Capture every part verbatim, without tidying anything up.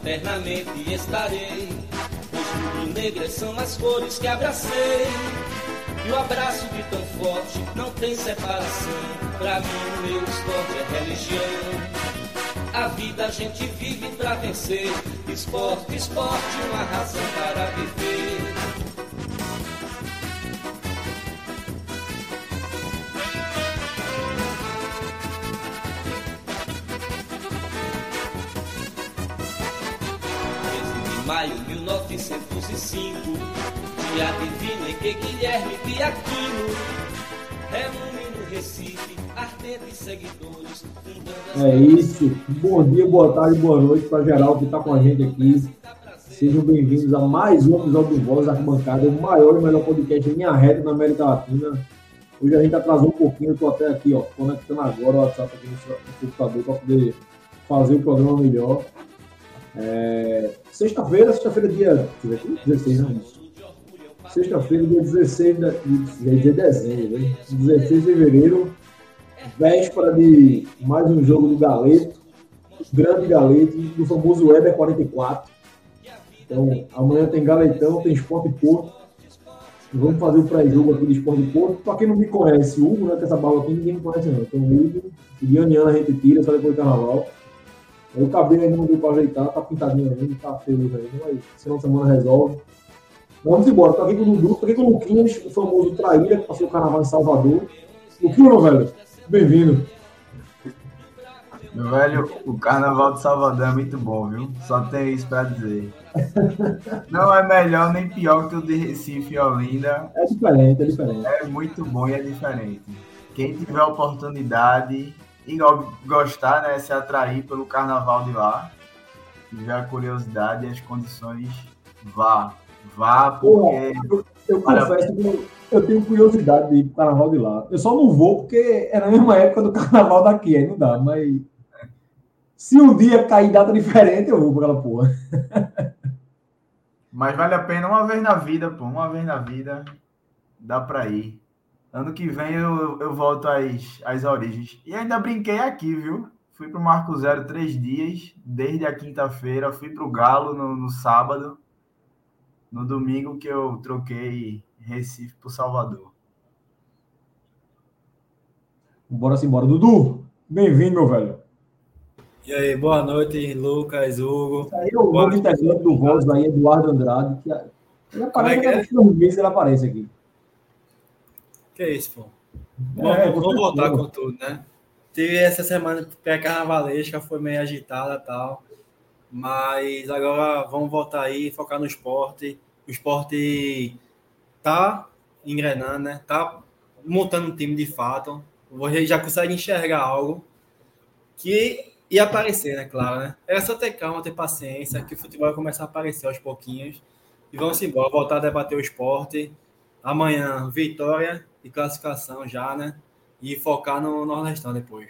eternamente estarei. Os rubro-negras são as cores que abracei. E o abraço de tão forte não tem separação. Pra mim o meu esporte é religião. A vida a gente vive pra vencer. Esporte, esporte, uma razão para viver. treze de maio de mil novecentos e cinco, dia divino em que Guilherme Piaquino reúne no Recife ardentes seguidores. É isso. Bom dia, boa tarde, boa noite para geral que está com a gente aqui. Sejam bem-vindos a mais um episódio do Voz Arquibancada, o maior e melhor podcast em linha reta na América Latina. Hoje a gente atrasou um pouquinho, eu estou até aqui, ó, conectando agora o WhatsApp aqui no computador para poder fazer o programa melhor. É... Sexta-feira, sexta-feira dia, deixa eu ver aqui, dezesseis, não é isso? Sexta-feira, dia dezesseis de dezembro, né? dezesseis de fevereiro, véspera de mais um jogo do Galeto, grande Galeto, do famoso Weber quarenta e quatro. Então, amanhã tem Galetão, tem Sport Porto. Vamos fazer o pré-jogo aqui do Sport Porto. Para quem não me conhece, o Hugo, né, que essa barba aqui ninguém me conhece não. Então, o Hugo, de ano em ano a gente tira, só depois do carnaval. O cabelo ainda não deu para ajeitar, tá pintadinho ainda, tá feio ainda, mas senão a semana resolve. Vamos embora, tô aqui com o Dudu, tô aqui com o Luquinhas, o famoso traíra, que passou o carnaval em Salvador. Luquinhas, meu velho, bem-vindo. Meu velho, o carnaval de Salvador é muito bom, viu? Só tem isso pra dizer. Não é melhor nem pior que o de Recife e Olinda. É diferente, é diferente. É muito bom e é diferente. Quem tiver a oportunidade e gostar, né, se atrair pelo carnaval de lá, tiver a curiosidade e as condições, vá. Vá, porque... Porra, eu, eu confesso que eu, eu tenho curiosidade de ir pro carnaval de lá. Eu só não vou porque é na mesma época do carnaval daqui, aí não dá, mas se um dia cair data diferente, eu vou pra aquela porra. Mas vale a pena uma vez na vida, pô, uma vez na vida dá pra ir. Ano que vem eu, eu volto às, às origens. E ainda brinquei aqui, viu? Fui pro Marco Zero três dias, desde a quinta-feira, fui pro Galo no, no sábado. No domingo que eu troquei Recife por Salvador. Bora embora. Dudu, bem-vindo, meu velho. E aí, boa noite, Lucas, Hugo. Aí é o novo integrante do Voz aí, Eduardo Andrade. Que ele aparece, é que é? Uns meses ele aparece aqui. Que isso, pô. É, vamos, vamos voltar com tudo, né? Tive essa semana pré-carnavalesca, foi meio agitada e tal. Mas agora vamos voltar aí, focar no esporte. O esporte tá engrenando, né? Tá montando um time de fato. Você já consegue enxergar algo que ia aparecer, né? Claro, né? Era só ter calma, ter paciência, que o futebol vai começar a aparecer aos pouquinhos. E vamos embora, voltar a debater o esporte. Amanhã, vitória e classificação já, né? E focar no Nordestão depois.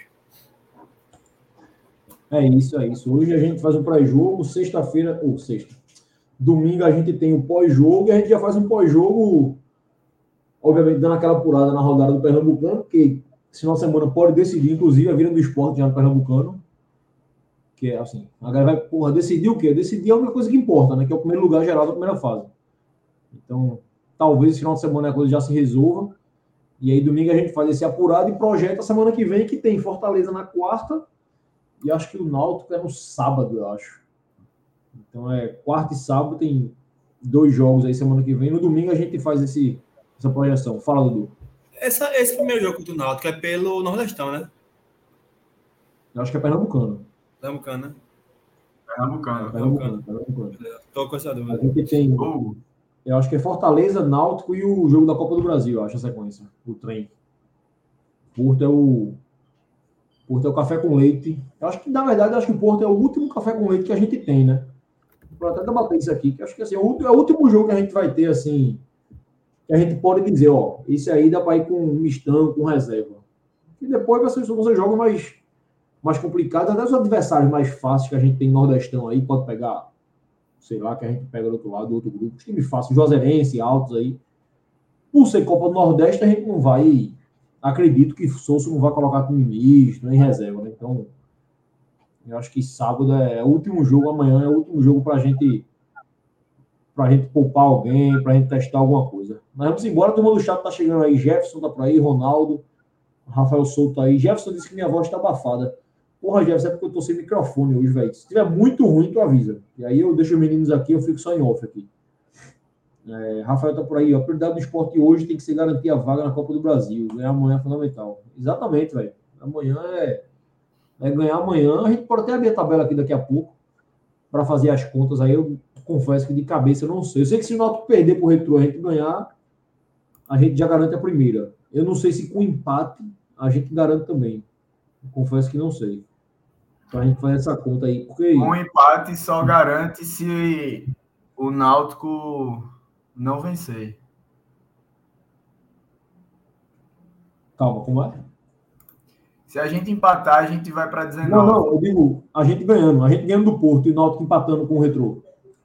É isso, é isso. Hoje a gente faz um pré-jogo, sexta-feira, ou sexta. Domingo a gente tem o pós-jogo e a gente já faz um pós-jogo, obviamente dando aquela apurada na rodada do Pernambucano, porque esse final de semana pode decidir, inclusive, a vida do esporte já no Pernambucano. Que é assim, a galera vai, porra, decidir o quê? Decidir a única coisa que importa, né? Que é o primeiro lugar geral da primeira fase. Então, talvez esse final de semana a coisa já se resolva. E aí, domingo a gente faz esse apurado e projeta a semana que vem, que tem Fortaleza na quarta. E acho que o Náutico é no sábado, eu acho. Então é quarta e sábado, tem dois jogos aí semana que vem. No domingo a gente faz esse, essa projeção. Fala, Dudu. Essa, esse primeiro jogo do Náutico é pelo Nordestão, né? Eu acho que é Pernambucano. Pernambucano, né? Pernambucano. Pernambucano, Pernambucano. Tô com essa dúvida. A gente tem, Uh, eu acho que é Fortaleza, Náutico e o jogo da Copa do Brasil, eu acho a sequência. O trem. Porto é o Porto é o café com leite. Eu acho que, na verdade, eu acho que o Porto é o último café com leite que a gente tem, né? Vou até debater isso aqui, que eu acho que assim, é o é o último jogo que a gente vai ter, assim, que a gente pode dizer, ó, esse aí dá para ir com mistão, com reserva. E depois vai ser você joga mais, mais complicado, até os adversários mais fáceis que a gente tem no Nordestão aí, pode pegar, sei lá, que a gente pega do outro lado, do outro grupo, os times fáceis, Joserense, altos aí. Por ser Copa do Nordeste, a gente não vai... Acredito que Souza não vai colocar time misto, nem reserva, né? Então, Eu acho que sábado é o último jogo, amanhã é o último jogo para gente, a gente poupar alguém, para a gente testar alguma coisa. Mas vamos embora, todo mundo do chat tá chegando aí. Jefferson tá por aí, Ronaldo, Rafael Souto tá aí. Jefferson disse que minha voz tá abafada. Porra, Jefferson, é porque eu tô sem microfone hoje, velho. Se tiver muito ruim, tu avisa. E aí eu deixo os meninos aqui, eu fico só em off aqui. É, Rafael tá por aí, ó. A prioridade do esporte hoje tem que ser garantir a vaga na Copa do Brasil. Ganhar amanhã é fundamental. Exatamente, velho. Amanhã é, é ganhar amanhã. A gente pode até abrir a tabela aqui daqui a pouco para fazer as contas. Aí eu confesso que de cabeça eu não sei. Eu sei que se o Náutico perder pro Retrô, a gente ganhar, a gente já garante a primeira. Eu não sei se com empate a gente garante também. Eu confesso que não sei. Então a gente faz essa conta aí. Porque... Um empate só garante se o Náutico não vencer. Calma, como é? Se a gente empatar, a gente vai para dezenove. Não, não, eu digo, a gente ganhando. A gente ganhando do Porto e o Náutico empatando com o Retrô.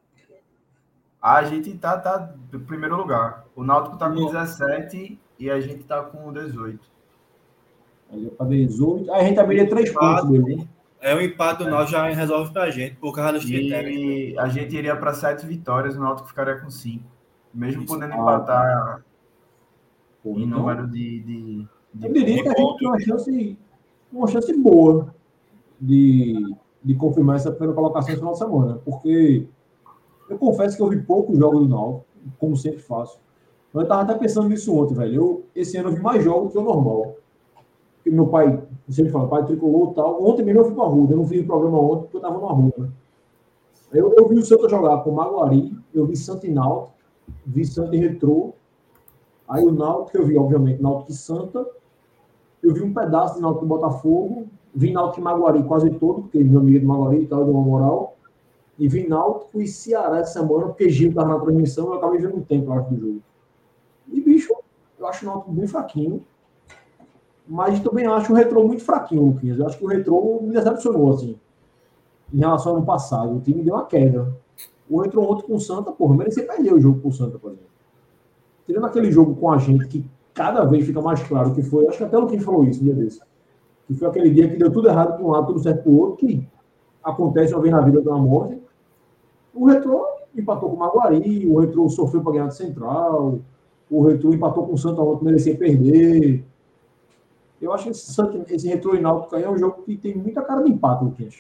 A gente tá, tá no primeiro lugar. O Náutico tá com dezessete e a gente tá com dezoito. Aí para dezoito. Aí a gente abriria três pontos dele. É o empate do Náutico já resolve pra gente, por causa dos critérios. E a gente iria para sete vitórias, o Náutico ficaria com cinco. Mesmo Isso. podendo Ah, empatar Pô, em então, número de, de, de eu diria que a gente pontos. tem uma chance, uma chance boa de, de confirmar essa primeira colocação no final de semana. Porque eu confesso que eu vi poucos jogos do Náutico, como sempre faço. Mas eu estava até pensando nisso ontem, velho. Eu, esse ano eu vi mais jogos que o normal. Porque meu pai, eu sempre falo, pai tricolor e tal. Ontem mesmo eu fui para a rua. Eu não vi o programa ontem porque eu estava na rua. Né? Eu, eu vi o Santa jogar com o Maguari, eu vi Santa e Náutico, vi Santa e Retrô. Aí o Náutico, eu vi, obviamente, Náutico e Santa. Eu vi um pedaço de Náutico e Botafogo. Vi Náutico e Maguari quase todo, porque meu amigo do Maguari e tal, deu uma moral. E vi Náutico e Ceará essa semana, porque Gil estava na transmissão, eu acabei vendo um tempo, acho, do jogo. E, bicho, eu acho o Náutico bem fraquinho. Mas também acho o Retrô muito fraquinho, Luquinhas. Eu acho que o Retrô me decepcionou, assim, em relação ao ano passado. O time deu uma queda. O Retrô ontem com o Santa, porra, merecia perder o jogo com o Santa, por exemplo. Tirando aquele jogo com a gente, que cada vez fica mais claro que foi, acho que até o Luquinhas falou isso um dia desse, que foi aquele dia que deu tudo errado para um lado, tudo certo para o outro, que acontece uma vez na vida ou na morte. O Retrô empatou com o Maguari, o Retrô sofreu para ganhar de Central, o Retrô empatou com o Santa ontem, merecia perder. Eu acho que esse, esse Retrô e Náutico aí é um jogo que tem muita cara de empate, Luquinhas.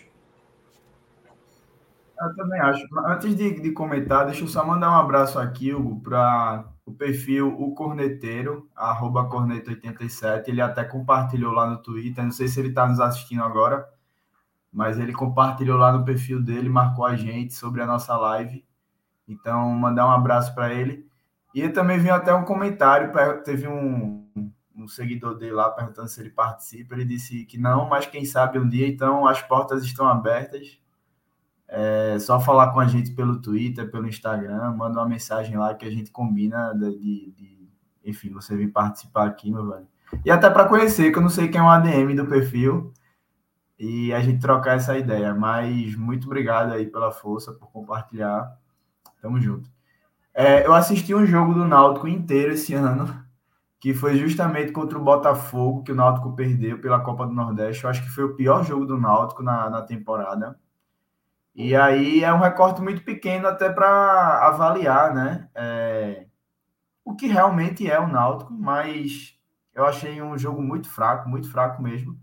Eu também acho. Antes de, de comentar, deixa eu só mandar um abraço aqui, Hugo, para o perfil O Corneteiro, arroba corneta oitenta e sete. Ele até compartilhou lá no Twitter. Não sei se ele está nos assistindo agora, mas ele compartilhou lá no perfil dele, marcou a gente sobre a nossa live. Então, mandar um abraço para ele. E ele também viu até um comentário, teve um, um seguidor dele lá perguntando se ele participa. Ele disse que não, mas quem sabe um dia. Então, as portas estão abertas. É só falar com a gente pelo Twitter, pelo Instagram, manda uma mensagem lá que a gente combina de, de, de enfim, você vir participar aqui, meu velho. E até para conhecer, que eu não sei quem é um A D M do perfil, e a gente trocar essa ideia. Mas muito obrigado aí pela força, por compartilhar. Tamo junto. É, eu assisti um jogo do Náutico inteiro esse ano, que foi justamente contra o Botafogo, que o Náutico perdeu pela Copa do Nordeste. Eu acho que foi o pior jogo do Náutico na, na temporada. E aí é um recorte muito pequeno até para avaliar, né? É, o que realmente é o Náutico, mas eu achei um jogo muito fraco, muito fraco mesmo.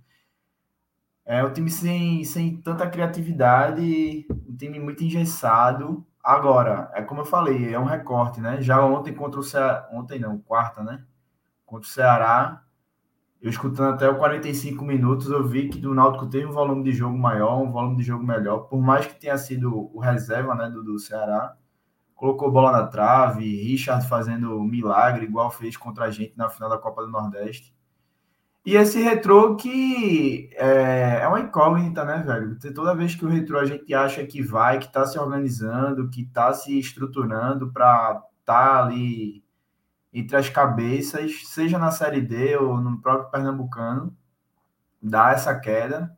É um time sem, sem tanta criatividade, um time muito engessado. Agora, é como eu falei, é um recorte, né? Já ontem contra o Ceará, ontem não, quarta, né? Contra o Ceará, eu escutando até o quarenta e cinco minutos, eu vi que o Náutico teve um volume de jogo maior, um volume de jogo melhor, por mais que tenha sido o reserva, né, do, do Ceará. Colocou bola na trave, Richard fazendo milagre, igual fez contra a gente na final da Copa do Nordeste. E esse Retrô que é, é uma incógnita, né, velho? Toda vez que o Retrô a gente acha que vai, que está se organizando, que está se estruturando para estar tá ali entre as cabeças, seja na Série D ou no próprio Pernambucano, dá essa queda.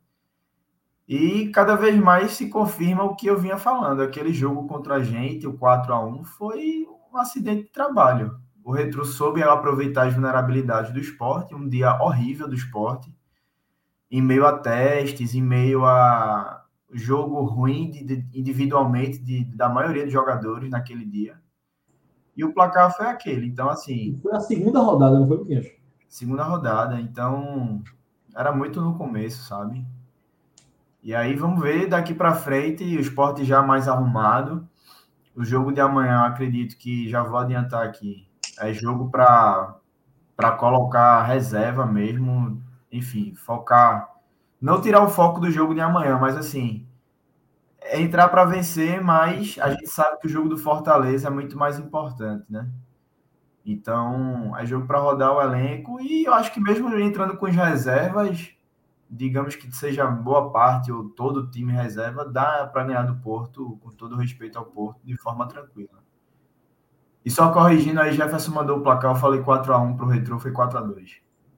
E cada vez mais se confirma o que eu vinha falando. Aquele jogo contra a gente, o quatro a um, foi um acidente de trabalho. O Retrô soube aproveitar as vulnerabilidades do Sport, um dia horrível do Sport, em meio a testes, em meio a, jogo ruim de, de, individualmente de, da maioria dos jogadores naquele dia. E o placar foi aquele. Então, assim... Foi a segunda rodada, não foi, Luquinhas? Segunda rodada. Então, era muito no começo, sabe? E aí, vamos ver daqui para frente, o Sport já mais arrumado. O jogo de amanhã, acredito que já vou adiantar aqui. É jogo para para colocar reserva mesmo. Enfim, focar... Não tirar o foco do jogo de amanhã, mas assim... É entrar para vencer, mas a gente sabe que o jogo do Fortaleza é muito mais importante, né? Então, é jogo para rodar o elenco e eu acho que mesmo entrando com as reservas, digamos que seja boa parte ou todo o time reserva, dá para ganhar do Porto, com todo respeito ao Porto, de forma tranquila. E só corrigindo aí, Jefferson mandou o placar, eu falei quatro a um para o Retrô, foi quatro a dois.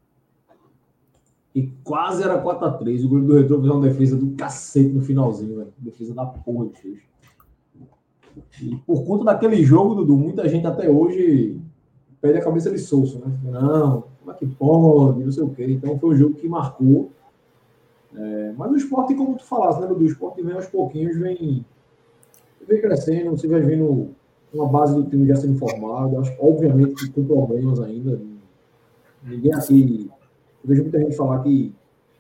E quase era quatro a três. O goleiro do Retrô fez uma defesa do cacete no finalzinho, velho. Defesa da porra que fez. E por conta daquele jogo, Dudu, muita gente até hoje perde a cabeça de Souza, né? Não, como é que pode? Não sei o quê. Então foi um jogo que marcou. É, mas o Sport, como tu falaste, né, Dudu? O Sport vem aos pouquinhos, vem, vem crescendo. Você vai vendo uma base do time já sendo formada. Acho, obviamente que com problemas ainda. Ninguém aqui... Eu vejo muita gente falar que...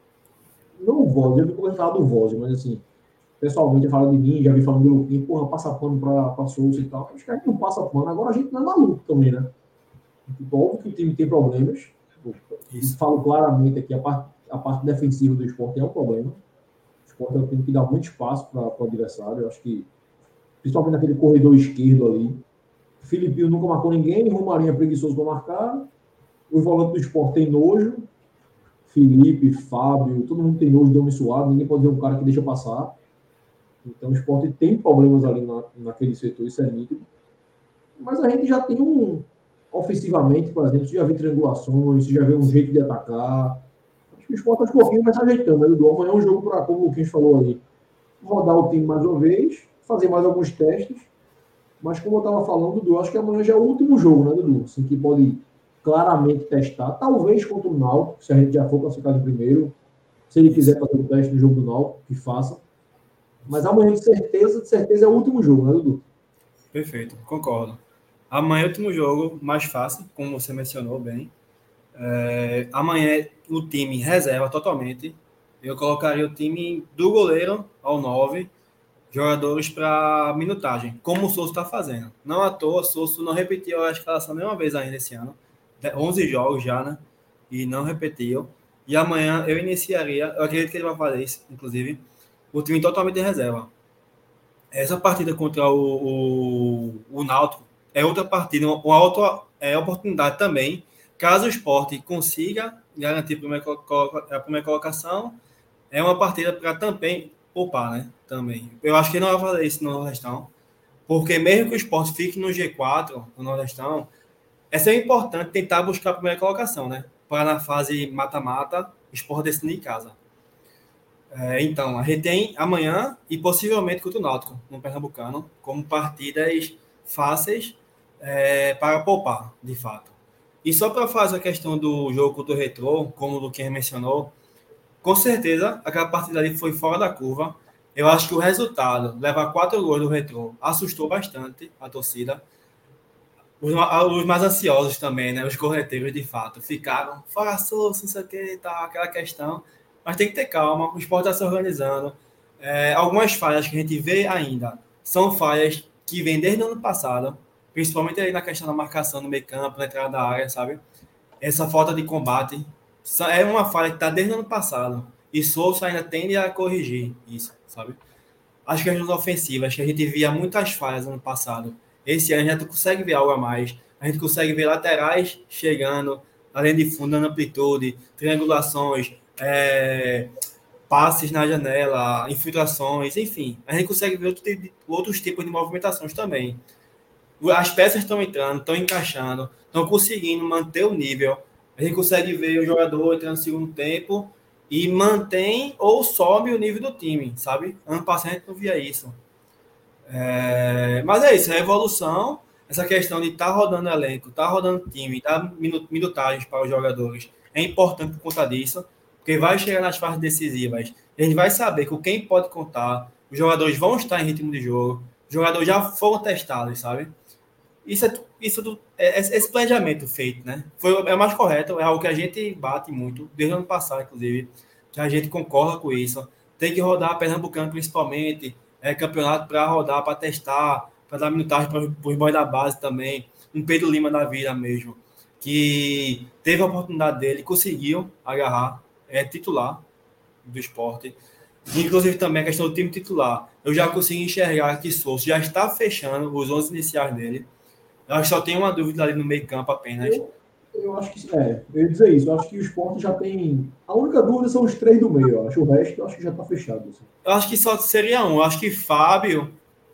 Não o Voz, eu não vou falar do Voz, mas assim, pessoalmente fala de mim, já vi falando do Luquinha, porra, passa pano pra, pra Souza e tal. Acho que a gente não passa pano, agora a gente não é maluco também, né? Tipo, óbvio que o time tem problemas. Isso. Falo claramente aqui, a parte, a parte defensiva do Sport é um problema. O Sport é um time que dá muito espaço para o adversário. Eu acho que, principalmente naquele corredor esquerdo ali, Filipinho nunca marcou ninguém, Romarinho é preguiçoso para marcar, os volantes do Sport tem nojo, Felipe, Fábio, todo mundo tem nojo de homem suado, ninguém pode ver um cara que deixa passar. Então o Sport tem problemas ali na, naquele setor, isso é nítido. Mas a gente já tem um... Ofensivamente, por exemplo, você já vê triangulações, você já vê um jeito de atacar. Acho que o Sport aos pouquinhos vai se ajeitando, né, Dudu? Amanhã é um jogo para, como o Luquinhas falou ali, rodar o time mais uma vez, fazer mais alguns testes. Mas como eu estava falando, Dudu, acho que amanhã já é o último jogo, né, Dudu? Assim, que pode... claramente testar, talvez contra o Náutico, se a gente já for classificado em primeiro, se ele quiser fazer o teste no jogo do Náutico, que faça. Mas amanhã, de certeza, de certeza é o último jogo, né, Dudu? Perfeito, concordo. Amanhã é o último jogo, mais fácil, como você mencionou bem. É, amanhã o time reserva totalmente. Eu colocaria o time do goleiro ao nove, jogadores para minutagem, como o Souza está fazendo. Não à toa, o Souza não repetiu a escalação nenhuma vez ainda esse ano. onze jogos já, né? E não repetiu. E amanhã eu iniciaria, eu acredito que ele vai fazer isso, inclusive, o time totalmente de reserva. Essa partida contra o, o, o Náutico é outra partida, uma outra é, oportunidade também, caso o Sport consiga garantir a primeira, a primeira colocação, é uma partida para também poupar, né? Também. Eu acho que ele não vai fazer isso no Nordestão, porque mesmo que o Sport fique no G quatro, no Nordestão, é sempre importante tentar buscar a primeira colocação, né? Para na fase mata-mata, o Sport decidir em casa. É, então, a gente tem amanhã e possivelmente contra o Náutico, no Pernambucano, como partidas fáceis é, para poupar, de fato. E só para fazer a questão do jogo contra o Retrô, como o Luquinhas mencionou, com certeza aquela partida ali foi fora da curva. Eu acho que o resultado, levar quatro gols do Retrô, assustou bastante a torcida. Os, os mais ansiosos também, né? Os correteiros, de fato, ficaram fora Souza, não sei o que, tá, aquela questão. Mas tem que ter calma, o Sport está se organizando. É, algumas falhas que a gente vê ainda são falhas que vêm desde o ano passado, principalmente aí na questão da marcação no meio campo, na entrada da área, sabe? Essa falta de combate é uma falha que está desde o ano passado. E Souza ainda tende a corrigir isso, sabe? As questões ofensivas, que a gente via muitas falhas no ano passado. Esse ano a gente consegue ver algo a mais. A gente consegue ver laterais chegando, além de fundo, dando amplitude, triangulações, é, passes na janela, infiltrações, enfim. A gente consegue ver outro, outros tipos de movimentações também. As peças estão entrando, estão encaixando, estão conseguindo manter o nível. A gente consegue ver o jogador entrando no segundo tempo e mantém ou sobe o nível do time, sabe? Ano passado a gente não via isso. É, mas é isso, é a evolução, essa questão de estar tá rodando elenco, estar tá rodando time, dar minutagens para os jogadores, é importante por conta disso, Porque vai chegar nas fases decisivas, a gente vai saber com quem pode contar, os jogadores vão estar em ritmo de jogo, os jogadores já foram testados, sabe? Isso é, isso é esse planejamento feito, né? Foi, é o mais correto, é algo que a gente bate muito, desde o ano passado, inclusive, que a gente concorda com isso. Tem que rodar Pernambucano, principalmente, é, campeonato para rodar, para testar, para dar minutagem para os boys da base também. Um Pedro Lima da vida mesmo, que teve a oportunidade dele, conseguiu agarrar, é titular do Sport. Inclusive também a questão do time titular. Eu já consegui enxergar que Souza já está fechando os onze iniciais dele. Eu acho que só tem uma dúvida ali no meio campo apenas. Eu, eu acho que, é, eu ia dizer isso, eu acho que o Sport já tem, a única dúvida são os três do meio, eu acho, o resto eu acho que já está fechado. Assim. Eu acho que só seria um, eu acho que Fábio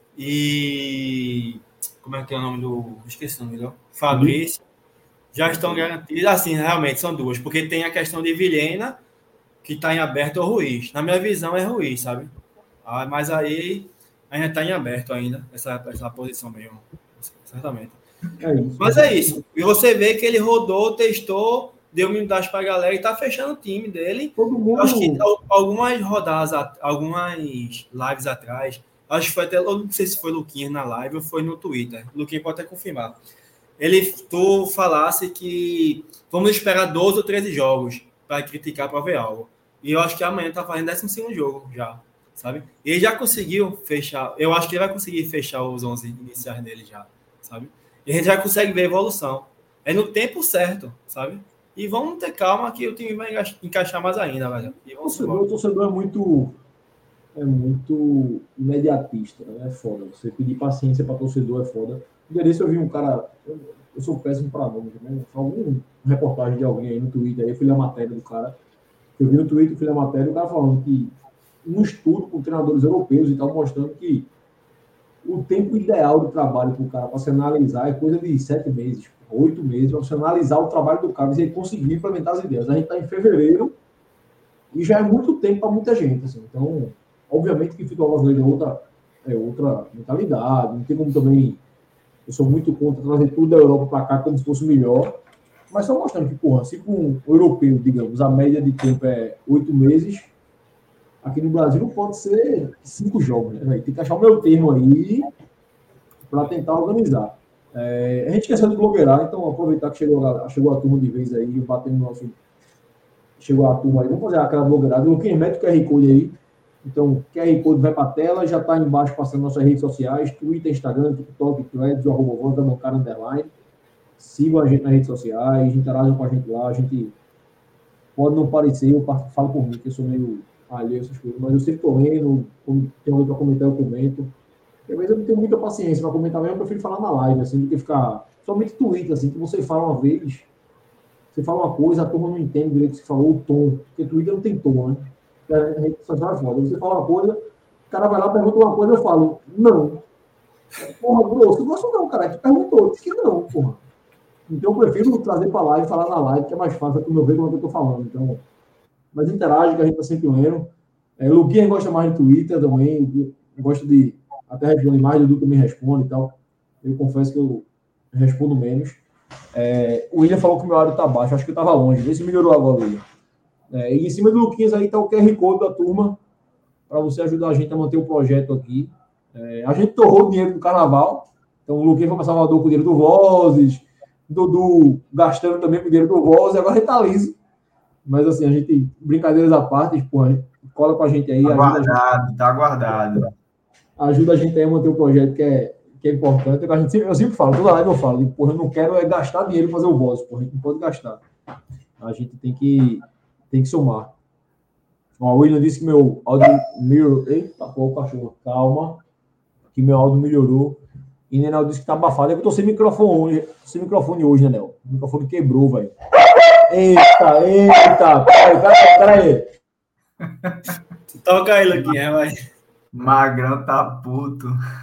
e... como é que é o nome do... esqueci o nome dele. Fabrício, já estão garantidos, assim, realmente são duas, porque tem a questão de Vilhena, que está em aberto, ou Ruiz. Na minha visão é Ruiz, sabe? Ah, mas aí ainda está em aberto ainda, essa, essa posição mesmo, certamente. É isso. Mas é isso. E você vê que ele rodou, testou, deu minutagem para a galera e está fechando o time dele. Todo mundo... Eu acho que algumas rodadas, algumas lives atrás, acho que foi até, eu não sei se foi Luquinhas na live ou foi no Twitter. Luquinhas pode até confirmar. Ele, tu falasse que vamos esperar doze ou treze jogos para criticar, para ver algo. E eu acho que amanhã tá fazendo décimo segundo jogo já, sabe? Ele já conseguiu fechar, eu acho que ele vai conseguir fechar os onze iniciais dele já, sabe? E a gente já consegue ver a evolução. É no tempo certo, sabe? E vamos ter calma que o time vai encaixar mais ainda, velho. E vamos o, torcedor, o torcedor é muito é muito imediatista, né? É foda. Você pedir paciência para torcedor é foda. Um dia desse eu vi um cara, eu, eu sou péssimo para nomes, né? Algum reportagem de alguém aí no Twitter, aí eu fui ler a matéria do cara. Eu vi no Twitter, fui ler a matéria, o cara falando que um estudo com treinadores europeus e tal, mostrando que o tempo ideal de trabalho para o cara, para se analisar, é coisa de sete meses, oito meses, para você analisar o trabalho do cara, e ele conseguir implementar as ideias. A gente está em fevereiro e já é muito tempo para muita gente. Assim. Então, obviamente que futebol brasileiro é outra, é outra mentalidade, não tem como também... Eu sou muito contra trazer tudo da Europa para cá como se fosse melhor, mas só mostrando que, porra, se com o europeu, digamos, a média de tempo é oito meses, aqui no Brasil não pode ser cinco jogos, né? Tem que achar o meu termo aí para tentar organizar. É, a gente esqueceu de blogueirar, então aproveitar que chegou a, chegou a turma de vez aí, batendo no nosso... Chegou a turma aí, vamos fazer aquela blogueirada. O Luquinhas mete o Q R Code aí. Então, Q R Code vai para a tela, já está embaixo passando nossas redes sociais, Twitter, Instagram, TikTok, Threads, o arroba voz da bancada underline. Sigam a gente nas redes sociais, interajam com a gente lá, a gente pode não parecer, eu falo por mim, que eu sou meio alheio a essas coisas, mas eu sempre estou lendo, quando tem alguém para comentar, eu comento. Às vezes eu não tenho muita paciência para comentar mesmo, eu prefiro falar na live, assim, do que ficar... Somente Twitter, assim, que você fala uma vez, você fala uma coisa, a turma não entende direito o que você falou, o tom, porque Twitter não tem tom, né? A rede social é foda. Você fala uma coisa, o cara vai lá, pergunta uma coisa, eu falo, não. Porra, grosso, eu gosto não, cara, tu perguntou, disse que não, porra. Então eu prefiro trazer para live, falar na live, que é mais fácil, para eu ver como é que eu tô falando, então... Mas interage, que a gente tá sempre lendo. É, Luquinhas gosta mais de Twitter também, eu gosto de até responder mais, o Dudu também responde e tal. Eu confesso que eu respondo menos. É, o William falou que o meu áudio tá baixo, acho que eu tava longe, vê se melhorou agora, William. É, e em cima do Luquinhas aí tá o Q R Code da turma, para você ajudar a gente a manter o projeto aqui. É, a gente torrou o dinheiro do carnaval, então o Luquinhas foi para Salvador com o dinheiro do Vozes, Dudu gastando também com o dinheiro do Vozes, agora a gente tá liso. Mas assim, a gente, brincadeiras à parte, porra, cola com a gente aí. Tá guardado, gente, tá guardado. Ajuda a gente aí a manter o projeto que é, que é importante. A gente, eu sempre falo, toda live eu falo, porra, eu não quero é gastar dinheiro para fazer o Vozes, porra, a gente não pode gastar. A gente tem que, tem que somar. Ó, o William disse que meu áudio melhorou. Eita, pô, cachorro, calma. Que meu áudio melhorou. E o Nenel disse que tá abafado. É que eu tô sem microfone hoje, sem microfone hoje, Nenel. O microfone quebrou, velho. Eita, eita. Peraí, peraí. Toca ele aqui, é, vai. Magrão tá puto.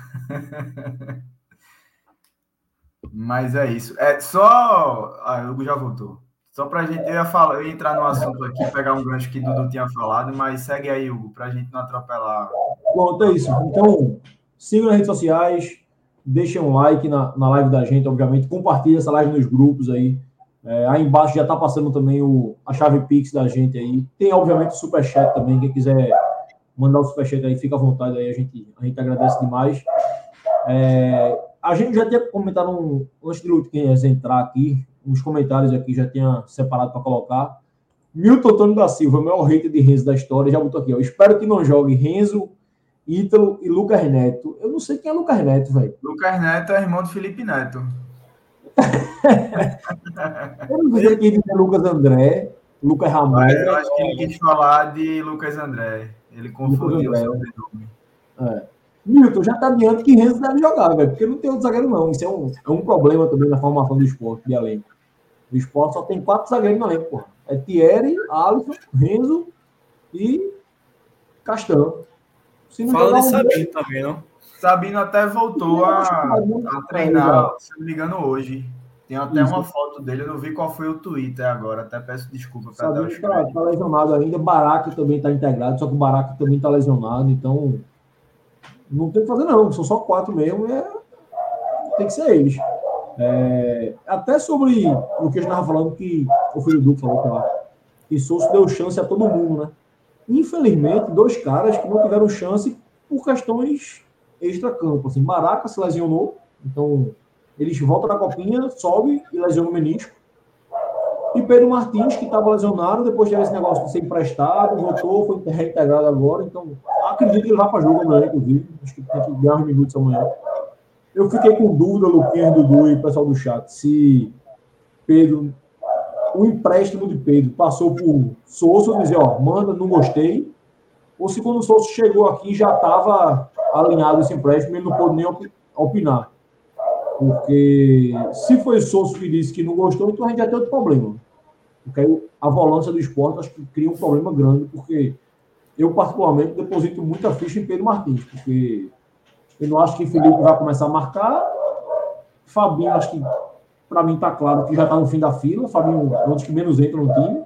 Mas é isso. É só. Ah, o Hugo já voltou. Só pra gente, eu ia, falar, eu ia entrar no assunto aqui, pegar um gancho que o Dudu tinha falado, mas segue aí, Hugo, pra gente não atropelar. Pronto, é isso. Então, sigam nas redes sociais, deixem um like na, na live da gente, obviamente, compartilhe essa live nos grupos aí. É, aí embaixo já está passando também o, a chave Pix da gente aí. Tem, obviamente, o Superchat também. Quem quiser mandar o Superchat aí, fica à vontade aí. A gente, a gente agradece demais. É, a gente já tinha comentado, um, antes de Luquinhas entrar aqui, uns comentários aqui, já tinha separado para colocar. Milton Antônio da Silva, o maior hater de Renzo da história, já botou aqui, ó. Espero que não jogue Renzo, Ítalo e Lucas Neto. Eu não sei quem é Lucas Neto, velho. Lucas Neto é irmão do Felipe Neto. Eu não sei quem é Lucas André, Lucas Ramon. Eu acho que ele quis falar de Lucas André. Ele confundiu o sobrenome. É. Milton, já tá adiante que Renzo deve jogar, velho, porque não tem outro zagueiro, não. Isso é um, é um problema também na formação do esporte, de elenco. O esporte só tem quatro zagueiros no elenco, porra. É Thierry, Alisson, Renzo e Castan. Fala de Sabino também, não? Sabino até voltou a, a treinar, se não me engano, hoje. Tem até Isso. uma foto dele, eu não vi qual foi o Twitter agora, até peço desculpa. Sabino tá, tá lesionado ainda, Baraca também tá integrado, só que o Baraca também tá lesionado, então não tem o que fazer não, são só quatro mesmo, é... tem que ser eles. É... Até sobre o que a gente estava falando, que o filho do Duque falou que lá, que Souza deu chance a todo mundo, né? Infelizmente, dois caras que não tiveram chance por questões extra-campo. Assim, Baraca se lesionou, então eles voltam na copinha, sobe e lesiona o menisco. E Pedro Martins, que estava lesionado, depois teve esse negócio de ser emprestado, voltou, foi reintegrado agora. Então, acredito que ele vai para jogo amanhã, inclusive. Acho que tem que ganhar uns minutos amanhã. Eu fiquei com dúvida, Luquinhas, Dudu e pessoal do chat, se Pedro, o empréstimo de Pedro passou por Souza, dizer, ó, manda, não gostei, ou se quando o Souza chegou aqui já estava alinhado esse empréstimo, ele não pôde nem opinar. Porque se foi Souza que disse que não gostou, então a gente já tem outro problema. Porque aí a volância do esporte acho que cria um problema grande, porque eu, particularmente, deposito muita ficha em Pedro Martins, porque eu não acho que Felipe vai começar a marcar. Fabinho, acho que, para mim, está claro que já está no fim da fila. Fabinho é um dos que menos entra no time.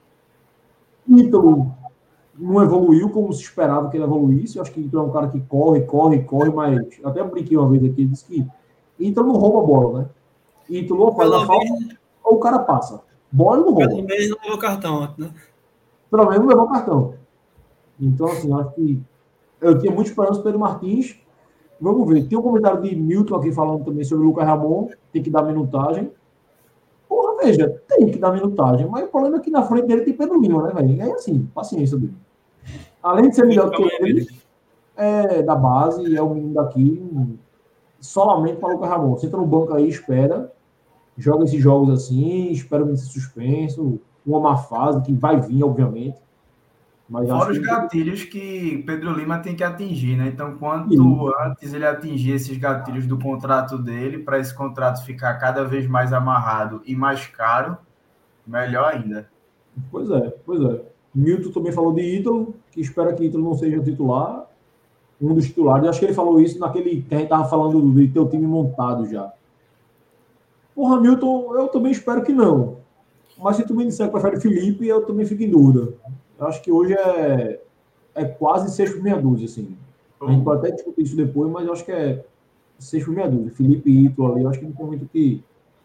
Ítalo não evoluiu como se esperava que ele evoluísse. Eu acho que Ítalo é um cara que corre, corre, corre, mas eu até brinquei uma vez aqui, disse que Ítalo não rouba a bola, né? Ítalo ou faz a falta, ou o cara passa. Bola não rouba. Pelo menos não levou cartão, né? Pelo menos não levou cartão. Então, assim, acho que eu tinha muita esperança pelo Martins. Vamos ver. Tem um comentário de Milton aqui falando também sobre o Lucas Ramon. Tem que dar minutagem. Porra, veja, tem que dar minutagem. Mas o problema é que na frente dele tem Pedro Lima, né, velho? É assim, paciência dele. Além de ser melhor que ele, é da base, é o menino daqui. Solamente para o Lucas Ramon. Senta no banco aí, espera. Joga esses jogos assim, espera ele ser suspenso. Uma má fase, que vai vir, obviamente. Mas fora os gatilhos que Pedro Lima tem que atingir, né? Então, quanto Sim. antes ele atingir esses gatilhos do contrato dele, para esse contrato ficar cada vez mais amarrado e mais caro, melhor ainda. Pois é, pois é. Milton também falou de Ítalo, que espera que Ítalo não seja titular, um dos titulares. Eu acho que ele falou isso naquele que a gente estava falando de ter o time montado já. Porra, Milton, eu também espero que não. Mas se tu me disser que prefere Felipe, eu também fico em dúvida. Eu acho que hoje é, é quase seis por meia dúzia, assim. A gente pode até discutir isso depois, mas eu acho que é seis por meia dúzia. Felipe e Ítalo ali, eu acho que não tem muito que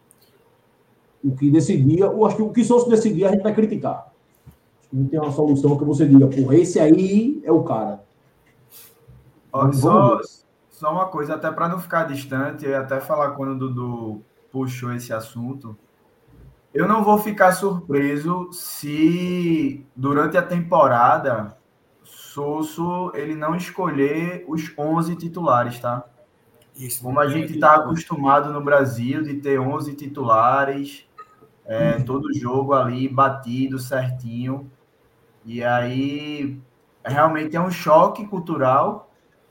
o que decidia. Eu acho que o que só se decidir, a gente vai criticar. Não tem uma solução que você diga, porra, esse aí é o cara. Ó, só, só uma coisa, até para não ficar distante, eu ia até falar quando o Dudu puxou esse assunto. Eu não vou ficar surpreso se, durante a temporada, Sosso ele não escolher os onze titulares, tá? Isso. Como a gente está acostumado no Brasil de ter onze titulares, é, todo jogo ali batido certinho. E aí, realmente é um choque cultural,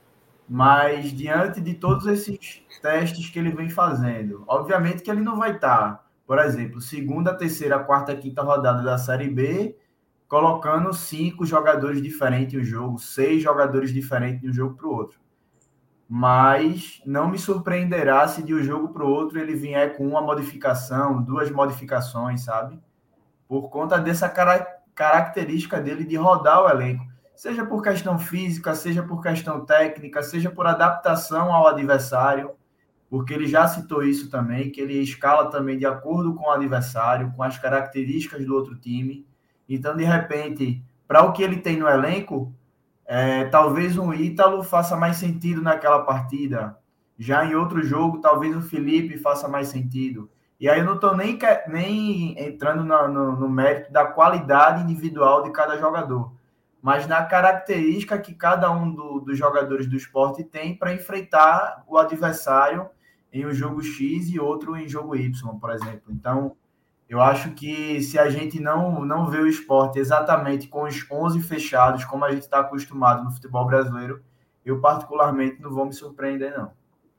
mas diante de todos esses testes que ele vem fazendo, obviamente que ele não vai estar... Por exemplo, segunda, terceira, quarta, quinta rodada da Série B, colocando cinco jogadores diferentes no jogo, seis jogadores diferentes de um jogo para o outro. Mas não me surpreenderá se de um jogo para o outro ele vier com uma modificação, duas modificações, sabe? Por conta dessa cara- característica dele de rodar o elenco. Seja por questão física, seja por questão técnica, seja por adaptação ao adversário. porque ele já citou isso também, que ele escala também de acordo com o adversário, com as características do outro time. Então, de repente, para o que ele tem no elenco, é, talvez um Ítalo faça mais sentido naquela partida. Já em outro jogo, talvez o Felipe faça mais sentido. E aí eu não estou nem, nem entrando no, no, no mérito da qualidade individual de cada jogador, mas na característica que cada um do, dos jogadores do Sport tem para enfrentar o adversário em um jogo X e outro em jogo Y, por exemplo. Então, eu acho que se a gente não, não vê o Sport exatamente com os onze fechados, como a gente está acostumado no futebol brasileiro, eu particularmente não vou me surpreender, não.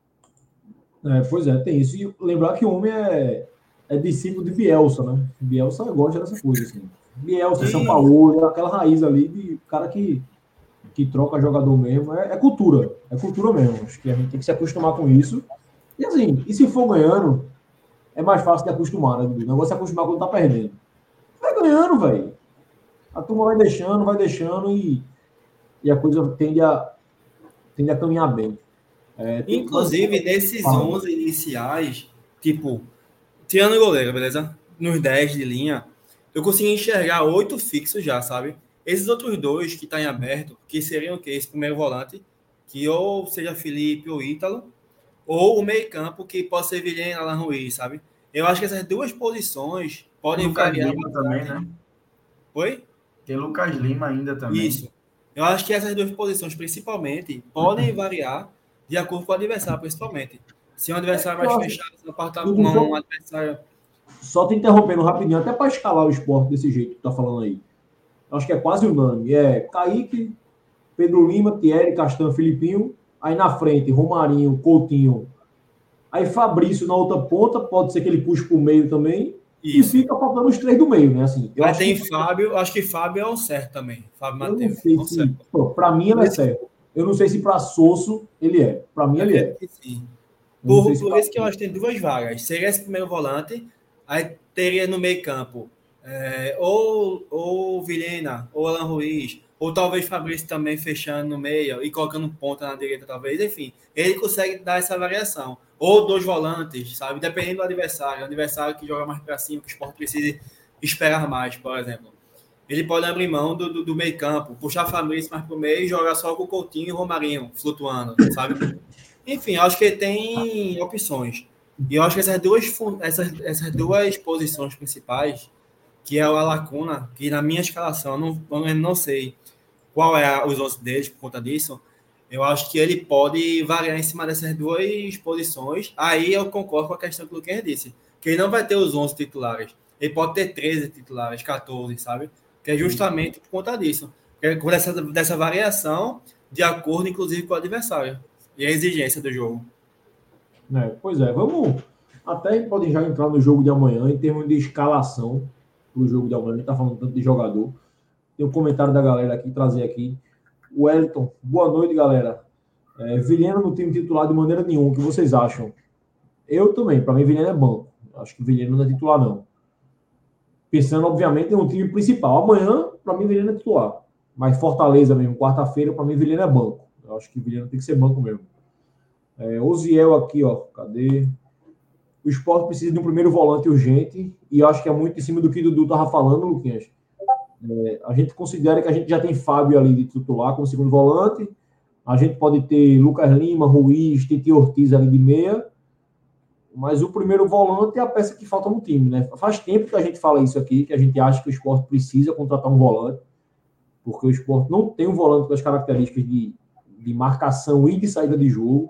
É, pois é, tem isso. E lembrar que o homem é, é discípulo de Bielsa, né? Bielsa gosta dessa coisa, assim. Bielsa, São Paulo, aquela raiz ali de cara que, que troca jogador mesmo. É, é cultura, é cultura mesmo. Acho que a gente tem que se acostumar com isso. E assim, e se for ganhando, é mais fácil de acostumar, né, Dudu? O negócio é acostumar quando tá perdendo. Vai ganhando, velho. A turma vai deixando, vai deixando e, e a coisa tende a, tende a caminhar bem. É, Inclusive, mais... nesses ah. onze iniciais, tipo, tirando o goleiro, beleza? Nos dez de linha, eu consegui enxergar oito fixos já, sabe? Esses outros dois que tá em aberto, que seriam o quê? Esse primeiro volante, que ou seja Felipe ou Ítalo, ou o meio campo, que pode ser Vilhena, Alan Ruiz, sabe? Eu acho que essas duas posições podem Lucas variar Lima também, né? Oi? Tem Lucas Lima ainda também. Isso. Eu acho que essas duas posições, principalmente, podem variar de acordo com o adversário, principalmente. Se um adversário mais fechado, se não parta com um adversário... Só te interrompendo rapidinho, até para escalar o Sport desse jeito que tu tá falando aí. Acho que é quase unânime. É Kaique, Pedro Lima, Thierry, Castan, Filipinho. Aí na frente, Romarinho, Coutinho. Aí Fabrício na outra ponta, pode ser que ele puxe pro meio também. Isso. E fica faltando os três do meio, né? Assim, eu Mas acho tem que... Fábio, acho que Fábio é o certo também. Fábio Mateus. Eu não sei se... Para mim ele é certo. Eu não sei se para Sosso ele é. Para mim ele é. Sim. Por, por isso que eu acho que tem duas vagas. Seria esse primeiro volante, aí teria no meio campo é, ou, ou Vilhena, ou Alan Ruiz, ou talvez Fabrício também fechando no meio e colocando ponta na direita, talvez. Enfim, ele consegue dar essa variação. Ou dois volantes, sabe? Dependendo do adversário. O adversário que joga mais para cima, que o Sport precisa esperar mais, por exemplo. Ele pode abrir mão do, do, do meio campo, puxar Fabrício mais para o meio e jogar só com o Coutinho e o Romarinho, flutuando, sabe? Enfim, acho que ele tem opções. E eu acho que essas duas, essas, essas duas posições principais, que é a lacuna, que na minha escalação, eu não, eu não sei qual é a, os onze deles por conta disso, eu acho que ele pode variar em cima dessas duas posições. Aí eu concordo com a questão que o Luquinhas disse, que ele não vai ter os onze titulares. Ele pode ter treze titulares, quatorze, sabe? Que é justamente por conta disso. É por essa, dessa variação, de acordo, inclusive, com o adversário. E a exigência do jogo. É, pois é, vamos... Até pode já entrar no jogo de amanhã, em termos de escalação do jogo de amanhã. A gente tá falando tanto de jogador. Tem um comentário da galera aqui, trazer aqui. O Wellington, boa noite, galera. É, Vilhena no time titular de maneira nenhuma, o que vocês acham? Eu também, para mim Vilhena é banco. Acho que Vilhena não é titular, não. Pensando, obviamente, em um time principal. Amanhã, para mim, Vilhena é titular. Mas Fortaleza mesmo, quarta-feira, para mim, Vilhena é banco. Eu acho que Vilhena tem que ser banco mesmo. É, Oziel aqui, ó. Cadê? O Sport precisa de um primeiro volante urgente. E eu acho que é muito em cima do que o Dudu estava falando, Luquinhas. É, a gente considera que a gente já tem Fábio ali de titular como segundo volante. A gente pode ter Lucas Lima, Ruiz, Titi Ortiz ali de meia. Mas o primeiro volante é a peça que falta no time, né? Faz tempo que a gente fala isso aqui, que a gente acha que o Sport precisa contratar um volante, porque o Sport não tem um volante com as características de, de marcação e de saída de jogo.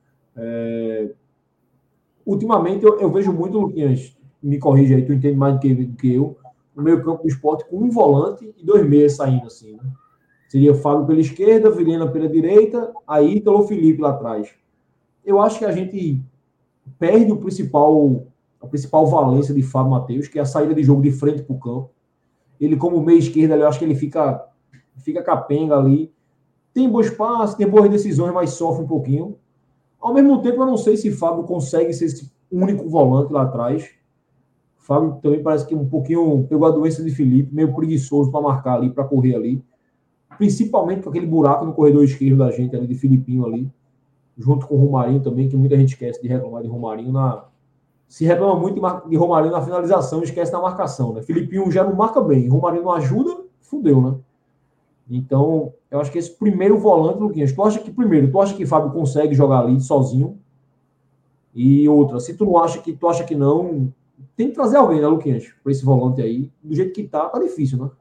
É... Ultimamente, eu, eu vejo muito, Luquinhas, me corrija aí, tu entende mais do que, do que eu, no meio campo do Sport com um volante e dois meias saindo assim, né? Seria o Fábio pela esquerda, Vilhena pela direita, aí Ítalo ou Felipe lá atrás. Eu acho que a gente perde o principal, a principal valência de Fábio Mateus, que é a saída de jogo de frente para o campo. Ele, como meia esquerda, eu acho que ele fica, fica capenga ali. Tem bom espaço, tem boas decisões, mas sofre um pouquinho. Ao mesmo tempo, eu não sei se Fábio consegue ser esse único volante lá atrás. Fábio também parece que um pouquinho pegou a doença de Felipe, meio preguiçoso para marcar ali, para correr ali. Principalmente com aquele buraco no corredor esquerdo da gente ali, de Filipinho ali. junto com o Romarinho também, que muita gente esquece de reclamar de Romarinho. Na... Se reclama muito de Romarinho na finalização, esquece na marcação, né? Filipinho já não marca bem, Romarinho não ajuda, fudeu, né? Então, eu acho que esse primeiro volante, Luquinhas, tu acha que primeiro, tu acha que Fábio consegue jogar ali sozinho? E outra, se tu não acha que tu acha que não, tem que trazer alguém, né, Luquinhas, para esse volante aí. Do jeito que tá, tá difícil, né?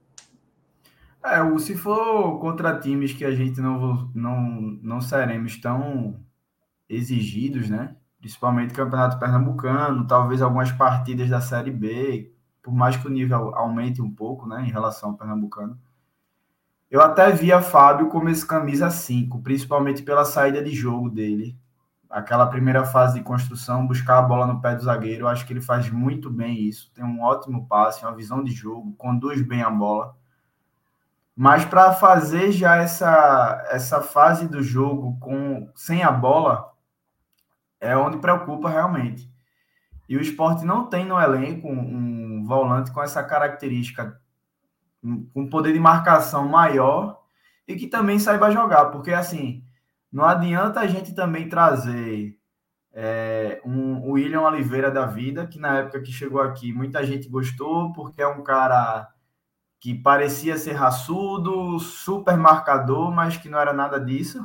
É, se for contra times que a gente não, não, não seremos tão exigidos, né? Principalmente Campeonato Pernambucano, talvez algumas partidas da Série B, por mais que o nível aumente um pouco, né, em relação ao Pernambucano. Eu até via Fábio como esse camisa cinco, principalmente pela saída de jogo dele. Aquela primeira fase de construção, buscar a bola no pé do zagueiro, eu acho que ele faz muito bem isso. Tem um ótimo passe, uma visão de jogo, conduz bem a bola. Mas para fazer já essa, essa fase do jogo com, sem a bola, é onde preocupa realmente. E o Sport não tem no elenco um, um volante com essa característica, com um poder de marcação maior e que também saiba jogar, porque assim, não adianta a gente também trazer é, um William Oliveira da vida, que na época que chegou aqui muita gente gostou, porque é um cara que parecia ser raçudo, super marcador, mas que não era nada disso.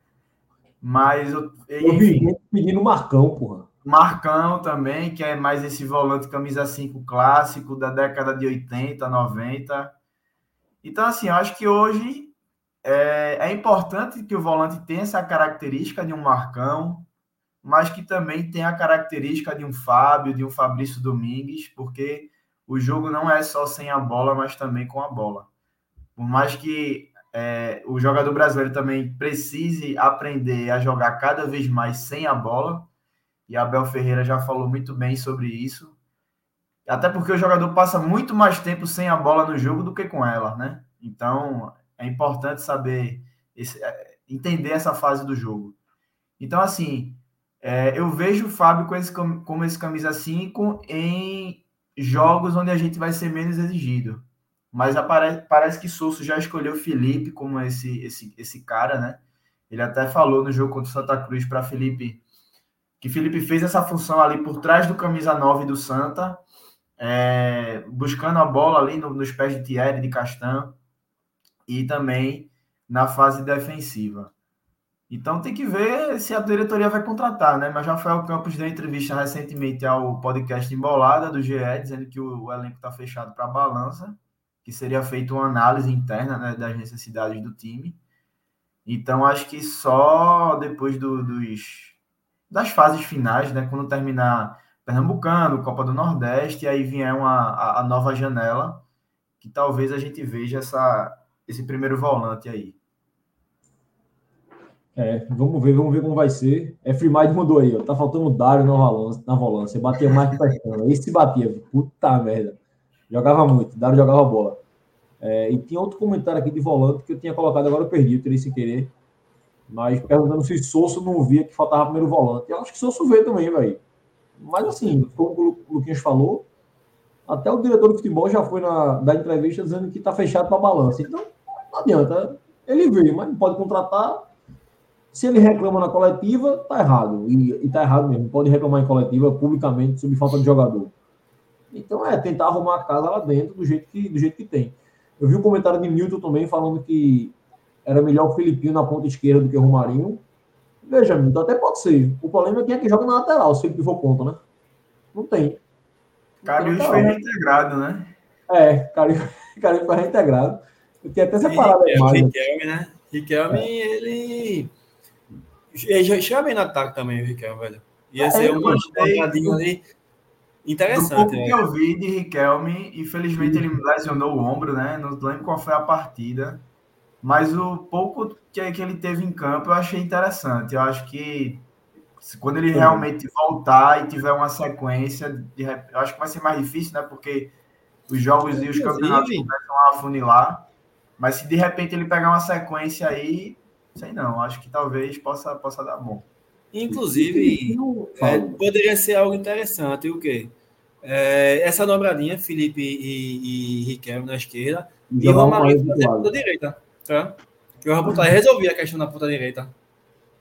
Mas, eu vi gente pedindo Marcão, porra. Marcão também, que é mais esse volante camisa cinco clássico da década de oitenta, noventa. Então, assim, eu acho que hoje é, é importante que o volante tenha essa característica de um Marcão, mas que também tenha a característica de um Fábio, de um Fabrício Domingues, porque o jogo não é só sem a bola, mas também com a bola. Por mais que é, o jogador brasileiro também precise aprender a jogar cada vez mais sem a bola, e Abel Ferreira já falou muito bem sobre isso, até porque o jogador passa muito mais tempo sem a bola no jogo do que com ela, né? Então, é importante saber, esse, entender essa fase do jogo. Então, assim, é, eu vejo o Fábio com esse, como esse camisa cinco em jogos onde a gente vai ser menos exigido. Mas apare, parece que Sousa já escolheu o Felipe como esse, esse, esse cara, né? Ele até falou no jogo contra o Santa Cruz para Felipe, que Felipe fez essa função ali por trás do camisa nove do Santa, é, buscando a bola ali no, nos pés de Thierry, de Castan, e também na fase defensiva. Então tem que ver se a diretoria vai contratar, né? Mas Rafael Campos deu entrevista recentemente ao podcast Embolada do G E, dizendo que o, o elenco está fechado para a balança, que seria feita uma análise interna, né, das necessidades do time. Então acho que só depois do, dos, das fases finais, né, quando terminar Pernambucano, Copa do Nordeste, e aí vier uma, a, a nova janela, que talvez a gente veja essa, esse primeiro volante aí. É, vamos ver, vamos ver como vai ser. É, Freemind mandou aí, ó. Tá faltando o Dário na volância. Na volância. Batia mais que Pestana. Esse batia. Puta merda. Jogava muito. Dário jogava bola. É, e tinha outro comentário aqui de volante que eu tinha colocado, agora eu perdi, eu tirei sem querer. Mas perguntando se Sousa não via que faltava primeiro volante. Eu acho que Sousa vê também, velho. Mas assim, como o Luquinhas falou, até o diretor do futebol já foi na da entrevista dizendo que tá fechado pra balança. Então, não adianta. Ele vê, mas não pode contratar. Se ele reclama na coletiva, tá errado. E, e tá errado mesmo. Pode reclamar em coletiva publicamente sobre falta de jogador. Então é tentar arrumar a casa lá dentro do jeito que, do jeito que tem. Eu vi um comentário de Milton também falando que era melhor o Filipinho na ponta esquerda do que o Romarinho. Veja, Milton, até pode ser. O problema é quem é que joga na lateral, se ele for ponta, né? Não tem. Cariús foi reintegrado, né? É, Cariús foi reintegrado. Eu tinha até separado a imagem. Riquelme, né? Riquelme, é. ele... ele já chega bem no ataque também, o Riquelme, velho. Ia é, ser uma jogadinha ali interessante. Do pouco que eu vi de Riquelme, infelizmente ele lesionou o ombro, né? Não lembro qual foi a partida. Mas o pouco que, que ele teve em campo eu achei interessante. Eu acho que quando ele realmente voltar e tiver uma sequência, de, eu acho que vai ser mais difícil, né? Porque os jogos e os campeonatos começam a afunilar. Mas se de repente ele pegar uma sequência aí, sei não, acho que talvez possa, possa dar bom. Inclusive, é, poderia ser algo interessante. O quê? É, essa dobradinha, Felipe e, e Riquelme na esquerda, e o Romarinho na ponta direita. Tá? Que eu vou resolver a questão da ponta direita.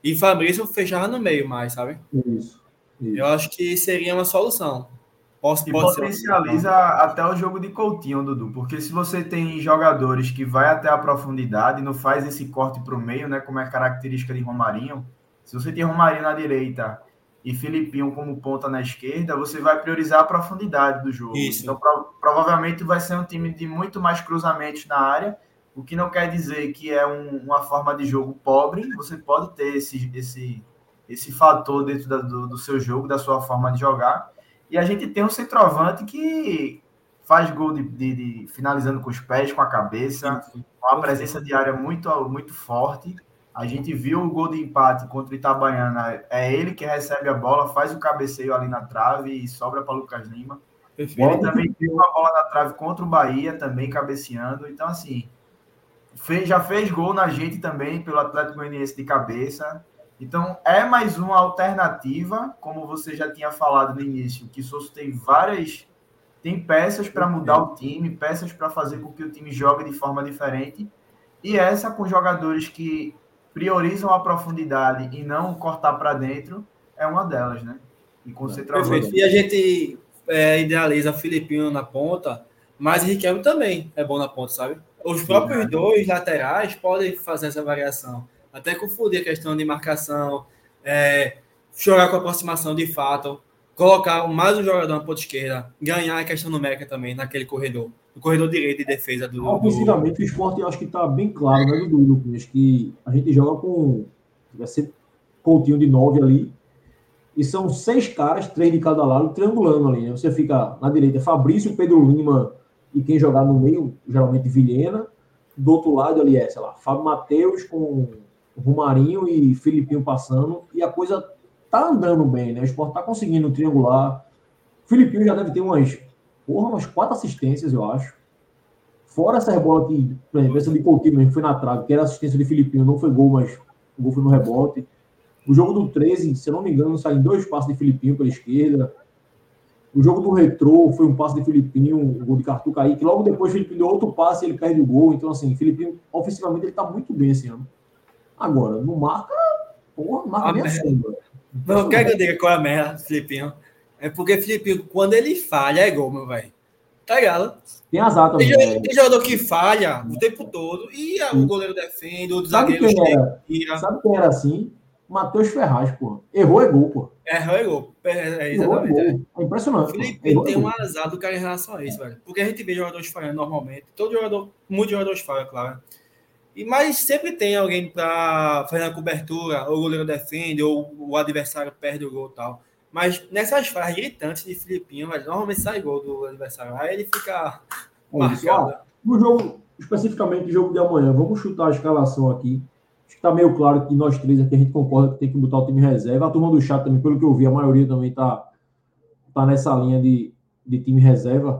e Fabrício fechava no meio mais, sabe? Isso. isso. Eu acho que seria uma solução. Posso, E pode potencializa ser até o jogo de Coutinho, Dudu, porque se você tem jogadores que vai até a profundidade e não faz esse corte para o meio, né, como é característica de Romarinho, se você tem Romarinho na direita e Filipinho como ponta na esquerda, você vai priorizar a profundidade do jogo. Isso. Então, pro, provavelmente vai ser um time de muito mais cruzamentos na área, o que não quer dizer que é um, uma forma de jogo pobre, você pode ter esse, esse, esse fator dentro da, do, do seu jogo, da sua forma de jogar. E a gente tem um centroavante que faz gol de, de, de finalizando com os pés, com a cabeça, com uma presença de área muito, muito forte. A gente viu o gol de empate contra o Itabaiana. É ele que recebe a bola, faz o cabeceio ali na trave e sobra para Lucas Lima. Perfeito. Ele também tem uma bola na trave contra o Bahia, também cabeceando. Então, assim, fez, já fez gol na gente também pelo Atlético Goianiense de cabeça. Então, é mais uma alternativa, como você já tinha falado no início, que Souza tem várias, tem peças para mudar o time, peças para fazer com que o time jogue de forma diferente, e essa com jogadores que priorizam a profundidade e não cortar para dentro, é uma delas, né? E com Perfeito. E a gente é, idealiza Filipinho na ponta, mas o Riquelme também é bom na ponta, sabe? Os próprios Sim, dois laterais podem fazer essa variação. Até confundir a questão de marcação, é, jogar com aproximação de fato, colocar mais um jogador na ponta esquerda, ganhar a questão numérica também naquele corredor, no corredor direito de defesa do... Ofensivamente, do... o esporte eu acho que está bem claro, né, Dudu? Acho que a gente joga com... vai ser Coutinho de nove ali, e são seis caras, três de cada lado, triangulando ali, né? Você fica na direita, Fabrício, Pedro Lima, e quem jogar no meio, geralmente Vilhena. Do outro lado ali é, sei lá, Fábio Matheus com Romarinho e Filipinho passando, e a coisa tá andando bem, né? O Sport tá conseguindo triangular. O Filipinho já deve ter umas, porra, umas quatro assistências, eu acho. Fora essa bola que, por exemplo, essa de Coutinho mesmo, que foi na trave, que era assistência de Filipinho, não foi gol, mas o gol foi no rebote. O jogo do treze, se eu não me engano, saem dois passos de Filipinho pela esquerda. O jogo do Retrô foi um passe de Filipinho, um gol de Arthur Kaique. Logo depois, o Filipinho deu outro passe e ele perde o gol. Então, assim, Filipinho, ofensivamente, ele tá muito bem esse ano. Agora, não marca, porra, marca nem a sombra. Não quer que eu diga qual é a merda, Filipinho. É porque Filipinho, quando ele falha, é gol, meu velho. Tá ligado? Tem azar também. Tem, né? Tem jogador que falha o tempo todo e Sim. o goleiro defende, o zagueiro tira. Sabe quem era assim? Matheus Ferraz, porra. Errou é gol, porra. Errou é gol. É, exatamente. É, é impressionante. O Felipe tem um azar do cara em relação a isso, velho. Porque a gente vê jogadores falhando normalmente. Todo jogador, muitos jogadores falham, claro. E, mas sempre tem alguém para fazer a cobertura, ou o goleiro defende, ou o adversário perde o gol e tal. Mas nessas falhas gritantes de Filipinho, velho, normalmente sai gol do adversário. Aí ele fica é marcado. Ah, no jogo, especificamente no jogo de amanhã, vamos chutar a escalação aqui. Acho que tá meio claro que nós três aqui a gente concorda que tem que botar o time reserva. A turma do chat também, pelo que eu vi, a maioria também tá, tá nessa linha de, de time reserva.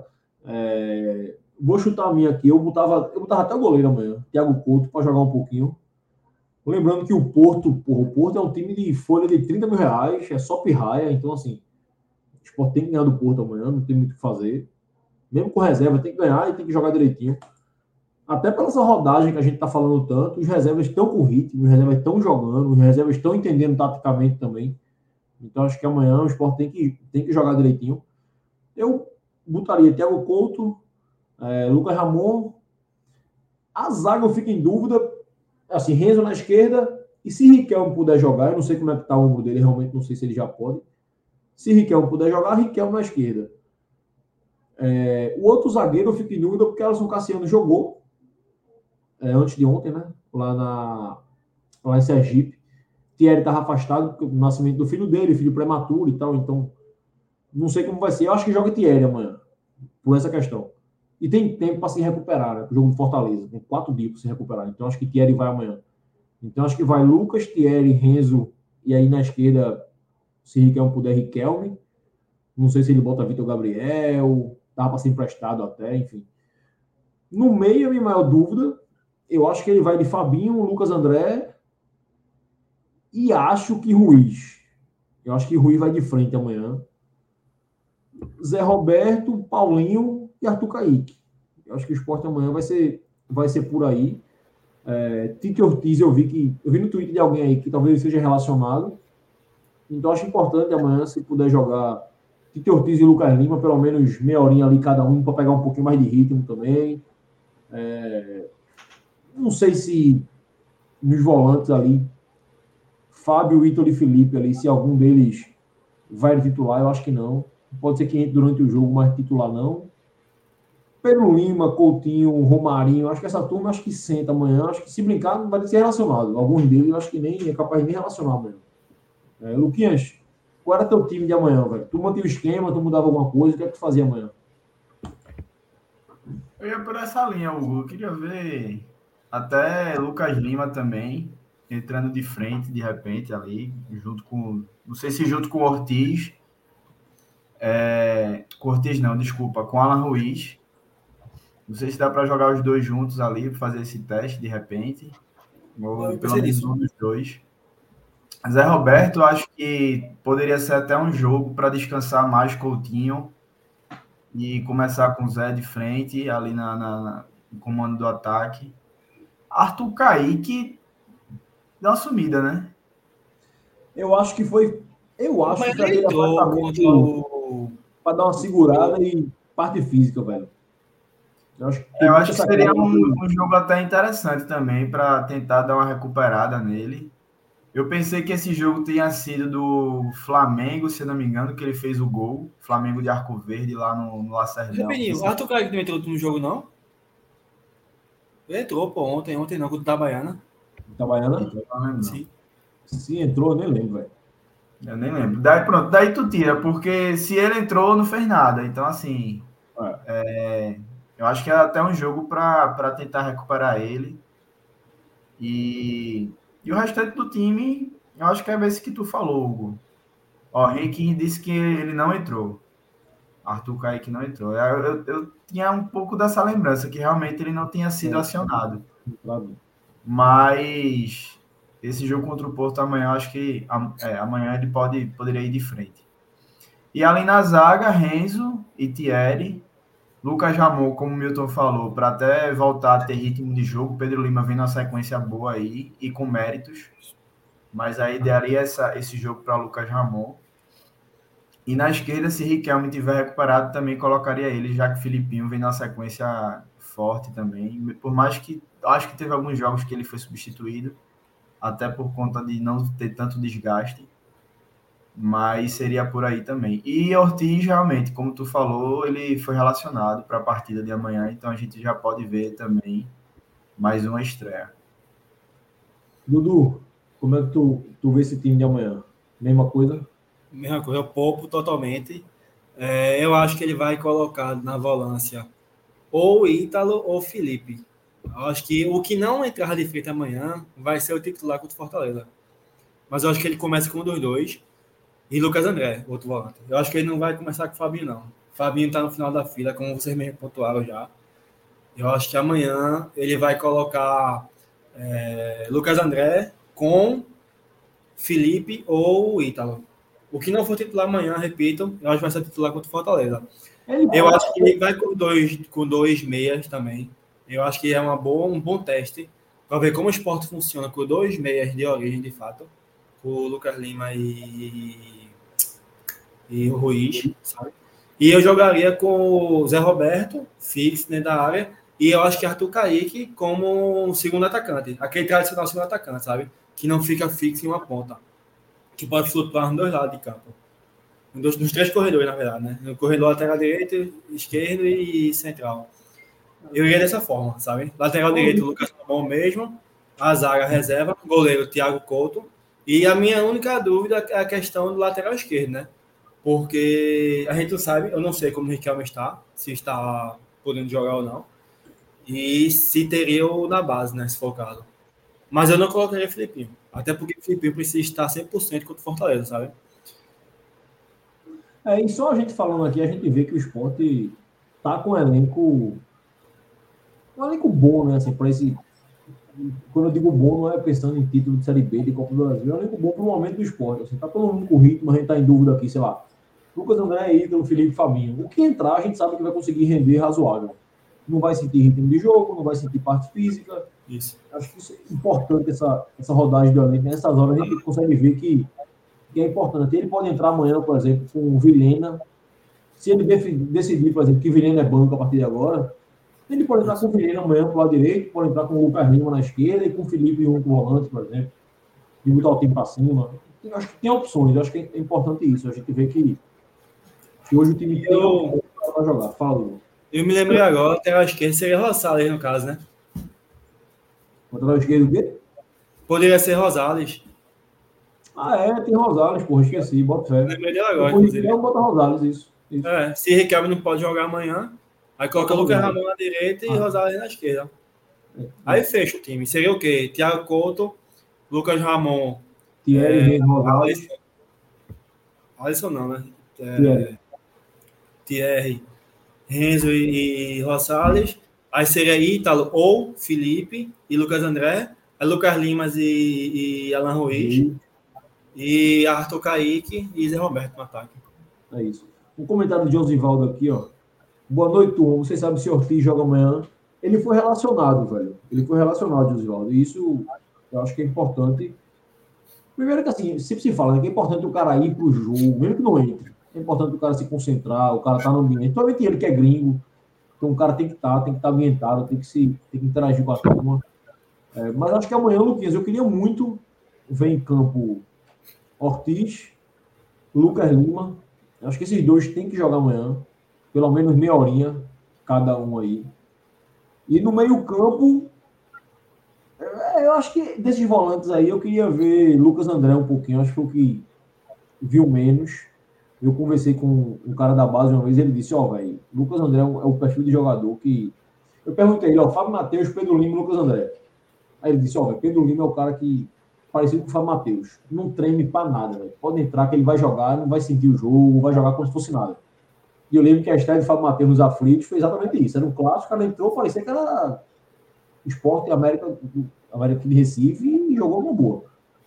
É, vou chutar a minha aqui. Eu botava, eu botava até o goleiro amanhã, Thiago Couto, para jogar um pouquinho. Lembrando que o Porto, porra, o Porto é um time de folha de trinta mil reais, é só pirraia, então assim, o Sport tem que ganhar do Porto amanhã, não tem muito o que fazer. Mesmo com reserva, tem que ganhar e tem que jogar direitinho. Até pela essa rodagem que a gente está falando tanto, os reservas estão com ritmo, os reservas estão jogando, os reservas estão entendendo taticamente também. Então acho que amanhã o Sport tem que, tem que jogar direitinho. Eu botaria Thiago Couto, é, Lucas Ramon. A zaga eu fico em dúvida, assim, Renzo na esquerda, e se Riquelme puder jogar, eu não sei como é que está o ombro dele, realmente não sei se ele já pode. Se Riquelme puder jogar, Riquelme na esquerda. É, o outro zagueiro eu fico em dúvida porque Alisson Cassiano jogou é, antes de ontem, né? Lá, na, lá em Sergipe. Thierry estava afastado do nascimento do filho dele, filho prematuro e tal, então não sei como vai ser. Eu acho que joga Thierry amanhã, por essa questão. E tem tempo para se recuperar, né? O jogo de Fortaleza. Tem quatro dias para se recuperar. Então acho que Thierry vai amanhã. Então acho que vai Lucas, Thierry, Renzo, e aí na esquerda, se Riquelme puder, Riquelme. Não sei se ele bota Vitor Gabriel, dá para ser emprestado até, enfim. No meio, a minha maior dúvida, eu acho que ele vai de Fabinho, Lucas André e acho que Ruiz. Eu acho que Ruiz vai de frente amanhã. Zé Roberto, Paulinho e Arthur Kaique. Eu acho que o Sport amanhã vai ser, vai ser por aí. É, Tite Ortiz, eu vi que eu vi no Twitter de alguém aí que talvez seja relacionado. Então acho importante amanhã, se puder jogar Tite Ortiz e Lucas Lima, pelo menos meia horinha ali cada um, para pegar um pouquinho mais de ritmo também. É, não sei se nos volantes ali, Fábio, Ítalo e Felipe ali, se algum deles vai titular, eu acho que não. Pode ser que entre durante o jogo, mas titular não. Pedro Lima, Coutinho, Romarinho, acho que essa turma acho que senta amanhã, acho que se brincar não vai ser relacionado. Alguns deles eu acho que nem é capaz de nem relacionar amanhã. É, Luquinhas, qual era teu time de amanhã, velho? Tu mantinha o esquema, tu mudava alguma coisa, o que é que tu fazia amanhã? Eu ia por essa linha, Hugo. Eu queria ver até Lucas Lima também, entrando de frente, de repente, ali, junto com. Não sei se junto com o Ortiz. É, com o Ortiz, não, desculpa, com o Alan Ruiz. Não sei se dá para jogar os dois juntos ali, fazer esse teste de repente. Ou pelo menos um dos dois. Zé Roberto, acho que poderia ser até um jogo para descansar mais Coutinho e começar com o Zé de frente, ali na, na, na, no comando do ataque. Arthur Kaique deu uma sumida, né? Eu acho que foi. Eu acho Mas que ele aquele entrou apartamento contra o. para dar uma segurada e parte física, velho. Eu acho que, tem Eu muita acho que essa seria cara um, de- um jogo até interessante também para tentar dar uma recuperada nele. Eu pensei que esse jogo tinha sido do Flamengo, se não me engano, que ele fez o gol. Flamengo de Arco Verde lá no, no Lacerdão. Rapidinho, o Arthur Kaique não entrou no jogo, não? Ele entrou, pô, ontem, ontem não, contra o Itabaiana. Itabaiana? Então, eu não lembro, não. Sim. Se entrou, eu nem lembro, velho. Eu nem lembro. Daí pronto, daí tu tira, porque se ele entrou, não fez nada. Então, assim, é, eu acho que é até um jogo para tentar recuperar ele. E, e o restante do time, eu acho que é esse que tu falou, Hugo. Ó, Henrique disse que ele não entrou. Arthur Kaique não entrou. Eu, eu, eu tinha um pouco dessa lembrança, que realmente ele não tinha sido É. acionado. Claro. Mas esse jogo contra o Porto amanhã, acho que é, amanhã ele pode, poderia ir de frente. E ali na zaga, Renzo e Thierry. Lucas Ramon, como o Milton falou, para até voltar a ter ritmo de jogo. Pedro Lima vem na sequência boa aí e com méritos. Mas aí daria essa, esse jogo para Lucas Ramon. E na esquerda, se Riquelme tiver recuperado, também colocaria ele, já que o Filipinho vem na sequência forte também. Por mais que acho que teve alguns jogos que ele foi substituído, até por conta de não ter tanto desgaste. Mas seria por aí também. E Ortiz, realmente, como tu falou, ele foi relacionado para a partida de amanhã, então a gente já pode ver também mais uma estreia. Dudu, como é que tu, tu vê esse time de amanhã? Mesma coisa? Mesma coisa, eu poupo totalmente. É, eu acho que ele vai colocar na volância ou Ítalo ou Felipe. Eu acho que o que não entrar de frente amanhã vai ser o titular contra o Fortaleza. Mas eu acho que ele começa com um dos dois. E Lucas André, outro volante. Eu acho que ele não vai começar com o Fabinho, não. O Fabinho está no final da fila, como vocês mesmo pontuaram já. Eu acho que amanhã ele vai colocar é, Lucas André com Felipe ou Ítalo. O que não for titular amanhã, repito, eu acho que vai ser titular contra o Fortaleza. Ele Eu pode- acho que ele vai com dois, com dois meias também. Eu acho que é uma boa, um bom teste para ver como o esporte funciona com dois meias de origem, de fato. Com o Lucas Lima e, e o Ruiz, sabe? E eu jogaria com o Zé Roberto, fixo dentro da área, e eu acho que Arthur Kaique como segundo atacante. Aquele tradicional segundo atacante, sabe? Que não fica fixo em uma ponta. Que pode flutuar nos dois lados de campo. Nos, nos três corredores, na verdade, né? No corredor lateral direito, esquerdo e central. Eu iria dessa forma, sabe? Lateral direito, Lucas Ramon mesmo. A zaga reserva, goleiro Thiago Couto. E a minha única dúvida é a questão do lateral esquerdo, né? Porque a gente não sabe, eu não sei como o Riquelme está, se está podendo jogar ou não. E se teria o na base, né? Se for o caso. Mas eu não colocaria Filipinho. Até porque o Filipinho precisa estar cem por cento contra o Fortaleza, sabe? É, e só a gente falando aqui, a gente vê que o Sport tá com um elenco. Um elenco bom, né? Assim, para esse. Quando eu digo bom, não é pensando em título de Série B de Copa do Brasil, é um elenco bom para o momento do Sport. Assim, tá todo mundo com ritmo, a gente tá em dúvida aqui, sei lá. Lucas André, Ítalo, Felipe, Fabinho. O que entrar, a gente sabe que vai conseguir render razoável. não vai sentir ritmo de jogo, não vai sentir parte física. Isso. Acho que isso é importante, essa, essa rodagem do elenco. Nessas horas a gente consegue ver que, que é importante. Ele pode entrar amanhã, por exemplo, com o Vilhena. Se ele decidir, por exemplo, que Vilhena é banco a partir de agora, ele pode entrar com o Vilhena amanhã pro lado direito, pode entrar com o Lucas Lima na esquerda e com o Felipe junto com o volante, por exemplo, e botar o time para cima. Eu acho que tem opções, eu acho que é importante isso. A gente vê que, que hoje o time tem opções para jogar. Fala, Lu. Eu me lembrei agora, até a esquerda seria Rosales, no caso, né? Lateral esquerdo o quê? Poderia ser Rosales. Ah, é, tem Rosales, porra, esqueci, bota fé. Lembrei dele agora, Depois inclusive. então, bota Rosales, isso. isso. É, se Riquelme não pode jogar amanhã, aí coloca o Lucas Ramon na direita e Ah. Rosales na esquerda. É. Aí fecha o time. Seria o quê? Thiago Couto, Lucas Ramon, Thierry, é, Rosales, Alisson, Alisson não, né? É, Thierry. Thierry, Renzo e, e Rosales. Aí seria Ítalo ou Felipe e Lucas André. Aí Lucas Limas e, e Alan Ruiz. E E Arthur Kaique e Zé Roberto no ataque. é isso. Um comentário de Josivaldo aqui, ó. Boa noite, turma. Você sabe se Ortiz joga amanhã? Ele foi relacionado, velho. Ele foi relacionado, Josivaldo. E isso eu acho que é importante. Primeiro que assim, sempre se fala, né, que é importante o cara ir pro jogo, mesmo que não entre. É importante o cara se concentrar, o cara tá no ambiente. Principalmente ele que é gringo. Então o cara tem que estar, tem que estar ambientado, tem que, se, tem que interagir com a turma. É, mas acho que amanhã, Luquinhas, eu queria muito ver em campo Ortiz, Lucas Lima. Acho que esses dois têm que jogar amanhã. Pelo menos meia horinha, cada um aí. E no meio-campo, eu acho que desses volantes aí, eu queria ver Lucas André um pouquinho. Acho que foi o que viu menos. Eu conversei com um cara da base uma vez, ele disse, ó, oh, velho, Lucas André é o perfil de jogador que... Eu perguntei ele, ó, Fábio Matheus, Pedro Lima e Lucas André. Aí ele disse, ó, velho, Pedro Lima é o cara que... parecido com o Fábio Matheus. Não treme pra nada, velho. Pode entrar que ele vai jogar, não vai sentir o jogo, vai jogar como se fosse nada. E eu lembro que a estreia de Fábio Matheus nos aflitos foi exatamente isso. Era um clássico, o cara entrou, parecia que era Sport América, América de Recife e jogou uma boa.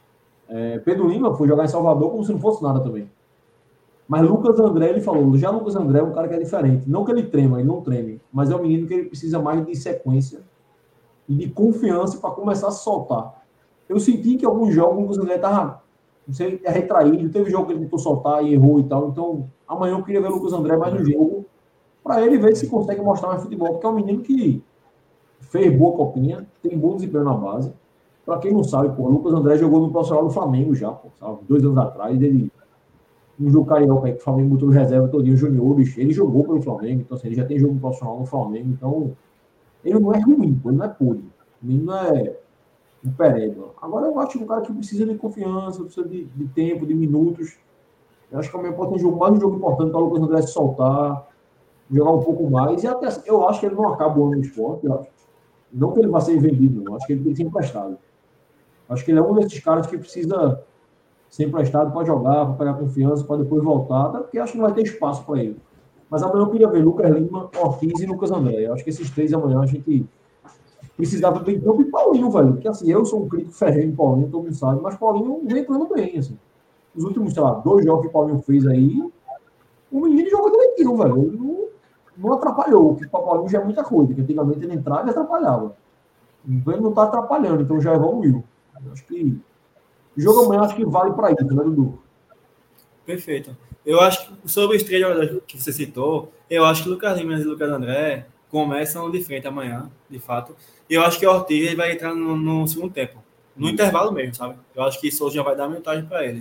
É, Pedro Lima foi jogar em Salvador como se não fosse nada também. Mas Lucas André, ele falou, já Lucas André é um cara que é diferente. Não que ele trema, ele não treme, mas é um menino que ele precisa mais de sequência e de confiança para começar a se soltar. Eu senti que alguns jogos o Lucas André estava, não sei, é retraído. Teve jogo que ele tentou soltar e errou e tal. Então, amanhã eu queria ver o Lucas André mais no jogo para ele ver se consegue mostrar mais futebol, porque é um menino que fez boa copinha, tem bom desempenho na base. Para quem não sabe, pô, o Lucas André jogou no profissional do Flamengo já, pô, sabe? Dois anos atrás. Ele, no jogo carioca aí, que o Flamengo botou reserva todinho, juniores, ele jogou pelo Flamengo. Então, assim, ele já tem jogo profissional no Flamengo. Então, ele não é ruim, pô, ele não é podre. O menino não é um pereba. Agora eu acho que um cara que precisa de confiança, precisa de, de tempo, de minutos. Eu acho que amanhã pode ter um jogo, mais um jogo importante para o Lucas André se soltar, jogar um pouco mais. E até eu acho que ele não acaba o ano no esporte. Eu acho. Não que ele vá ser vendido, não. Acho que ele tem que ser emprestado. Acho que ele é um desses caras que precisa ser emprestado para jogar, para pegar confiança, para depois voltar, até porque acho que não vai ter espaço para ele. Mas amanhã eu queria ver Lucas Lima, Ortiz e Lucas André. Eu acho que esses três amanhã a gente precisava ver em campo e Paulinho, velho. Porque assim, eu sou um crítico ferrenho em Paulinho, todo mundo sabe, mas Paulinho vem entrando bem, assim. Os últimos, sei lá, dois jogos que o Paulinho fez aí, o menino jogou direitinho, velho. Ele não, não atrapalhou, o que para Paulinho já é muita coisa, que antigamente ele entrava e atrapalhava. Então ele não tá atrapalhando, então já evoluiu. Eu acho que o jogo amanhã acho que vale para isso, né, Dudu? Perfeito. Eu acho que sobre os três jogadores que você citou, eu acho que Lucas Lima e Lucas André começam de frente amanhã, de fato. E eu acho que o Ortiz ele vai entrar no, no segundo tempo, no intervalo mesmo, sabe? Eu acho que Souza já vai dar vantagem para ele.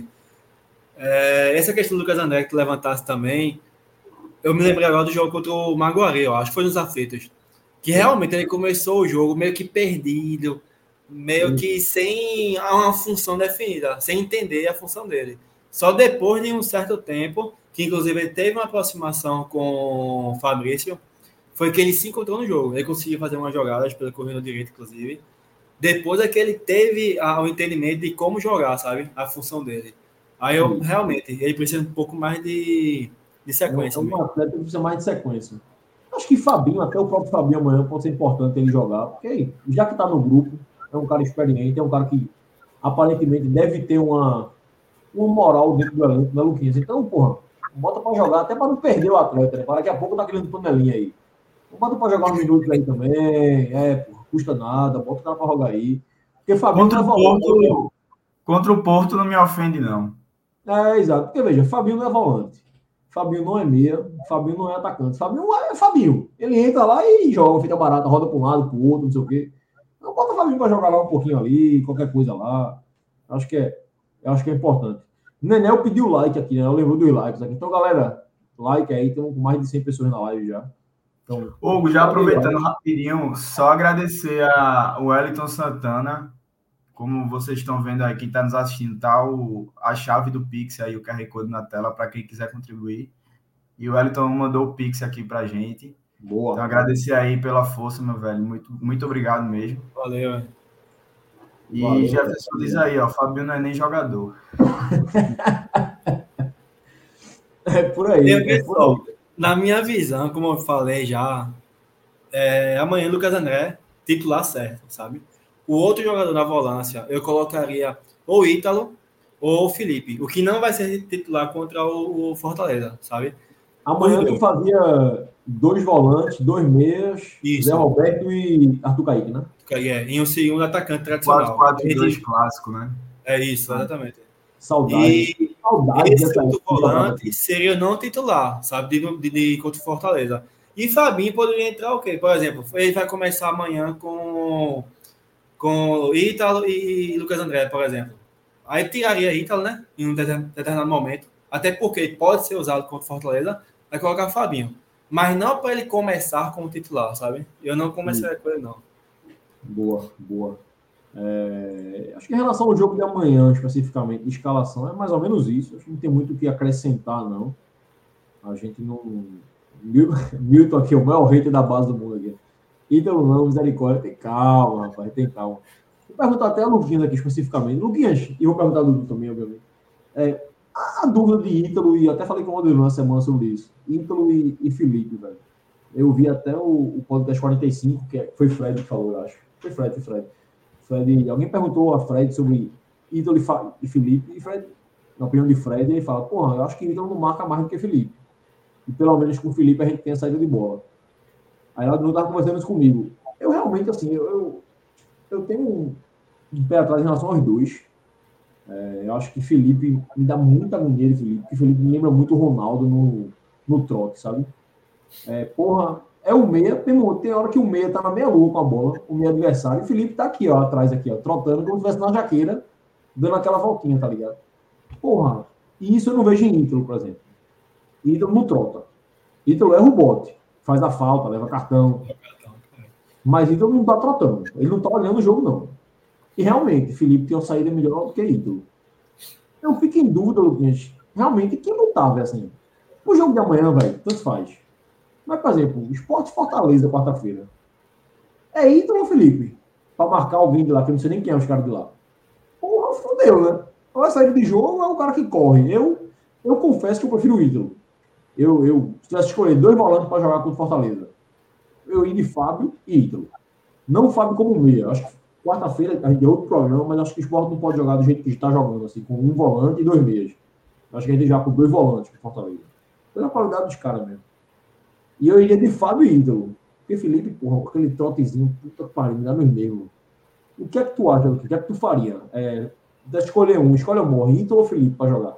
É, essa questão do Lucas André que tu levantasse também, eu me lembrei agora do jogo contra o Maguari, eu acho que foi nos aflitos, que realmente ele começou o jogo meio que perdido, meio que sem uma função definida, sem entender a função dele. Só depois de um certo tempo, que inclusive ele teve uma aproximação com o Fabrício, foi que ele se encontrou no jogo. Ele conseguiu fazer umas jogadas pela corrida direita, inclusive. Depois é que ele teve a, o entendimento de como jogar, sabe? A função dele. Aí, eu, Sim. realmente, ele precisa um pouco mais de, de sequência. É um mesmo. atleta que precisa mais de sequência. Acho que Fabinho, até o próprio Fabinho amanhã pode ser importante ele jogar, porque já que está no grupo, é um cara experiente, é um cara que aparentemente deve ter uma, uma moral dentro do elenco, né, Luquinhas? Então, porra, bota para jogar, até para não perder o atleta, né? Para daqui a pouco tá querendo panelinha aí. Bota pra jogar uns minutos aí também. É, porra, custa nada. Bota o cara pra jogar aí. Porque Fabinho Contra não é o volante. Né? Porto, contra o Porto não me ofende, não. É, exato. Porque, veja, Fabinho não é volante. Fabinho não é meia. Fabinho não é atacante. Fabinho é Fabinho. Ele entra lá e joga, fica barato, roda para um lado, para o outro, não sei o quê. Então, bota o Fabinho para jogar lá um pouquinho ali, qualquer coisa lá. Acho que é, acho que é importante. Nenel pediu like aqui, né? Eu lembro dos likes aqui. Então, galera, like aí. Tem mais de cem pessoas na live já. Então, Hugo, já aproveitando like. rapidinho, só agradecer a Wellington Santana. Como vocês estão vendo aí, quem está nos assistindo, tá o, a chave do Pix aí, o Q R Code na tela, para quem quiser contribuir. E o Wellington mandou o Pix aqui para a gente. Boa. Então, agradecer aí pela força, meu velho. Muito, muito obrigado mesmo. Valeu, velho. E Valeu, Jefferson velho. diz aí, ó, Fabinho não é nem jogador. É por aí. Eu, É por pessoal, aí. na minha visão, como eu falei já, é, amanhã Lucas André, titular certo, sabe? O outro jogador na volância, eu colocaria ou Ítalo ou o Felipe, o que não vai ser titular contra o, o Fortaleza, sabe? Amanhã tu fazia dois volantes, dois meias, Isso. Zé Roberto e Arthur Kaique, né? É, em um segundo atacante tradicional. quatro quatro dois clássico, né? É isso, exatamente. Saudade. E Saudade esse dessa outro época que jogava volante aqui. seria não titular, sabe? De, de, de contra o Fortaleza. E Fabinho poderia entrar o quê? Por exemplo, ele vai começar amanhã com, com Ítalo e Lucas André, por exemplo. Aí tiraria Ítalo, né? Em um determinado momento. Até porque ele pode ser usado contra o Fortaleza. Vai colocar Fabinho. Mas não para ele começar como titular, sabe? Eu não começaria com ele, não. Boa, boa. É, acho que em relação ao jogo de amanhã, especificamente, de escalação, é mais ou menos isso. Acho que não tem muito o que acrescentar, não. A gente não. Milton aqui, o maior hater da base do mundo aqui. Ítalo não, misericórdia. Tem calma, rapaz, tem calma. Vou perguntar até a Luquinhas aqui especificamente. Luquinhas, e vou perguntar a Dudu também, obviamente. É, a dúvida de Ítalo, e até falei com o Rodrigo na semana sobre isso. Ítalo e, e Felipe, velho. Eu vi até o, o podcast quarenta e cinco, que foi Fred que falou, eu acho. Foi Fred, foi Fred. Fred. Alguém perguntou a Fred sobre Ítalo e, Fa, e Felipe, e Fred, na opinião de Fred, ele fala, porra, eu acho que Ítalo não marca mais do que Felipe. E pelo menos com o Felipe a gente tem a saída de bola. Aí ela não estava conversando isso comigo. Eu realmente, assim, eu, eu, eu tenho um, um pé atrás em relação aos dois. É, eu acho que Felipe me dá muita agonia de Felipe, porque Felipe me lembra muito o Ronaldo no, no trote, sabe? É, porra, é o meia, tem, tem hora que o meia tá na meia lua com a bola, o meia adversário, e o Felipe tá aqui, ó, atrás aqui, ó, trotando como se estivesse na jaqueira, dando aquela voltinha, tá ligado? Porra, e isso eu não vejo em Ítalo, por exemplo. Ítalo não trota. Ítalo erra o bote, faz a falta, leva cartão. Mas Ítalo não tá trotando, ele não tá olhando o jogo, não. E realmente, Felipe tem uma saída melhor do que Ítalo. Eu fico em dúvida, Luquinhas, realmente, quem lutava assim? O jogo de amanhã, velho, tanto faz. Mas, por exemplo, Sport Fortaleza, quarta-feira. É Ítalo ou Felipe? Pra marcar alguém de lá, que eu não sei nem quem é os caras de lá. Porra, fodeu, né? Ou é saída de jogo ou é o cara que corre. Eu, eu confesso que eu prefiro o Ítalo. Eu, eu, se tivesse escolher dois volantes para jogar contra o Fortaleza, eu ia de Fábio e Ítalo. Não o Fábio como meia. Acho que quarta-feira a gente tem outro programa, mas acho que o Sport não pode jogar do jeito que está jogando, assim, com um volante e dois meias. Acho que a gente já com dois volantes com o Fortaleza. Pela qualidade dos caras mesmo. E eu iria de Fábio e Ítalo. Porque Felipe, porra, com aquele trotezinho, puta que pariu, me dá nos nervos. O que é que tu acha, o que é que tu faria? É, de escolher um, escolhe ou morre, Ítalo ou Felipe para jogar?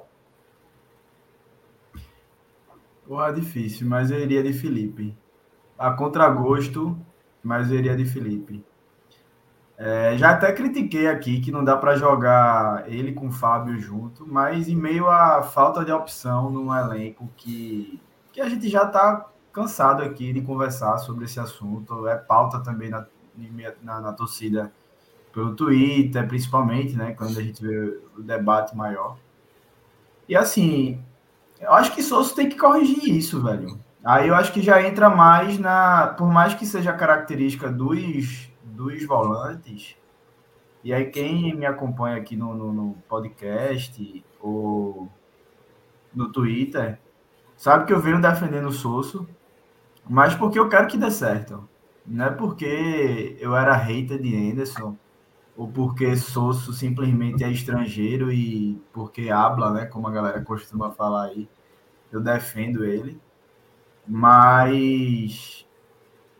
Porra, difícil, mas eu iria de Felipe. A contragosto, mas eu iria de Felipe. É, já até critiquei aqui que não dá para jogar ele com o Fábio junto, mas em meio à falta de opção num elenco que, que a gente já está cansado aqui de conversar sobre esse assunto, é pauta também na, na, na torcida pelo Twitter, principalmente, né, quando a gente vê o debate maior. E assim, eu acho que Sousa tem que corrigir isso, velho. Aí eu acho que já entra mais na... Por mais que seja característica dos, dos volantes, e aí quem me acompanha aqui no, no, no podcast ou no Twitter, sabe que eu venho defendendo o Sousa, mas porque eu quero que dê certo. Não é porque eu era hater de Anderson, ou porque Sousa simplesmente é estrangeiro e porque habla, né, como a galera costuma falar aí, eu defendo ele. Mas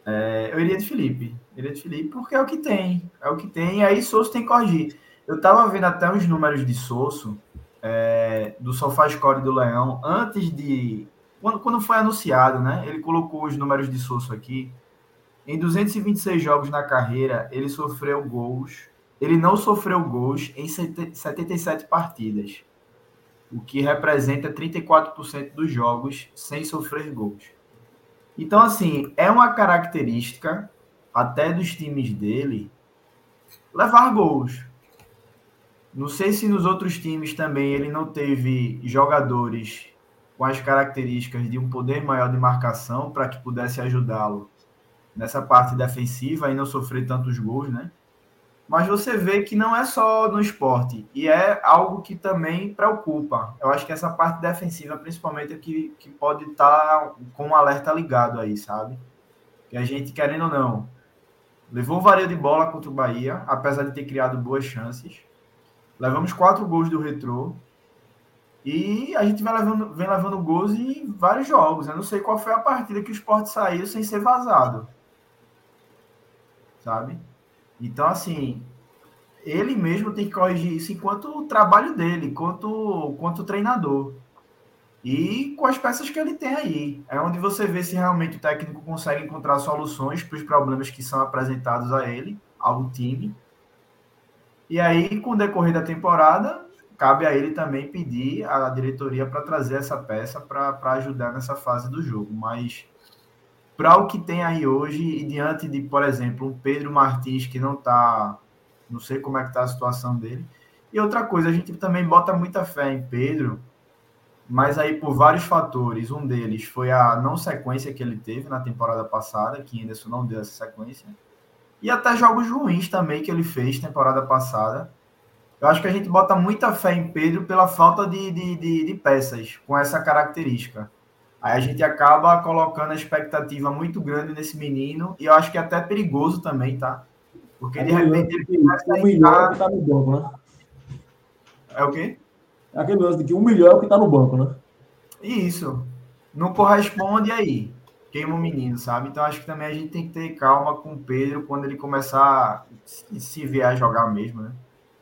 É, eu iria de Felipe. Eu iria de Felipe porque é o que tem. É o que tem. E aí Sosso tem que corrigir. Eu tava vendo até os números de Sosso, é, do SofaScore do Leão, antes de. Quando, quando foi anunciado, né? Ele colocou os números de Sosso aqui. Em duzentos e vinte e seis jogos na carreira, ele sofreu gols. Ele não sofreu gols em setenta e sete partidas, o que representa trinta e quatro por cento dos jogos sem sofrer gols. Então, assim, é uma característica até dos times dele levar gols. Não sei se nos outros times também ele não teve jogadores com as características de um poder maior de marcação para que pudesse ajudá-lo nessa parte defensiva e não sofrer tantos gols, né? Mas você vê que não é só no esporte, e é algo que também preocupa. Eu acho que essa parte defensiva, principalmente, é que, que pode estar com um alerta ligado aí, sabe? Que a gente, querendo ou não, levou varia de bola contra o Bahia, apesar de ter criado boas chances. Levamos quatro gols do Retrô, e a gente vai levando, vem levando gols em vários jogos. Eu não sei qual foi a partida que o Sport saiu sem ser vazado, sabe? Então, assim, ele mesmo tem que corrigir isso enquanto o trabalho dele, enquanto, enquanto treinador. E com as peças que ele tem aí. É onde você vê se realmente o técnico consegue encontrar soluções para os problemas que são apresentados a ele, ao time. E aí, com o decorrer da temporada, cabe a ele também pedir à diretoria para trazer essa peça para ajudar nessa fase do jogo. Mas para o que tem aí hoje, e diante de, por exemplo, um Pedro Martins que não está, não sei como é que está a situação dele. E outra coisa, a gente também bota muita fé em Pedro, mas aí por vários fatores. Um deles foi a não sequência que ele teve na temporada passada, que Anderson não deu essa sequência. E até jogos ruins também que ele fez temporada passada. Eu acho que a gente bota muita fé em Pedro pela falta de, de, de, de peças com essa característica. Aí a gente acaba colocando a expectativa muito grande nesse menino, e eu acho que é até perigoso também, tá? Porque É de repente ele começa o a melhor é o que entrar... tá no banco, né? É o quê? É aquele lance de que o melhor é o que tá no banco, né? Isso. Não corresponde aí. Queima o menino, sabe? Então acho que também a gente tem que ter calma com o Pedro quando ele começar a se vier a jogar mesmo, né?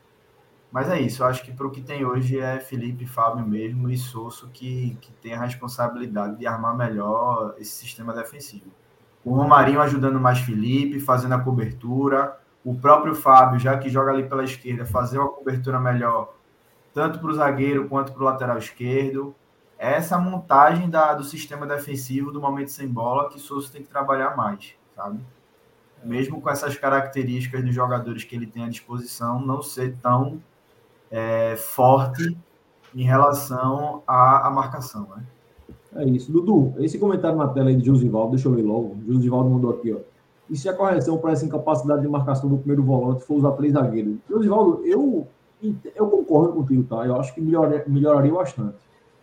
Mas é isso, eu acho que para o que tem hoje é Felipe, Fábio mesmo e Sosso que, que tem a responsabilidade de armar melhor esse sistema defensivo. O Romarinho ajudando mais Felipe, fazendo a cobertura, o próprio Fábio, já que joga ali pela esquerda, fazer uma cobertura melhor, tanto para o zagueiro quanto para o lateral esquerdo. Essa montagem da, do sistema defensivo do momento sem bola que Sosso tem que trabalhar mais, sabe? Mesmo com essas características dos jogadores que ele tem à disposição, não ser tão É, forte em relação à, à marcação, né? É isso. Dudu, esse comentário na tela aí de Josivaldo, deixa eu ler logo. Josivaldo mandou aqui, ó. E se a correção para essa incapacidade de marcação do primeiro volante for usar três zagueiros? Josivaldo, eu, eu concordo contigo, tá? Eu acho que melhoraria, melhoraria bastante.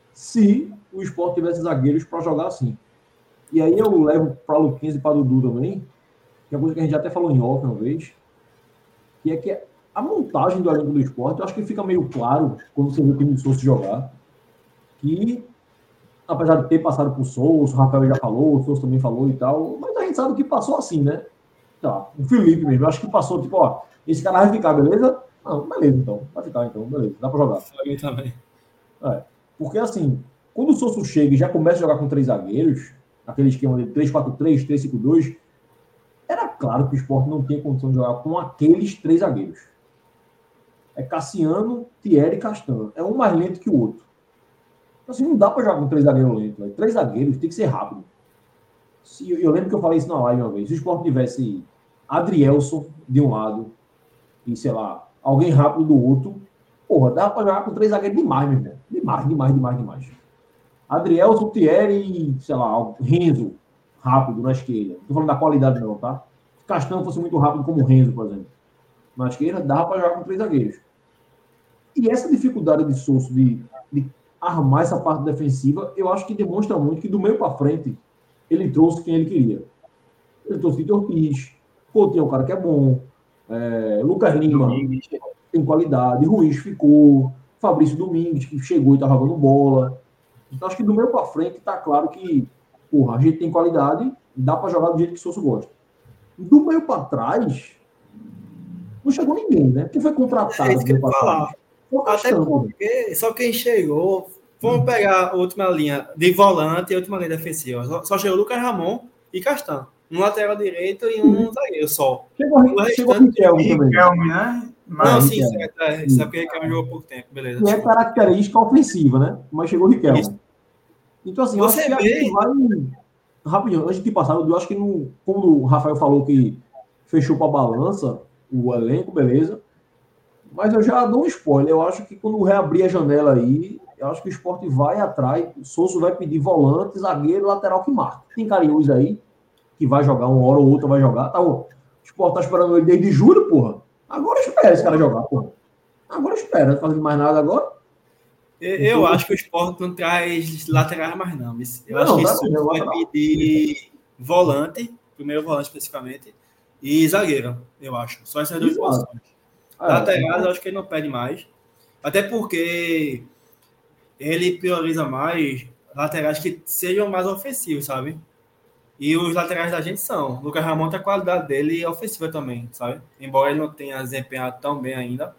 Se o Sport tivesse zagueiros para jogar assim. E aí eu levo para Luquinhas e para Dudu também, que é uma coisa que a gente já até falou em off uma vez, que é que a montagem do elenco do Sport, eu acho que fica meio claro quando você vê o time de Sousa jogar, que apesar de ter passado por Sousa, o Rafael já falou, o Sousa também falou e tal, mas a gente sabe que passou assim, né? Tá, o Felipe mesmo, eu acho que passou, tipo, ó, esse cara vai ficar, beleza? Não, beleza, então, vai ficar então, beleza, dá pra jogar. Eu também. É, porque assim, quando o Sousa chega e já começa a jogar com três zagueiros, aquele esquema de três quatro três, três cinco dois, era claro que o Sport não tinha condição de jogar com aqueles três zagueiros. É Cassiano, Thierry e Castan. É um mais lento que o outro. Então, assim, não dá para jogar com três zagueiros lentos. Né? Três zagueiros tem que ser rápido. Se, eu lembro que eu falei isso na live uma vez. Se o Sport tivesse Adrielson de um lado e, sei lá, alguém rápido do outro, porra, dá para jogar com três zagueiros demais, meu irmão. Demais, demais, demais, demais. Adrielson, Thierry e, sei lá, Renzo rápido na esquerda. Não tô falando da qualidade não, tá? Se Castan fosse muito rápido como o Renzo, por exemplo, na esquerda, dava para jogar com três zagueiros. E essa dificuldade de Sousa de, de armar essa parte defensiva, eu acho que demonstra muito que do meio para frente ele trouxe quem ele queria. Ele trouxe Vitor Ortiz, Coutinho é um cara que é bom, é, Lucas Lima Domingues tem qualidade, Ruiz ficou, Fabrício Domingues, que chegou e tá jogando bola. Então acho que do meio para frente tá claro que porra, a gente tem qualidade, dá para jogar do jeito que o Souza gosta. Do meio para trás, não chegou ninguém, né? Quem foi contratado? É isso que eu ia falar. Até porque só quem chegou, vamos pegar a última linha de volante e a última linha defensiva. Só, só chegou o Lucas Ramon e Castan. Um lateral direito e um uhum. zagueiro só. Chegou o Riquelme também. Riquelme, né? Mas, não, sim, certo. É, sabe porque o Riquelme jogou pouco tempo, beleza. E é característica ofensiva, né? Mas chegou o Riquelme. Isso. Então, assim, Você eu acho vê... que a gente vai... Rapidinho, antes de passar, eu acho que, não, como o Rafael falou que fechou para a balança o elenco, beleza. Mas eu já dou um spoiler. Eu acho que quando reabrir a janela aí, eu acho que o Sport vai atrás. O Souza vai pedir volante, zagueiro, lateral que marca. Tem Cariús aí, que vai jogar uma hora ou outra, vai jogar. Tá, o Sport tá esperando ele desde julho, porra. Agora espera esse cara jogar, porra. Agora espera, não fazendo mais nada agora. Eu, eu então, acho que o Sport não traz laterais mais, não. Eu não, acho que tá isso bem, vai lateral. pedir volante, primeiro volante especificamente, e zagueiro, eu acho. Só essas duas Exato. posições. É, laterais, então... eu acho que ele não pede mais. Até porque ele prioriza mais laterais que sejam mais ofensivos, sabe? E os laterais da gente são. O Lucas Ramon tem a qualidade dele ofensiva também, sabe? Embora ele não tenha desempenhado tão bem ainda.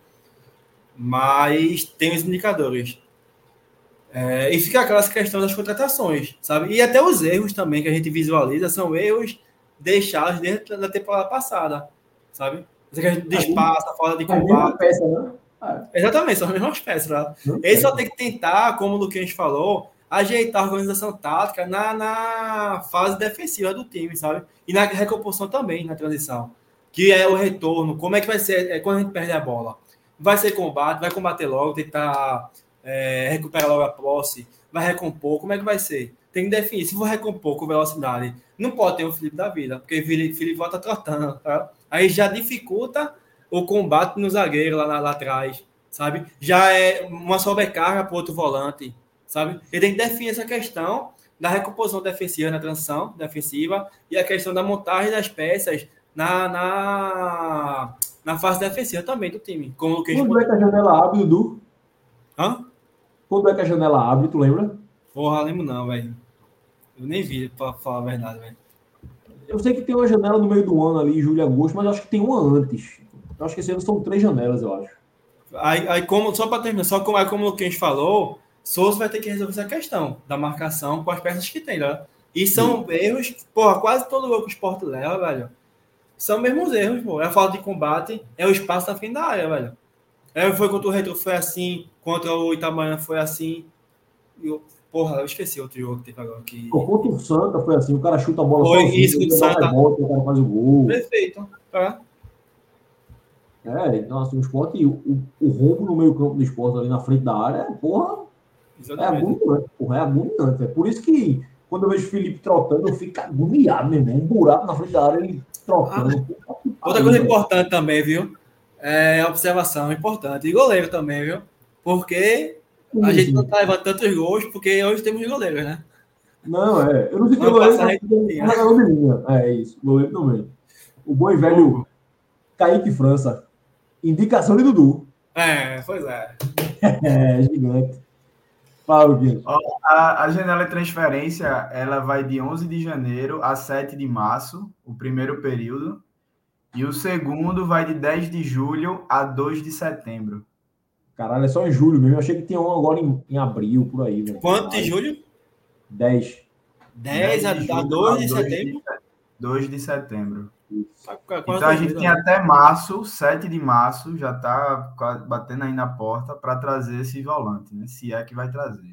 Mas tem os indicadores. É, e fica aquela questão das contratações, sabe? E até os erros também que a gente visualiza são erros deixados dentro da temporada passada, sabe? Essa questão de espaço, falta de combate. Peça, né? É. Exatamente, são as mesmas peças. Tá? Ele só tem que tentar, como o Luquinhas falou, ajeitar a organização tática na, na fase defensiva do time, sabe? E na recomposição também, na transição. Que é o retorno, como é que vai ser é, quando a gente perde a bola. Vai ser combate, vai combater logo, tentar é, recuperar logo a posse, vai recompor, como é que vai ser? Tem que definir, se for recompor com velocidade, não pode ter o Felipe da vida, porque o Felipe volta trotando, tá? Aí já dificulta o combate no zagueiro lá, lá, lá atrás, sabe? Já é uma sobrecarga para o outro volante, sabe? Ele tem que definir essa questão da recomposição defensiva na transição defensiva e a questão da montagem das peças na, na, na fase defensiva também do time. Como o que Quando é que a janela abre, Dudu? Hã? Quando é que a janela abre, tu lembra? Porra, lembro não, velho. Eu nem vi, para falar a verdade, velho. Eu sei que tem uma janela no meio do ano ali, julho e agosto, mas eu acho que tem uma antes. Eu acho que esse ano são três janelas, eu acho. Aí, aí como, só para terminar, só como, aí como o que a gente falou, Souza vai ter que resolver essa questão da marcação com as peças que tem, né? E são Sim. erros, porra, quase todo gol que o Sport leva, velho. São mesmos erros, pô. É a falta de combate, é o espaço na frente da área, velho. É, foi contra o Retro, foi assim, contra o Itabaiana foi assim. Eu, porra, eu esqueci outro jogo que teve agora. Que... Contra o Santa foi assim, o cara chuta a bola foi sozinho, isso, o Santa. Volta, o cara faz o gol. Perfeito, tá? É, então assim, o Sport, o, o, o rombo no meio campo do Sport ali na frente da área, porra, Exatamente. é agoniante, porra, é agoniante. É por isso que quando eu vejo o Felipe trotando, eu fico agoniado, meu irmão. Um buraco na frente da área, ele trotando. Ah, outra coisa importante também, viu? É observação importante. E goleiro também, viu? Porque sim, a gente sim. não tá levando tantos gols, porque hoje temos goleiros, né? Não, é. Eu não sei que goleiro é linha. É isso, goleiro também. O bom e velho Kaique França. Indicação de Dudu. É, pois é. É, gigante. Fala, Guilherme. A, a janela de transferência, ela vai de onze de janeiro a sete de março, o primeiro período. E o segundo vai de dez de julho a dois de setembro. Caralho, é só em julho mesmo. Eu achei que tinha um agora em, em abril, por aí. Velho. Quanto de julho? dez. dez a dois de setembro? dois de setembro. Tá, então a gente tem até março, sete de março, já tá batendo aí na porta para trazer esse volante, né? Se é que vai trazer.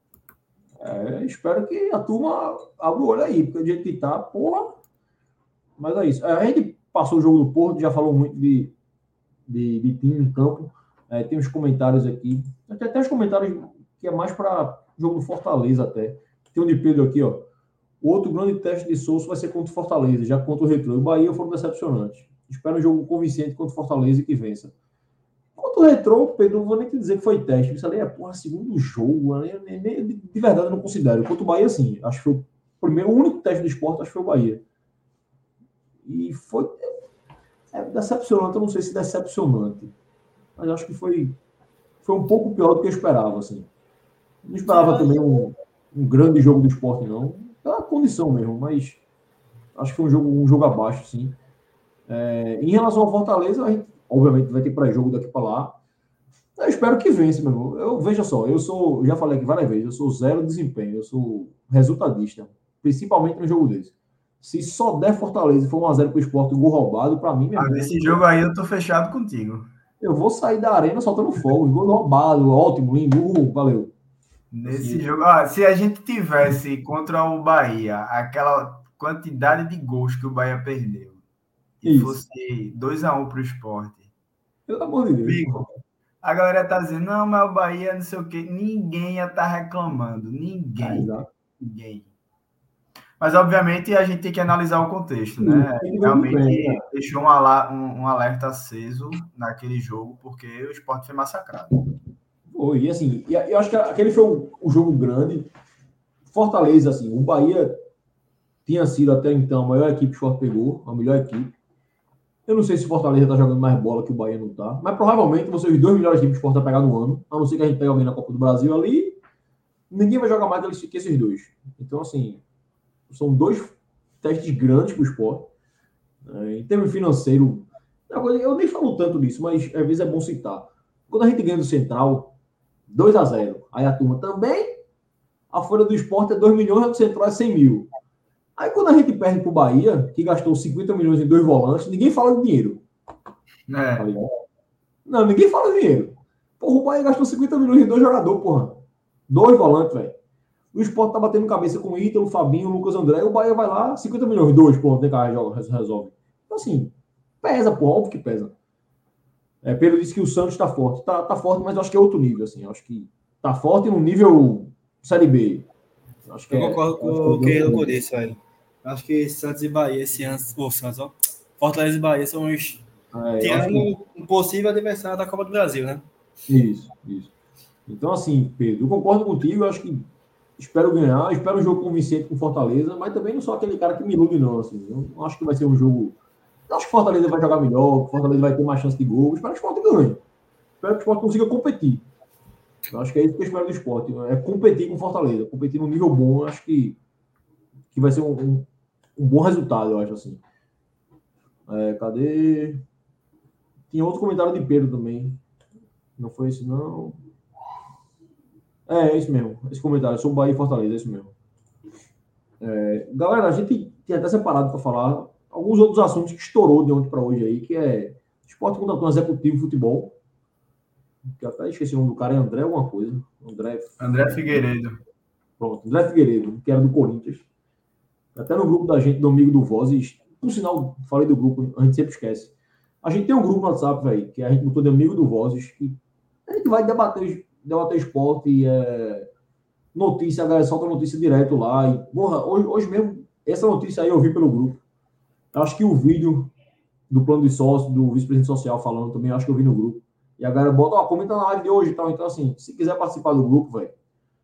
É, espero que a turma abra o olho aí, porque o jeito que tá, porra. Mas é isso. A gente passou o jogo do Porto, já falou muito de, de, de time em campo. É, tem uns comentários aqui. Tem até uns comentários que é mais para jogo do Fortaleza até. Tem um de Pedro aqui, ó. O outro grande teste de Souza vai ser contra o Fortaleza, já contra o Retrô. O Bahia foram decepcionantes. Espero um jogo convincente contra o Fortaleza e que vença. Contra o Retrô, Pedro, não vou nem te dizer que foi teste. Isso ali é, porra, segundo jogo. Né? De verdade, eu não considero. Contra o Bahia, sim. Acho que foi o primeiro, o único teste do esporte, acho que foi o Bahia. E foi é, decepcionante. Eu não sei se decepcionante. Mas acho que foi, foi um pouco pior do que eu esperava. Assim. Não esperava também um, um grande jogo do esporte, não. pela condição mesmo, mas acho que foi um jogo, um jogo abaixo, sim. É, em relação ao Fortaleza, a gente, obviamente, vai ter pré-jogo daqui para lá. Eu espero que vença, meu irmão. Eu, veja só, eu sou, já falei aqui várias vezes, eu sou zero desempenho, eu sou resultadista, principalmente no jogo desse. Se só der Fortaleza e for um a zero pro Sport e gol roubado, para mim, meu Ah, irmão, nesse jogo aí eu tô fechado contigo. eu vou sair da arena soltando fogo. Gol roubado, ótimo, lindo, uh, valeu. Nesse Assim, jogo, ah, se a gente tivesse contra o Bahia aquela quantidade de gols que o Bahia perdeu e isso. fosse dois a um pro Sport, Pelo amor de Deus. amigo, a galera tá dizendo, não, mas o Bahia não sei o quê. Ninguém ia estar reclamando. É, Ninguém. exato. Ninguém. Mas, obviamente, a gente tem que analisar o contexto, né? Tem que ver o Realmente desempenho, né? deixou um, ala- um- um alerta aceso naquele jogo, porque o Sport foi massacrado. Foi, e assim, e eu acho que aquele foi o, o jogo grande. Fortaleza, assim, o Bahia tinha sido até então a maior equipe que o Sport pegou, a melhor equipe. Eu não sei se o Fortaleza tá jogando mais bola que o Bahia não tá, mas provavelmente vão ser os dois melhores times que o Sport vai pegar no ano, a não ser que a gente pegue alguém na Copa do Brasil ali, ninguém vai jogar mais que esses dois. Então, assim, são dois testes grandes para o Sport. É, em termos financeiro, eu nem falo tanto disso, mas às vezes é bom citar. Quando a gente ganha do Central, dois a zero, aí a turma também, a folha do Sport é dois milhões, a do Central é cem mil. Aí quando a gente perde pro Bahia, que gastou cinquenta milhões em dois volantes, ninguém fala de dinheiro. É. Tá ligado? Não, ninguém fala de dinheiro. Porra, o Bahia gastou cinquenta milhões em dois jogadores, porra. Dois volantes, velho. O Sport tá batendo cabeça com o Ítalo, o Fabinho, o Lucas André, e o Bahia vai lá, cinquenta milhões, dois, pronto, tem cara, joga, resolve. Então, assim, pesa, pô, óbvio que pesa. É, Pedro disse que o Santos tá forte. Tá, tá forte, mas eu acho que é outro nível, assim. Eu acho que tá forte no nível Série B. Acho que eu é, concordo com o que ele disse, velho. Acho que Santos e Bahia esse ano, o Santos, ó, Fortaleza e Bahia são os é, tirando que... um possível adversário da Copa do Brasil, né? Isso, isso. Então, assim, Pedro, eu concordo contigo, eu acho que espero ganhar, espero um jogo convincente com Fortaleza, mas também não sou aquele cara que me ilude, não, assim. Eu não acho que vai ser um jogo... Eu acho que Fortaleza vai jogar melhor, que Fortaleza vai ter mais chance de gol, eu espero que o Sport ganhe. Espero que o Sport consiga competir. Eu acho que é isso que eu espero do Sport, é competir com Fortaleza, competir num nível bom, eu acho que, que vai ser um, um, um bom resultado, eu acho, assim. É, cadê? Tinha outro comentário de Pedro também. Não foi esse, não. É, é isso mesmo. Esse comentário sobre Bahia e Fortaleza, é isso mesmo. É, galera, a gente tinha até separado para falar alguns outros assuntos que estourou de ontem para hoje aí, que é Sport contratou um executivo de futebol, que até esqueci o nome do cara, é André alguma coisa. André, André Figueiredo. Pronto, André Figueiredo, que era do Corinthians. Até no grupo da gente, do amigo do Vozes, por sinal, falei do grupo, a gente sempre esquece. A gente tem um grupo no WhatsApp, velho, que a gente botou de amigo do Vozes, que a gente vai debater, debater esporte, é, notícia, a galera solta notícia direto lá. E, porra, hoje, hoje mesmo, essa notícia aí eu vi pelo grupo. Eu acho que o vídeo do plano de sócio, do vice-presidente social falando também, acho que eu vi no grupo. E a galera bota, ó, comenta na live de hoje e tal. Então, assim, se quiser participar do grupo, velho,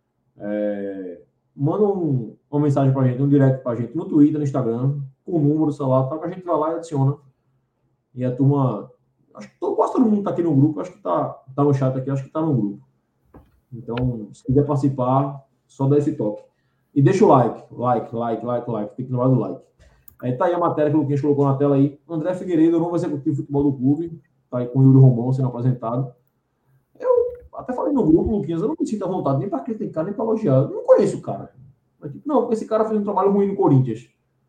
é, manda um, uma mensagem pra gente, um direct pra gente no Twitter, no Instagram, com o número, sei lá, tá, que a gente vai lá e adiciona. E a turma, acho que todo, quase todo mundo tá aqui no grupo, acho que tá, tá no chat aqui, acho que tá no grupo. Então, se quiser participar, só dá esse toque. E deixa o like, like, like, like, like, tem que lembrar do like. Aí tá aí a matéria que o Luquinhas colocou na tela aí. André Figueiredo, novo executivo de futebol do clube, tá aí com o Yuri Romão sendo apresentado. Eu até falei no grupo, Luquinhas, eu não me sinto à vontade nem para criticar, nem para elogiar. Eu não conheço o cara. Mas, tipo, não, porque esse cara fez um trabalho ruim no Corinthians.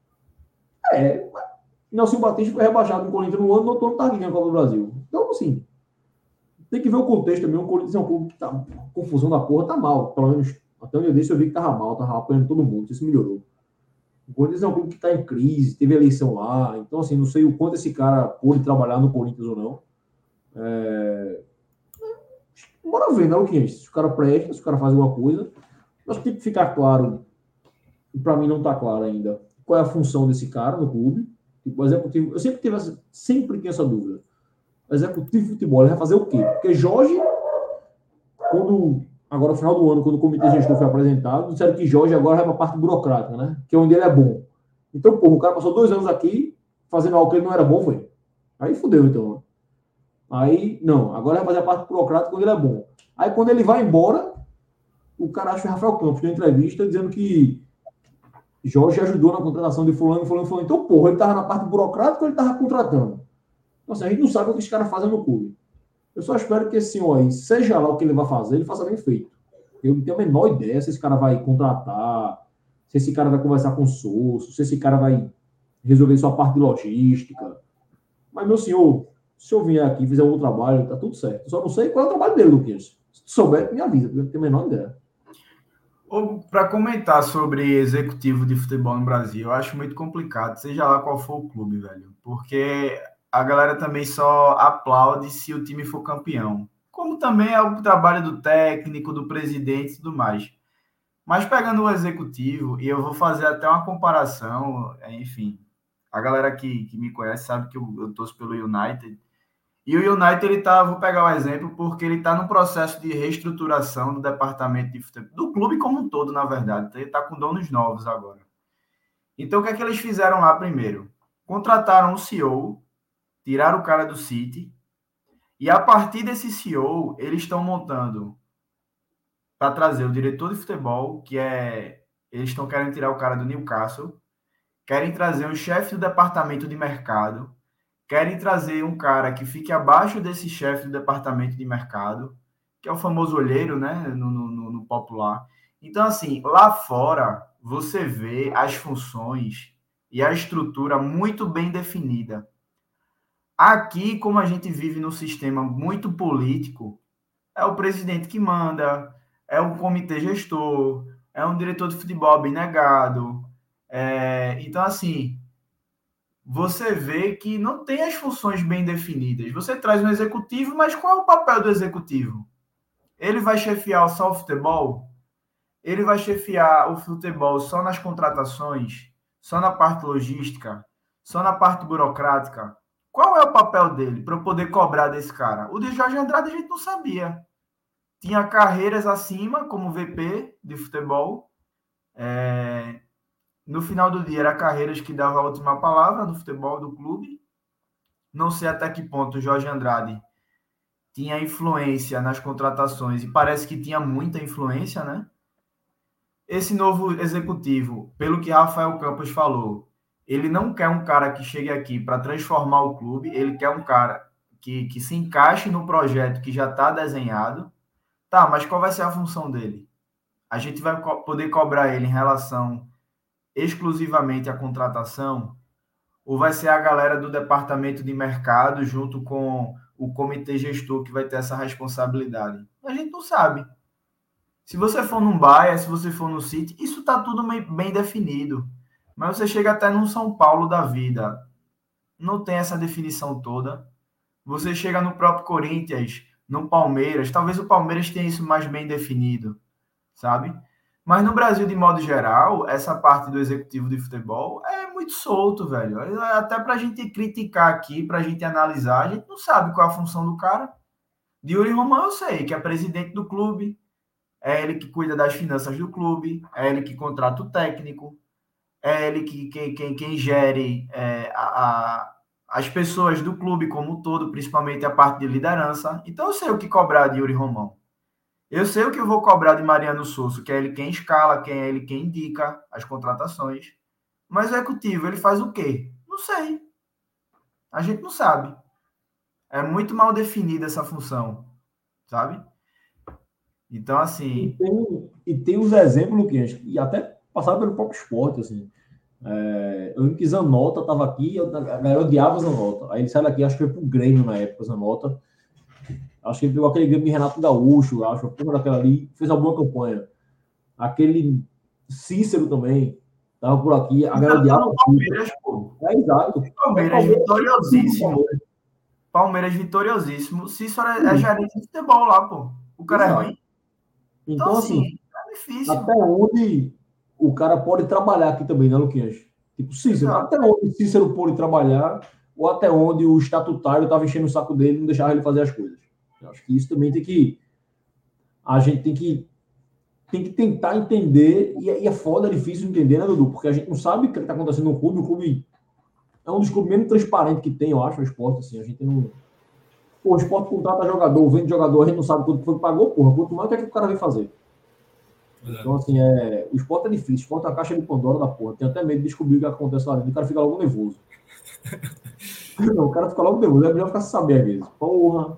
É, Nelson Batista foi rebaixado no Corinthians no ano, no outro ano tá aqui ganhando a Copa do Brasil. Então, assim, tem que ver o contexto também. O Corinthians é um clube que tá, confusão da porra, tá mal. Pelo menos, até onde eu disse, eu vi que tava mal, tava apanhando todo mundo, isso melhorou. O Corinthians é um clube que está em crise, teve eleição lá, então, assim, não sei o quanto esse cara pôde trabalhar no Corinthians ou não. É... Bora ver, né, Luquinhas? Se o cara presta, se o cara faz alguma coisa. Acho que tem que ficar claro, e para mim não está claro ainda, qual é a função desse cara no clube. Tipo, o executivo, eu sempre tive essa, sempre tinha essa dúvida. O executivo de futebol, ele vai fazer o quê? Porque Jorge, quando... Agora, no final do ano, quando o comitê gestor foi apresentado, disseram que Jorge agora vai para a parte burocrática, né? Que é onde ele é bom. Então, pô, o cara passou dois anos aqui fazendo algo que ele não era bom, foi. Aí fudeu, então. Aí, não, agora vai fazer a parte burocrática quando ele é bom. Aí, quando ele vai embora, o cara acha o Rafael Campos, na entrevista, dizendo que Jorge ajudou na contratação de fulano, fulano, fulano. Então, porra, ele tava na parte burocrática ou ele tava contratando? Então, assim, a gente não sabe o que esse cara faz no clube. Eu só espero que esse senhor aí, seja lá o que ele vai fazer, ele faça bem feito. Eu não tenho a menor ideia se esse cara vai contratar, se esse cara vai conversar com o Sousa, se esse cara vai resolver sua parte de logística. Mas, meu senhor, se eu vier aqui e fizer um trabalho, tá tudo certo. Eu só não sei qual é o trabalho dele, Luquinhas. Se tu souber, me avisa, porque eu não tenho a menor ideia. Para comentar sobre executivo de futebol no Brasil, eu acho muito complicado, seja lá qual for o clube, velho. Porque a galera também só aplaude se o time for campeão. Como também é o trabalho do técnico, do presidente e tudo mais. Mas pegando o executivo, e eu vou fazer até uma comparação, enfim, a galera que, que me conhece sabe que eu, eu torço pelo United. E o United, ele tá, vou pegar o exemplo, porque ele está no processo de reestruturação do departamento de futebol, do clube como um todo, na verdade. Ele está com donos novos agora. Então, o que é que eles fizeram lá primeiro? Contrataram um C E O, tiraram o cara do City, e a partir desse C E O, eles estão montando para trazer o diretor de futebol, que é... Eles estão querendo tirar o cara do Newcastle, querem trazer um chefe do departamento de mercado, querem trazer um cara que fique abaixo desse chefe do departamento de mercado, que é o famoso olheiro, né, no, no, no popular. Então, assim, lá fora, você vê as funções e a estrutura muito bem definida. Aqui, como a gente vive num sistema muito político, é o presidente que manda, é o comitê gestor, é um diretor de futebol abnegado. É... Então, assim, você vê que não tem as funções bem definidas. Você traz um executivo, mas qual é o papel do executivo? Ele vai chefiar só o futebol? Ele vai chefiar o futebol só nas contratações? Só na parte logística? Só na parte burocrática? Qual é o papel dele para eu poder cobrar desse cara? O de Jorge Andrade a gente não sabia. Tinha carreiras acima, como V P de futebol. É... No final do dia, era Carreiras que dava a última palavra no futebol do clube. Não sei até que ponto o Jorge Andrade tinha influência nas contratações, e parece que tinha muita influência, né? Esse novo executivo, pelo que Rafael Campos falou, ele não quer um cara que chegue aqui para transformar o clube, ele quer um cara que, que se encaixe no projeto que já está desenhado. Tá, mas qual vai ser a função dele? A gente vai co- poder cobrar ele em relação exclusivamente à contratação, ou vai ser a galera do departamento de mercado junto com o comitê gestor que vai ter essa responsabilidade? A gente não sabe. Se você for num Bahia, se você for no City, isso está tudo bem definido. Mas você chega até num São Paulo da vida, não tem essa definição toda. Você chega no próprio Corinthians, no Palmeiras, talvez o Palmeiras tenha isso mais bem definido, sabe? Mas no Brasil, de modo geral, essa parte do executivo de futebol é muito solto, velho. Até pra gente criticar aqui, pra gente analisar, a gente não sabe qual é a função do cara. De Yuri Romão eu sei, que é presidente do clube, é ele que cuida das finanças do clube, é ele que contrata o técnico, é ele que quem, quem, quem gere é, a, a, as pessoas do clube como um todo, principalmente a parte de liderança. Então eu sei o que cobrar de Yuri Romão. Eu sei o que eu vou cobrar de Mariano Souza, que é ele quem escala, quem é ele quem indica as contratações. Mas o executivo, ele faz o quê? Não sei. A gente não sabe. É muito mal definida essa função, sabe? Então, assim... E tem, e tem os exemplos, Luquinhas, e até passaram pelo próprio esporte, assim. É, eu lembro que Zanota estava aqui, a galera odiava Zanota. Aí ele saiu daqui, acho que foi pro Grêmio na época, Zanota. Acho que ele pegou aquele Grêmio de Renato Gaúcho, acho, porra daquela ali, fez uma boa campanha. Aquele Cícero também, tava por aqui, a galera odiava. Palmeiras, pô. É exato. Palmeiras, Palmeiras vitoriosíssimo. Palmeiras vitoriosíssimo. Cícero é, é gerente de futebol lá, pô. O cara exato. É ruim. Então, então assim, assim, é difícil. Até onde o cara pode trabalhar aqui também, né, Luquinhas? Tipo, Cícero, exato. Até onde o Cícero pode trabalhar, ou até onde o estatutário estava enchendo o saco dele e não deixava ele fazer as coisas. Eu acho que isso também tem que... A gente tem que, tem que tentar entender, e, e é foda, é difícil entender, né, Dudu? Porque a gente não sabe o que está acontecendo no clube. O clube é um dos clubes menos transparentes que tem, eu acho, o esporte, assim. A gente não... Pô, o esporte contrata jogador, vende jogador, a gente não sabe quanto foi que pagou, porra. Quanto mais, o que é que o cara vai fazer? Então, assim, é, o esporte é difícil. O esporte é uma caixa de Pandora da porra. Tem até medo de descobrir o que acontece lá dentro. O cara fica logo nervoso. Não, o cara fica logo nervoso. É melhor ficar sem saber às vezes. Porra.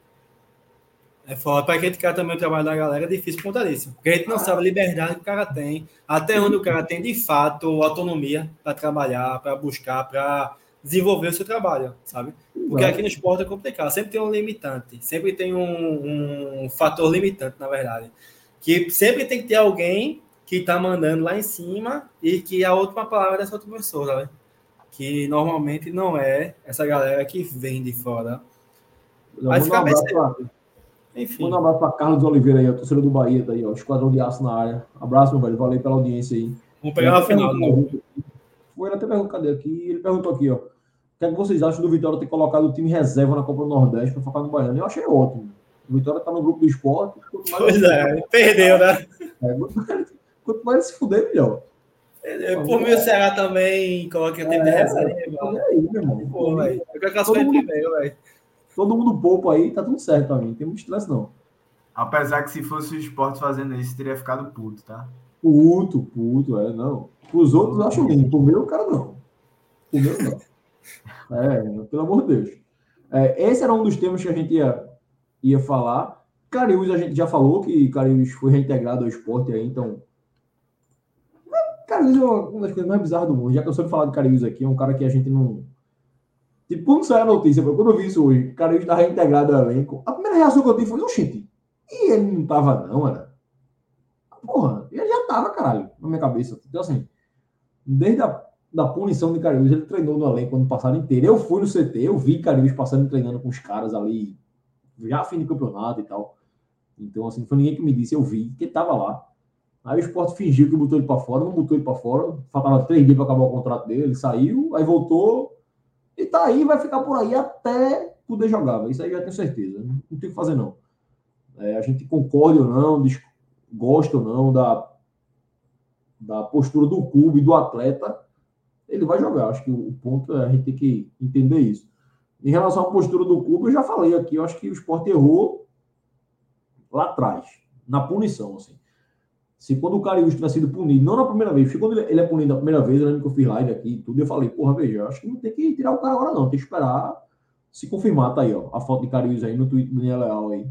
É foda. Para criticar também o trabalho da galera é difícil por conta disso. Porque a gente não sabe a liberdade que o cara tem, até onde o cara tem de fato autonomia para trabalhar, para buscar, para desenvolver o seu trabalho, sabe? Porque aqui no esporte é complicado. Sempre tem um limitante, sempre tem um, um fator limitante, na verdade. Que sempre tem que ter alguém que está mandando lá em cima e que a última palavra é dessa outra pessoa, sabe? Que normalmente não é essa galera que vem de fora. Aí fica bem certo. Enfim. Manda um abraço para Carlos Oliveira aí, a torcedor do Bahia, tá aí, ó, Esquadrão de Aço na área. Abraço, meu velho, valeu pela audiência aí. Vamos pegar na final. Foi, ele até perguntou, cadê aqui? Ele perguntou aqui, ó, o que é que vocês acham do Vitória ter colocado o time reserva na Copa do Nordeste para focar no Baiano? Eu achei ótimo. O Vitória tá no grupo do esporte. Pois é, perdeu, né? É, quanto mais ele se fuder, melhor. Por mim, o Ceará também coloca o time de reserva. Aí, meu irmão. Pô, velho. Eu quero classificar em primeiro, velho. Todo mundo poupa aí, tá tudo certo pra mim. Não tem muito estresse, não. Apesar que se fosse o esporte fazendo isso, teria ficado puto, tá? Puto, puto, é, não. Os outros eu acho lindo. Pro meu, cara, não. Pro meu, não. É, pelo amor de Deus. É, esse era um dos temas que a gente ia, ia falar. Cariús, a gente já falou que Cariús foi reintegrado ao esporte aí, então... Cariús é uma das coisas mais bizarras do mundo. Já cansou de falar de Cariús aqui, é um cara que a gente não... Tipo, quando saiu a notícia, quando eu vi isso hoje, o cara está reintegrado ao elenco, a primeira reação que eu tive foi, oxente, e ele não tava não, era? Porra, ele já tava, caralho, na minha cabeça. Então, assim, desde a da punição de Cariús, ele treinou no elenco ano passado inteiro. Eu fui no C T, eu vi Cariús passando e treinando com os caras ali, já fim de campeonato e tal. Então, assim, não foi ninguém que me disse, eu vi, que ele tava lá. Aí o Sport fingiu que botou ele pra fora, não botou ele pra fora, faltava três dias pra acabar o contrato dele, ele saiu, aí voltou... E tá aí, vai ficar por aí até poder jogar. Isso aí já tenho certeza. Não, não tem o que fazer, não. É, a gente concorde ou não, gosta ou não da, da postura do clube e do atleta, ele vai jogar. Acho que o ponto é a gente ter que entender isso. Em relação à postura do clube, eu já falei aqui, eu acho que o Sport errou lá atrás, na punição, assim. Se quando o Cariús tiver sido punido, não na primeira vez, quando ele é punido na primeira vez, eu lembro que eu fiz live aqui e tudo, eu falei, porra, veja, acho que não tem que tirar o cara agora não, tem que esperar se confirmar, tá aí, ó, a foto de Cariús aí no tweet do Daniel Leal aí.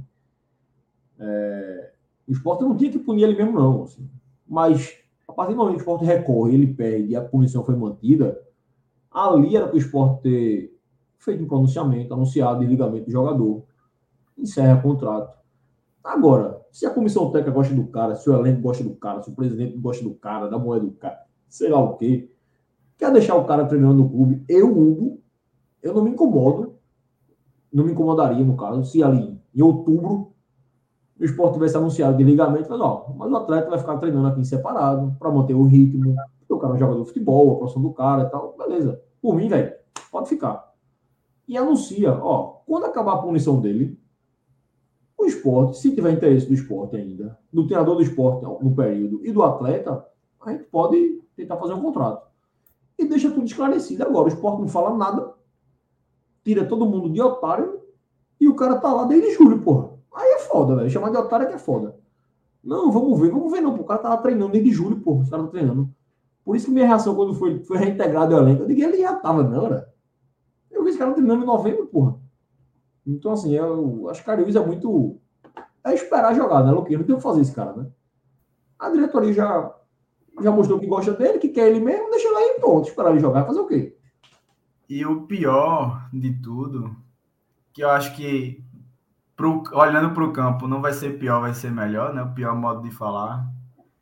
É... O Sport não tinha que punir ele mesmo não, assim. Mas a partir do momento que o Sport recorre, ele perde e a punição foi mantida, ali era para o Sport ter feito um pronunciamento, anunciado o desligamento do jogador, encerra o contrato. Agora, se a comissão técnica gosta do cara, se o elenco gosta do cara, se o presidente gosta do cara, da moeda do cara, sei lá o quê, quer deixar o cara treinando no clube, eu, Hugo, eu não me incomodo, não me incomodaria, no caso, se ali em outubro o Sport tivesse anunciado de ligamento, mas, ó, mas o atleta vai ficar treinando aqui em separado, para manter o ritmo, porque o cara é um jogador de futebol, a profissão do cara e tal, beleza. Por mim, velho, pode ficar. E anuncia, ó, quando acabar a punição dele, o esporte, se tiver interesse do esporte ainda, do treinador do esporte no período e do atleta, a gente pode tentar fazer um contrato. E deixa tudo esclarecido. Agora, o esporte não fala nada, tira todo mundo de otário e o cara tá lá desde julho, porra. Aí é foda, velho. Chamar de otário é que é foda. Não, vamos ver, vamos ver não. O cara tava treinando desde julho, porra. O cara tá treinando. Por isso que minha reação quando foi, foi reintegrado ao elenco, eu digo, ele já tava, não, era. Eu vi esse cara treinando em novembro, porra. Então, assim, eu acho que o Cariús é muito... É esperar jogar, né, Luquinha? Não tem o que fazer esse cara, né? A diretoria já, já mostrou que gosta dele, que quer ele mesmo, deixa ele aí em ponto, esperar ele jogar, fazer o quê? E o pior de tudo, que eu acho que, pro, olhando para o campo, não vai ser pior, vai ser melhor, né? O pior modo de falar.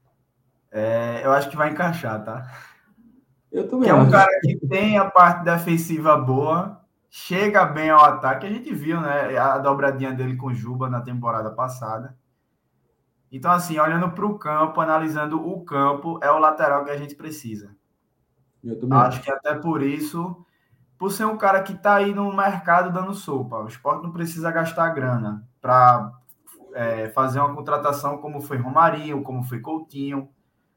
É, eu acho que vai encaixar, tá? Eu também que é um acho. cara que tem a parte defensiva boa, chega bem ao ataque. A gente viu, né, a dobradinha dele com o Juba na temporada passada. Então, assim, olhando para o campo, analisando o campo, é o lateral que a gente precisa. Eu também acho, acho que até por isso, por ser um cara que está aí no mercado dando sopa, o Sport não precisa gastar grana para é, fazer uma contratação como foi Romarinho, como foi Coutinho.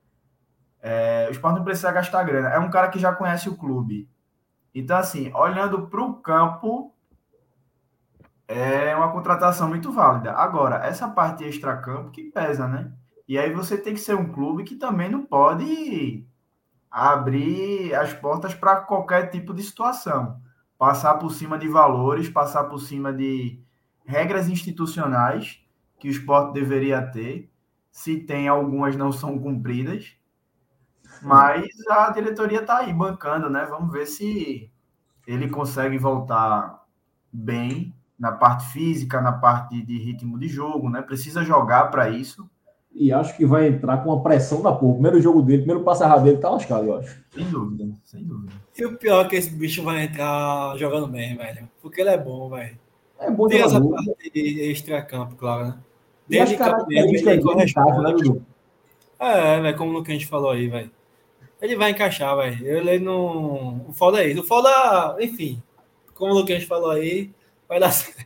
É, o Sport não precisa gastar grana. É um cara que já conhece o clube. Então, assim, olhando para o campo, é uma contratação muito válida. Agora, essa parte extra-campo que pesa, né? E aí você tem que ser um clube que também não pode abrir as portas para qualquer tipo de situação. Passar por cima de valores, passar por cima de regras institucionais que o esporte deveria ter. Se tem, algumas não são cumpridas. Mas a diretoria está aí bancando, né? Vamos ver se ele consegue voltar bem na parte física, na parte de ritmo de jogo, né? Precisa jogar para isso. E acho que vai entrar com uma pressão da porra. O primeiro jogo dele, primeiro passo errado dele, tá lascado, eu acho. Sem dúvida, sem dúvida. E o pior é que esse bicho vai entrar jogando bem, velho. Porque ele é bom, velho. É bom Tem essa jogador. parte de extra-campo, claro, né? E as Dentro de campo mesmo, características ele dele encaixam, né, corresponde. Dudu? É, velho, como o que a gente falou aí, velho. Ele vai encaixar, velho. Ele não... O foda é isso. O foda, enfim, como o que a gente falou aí, vai dar certo.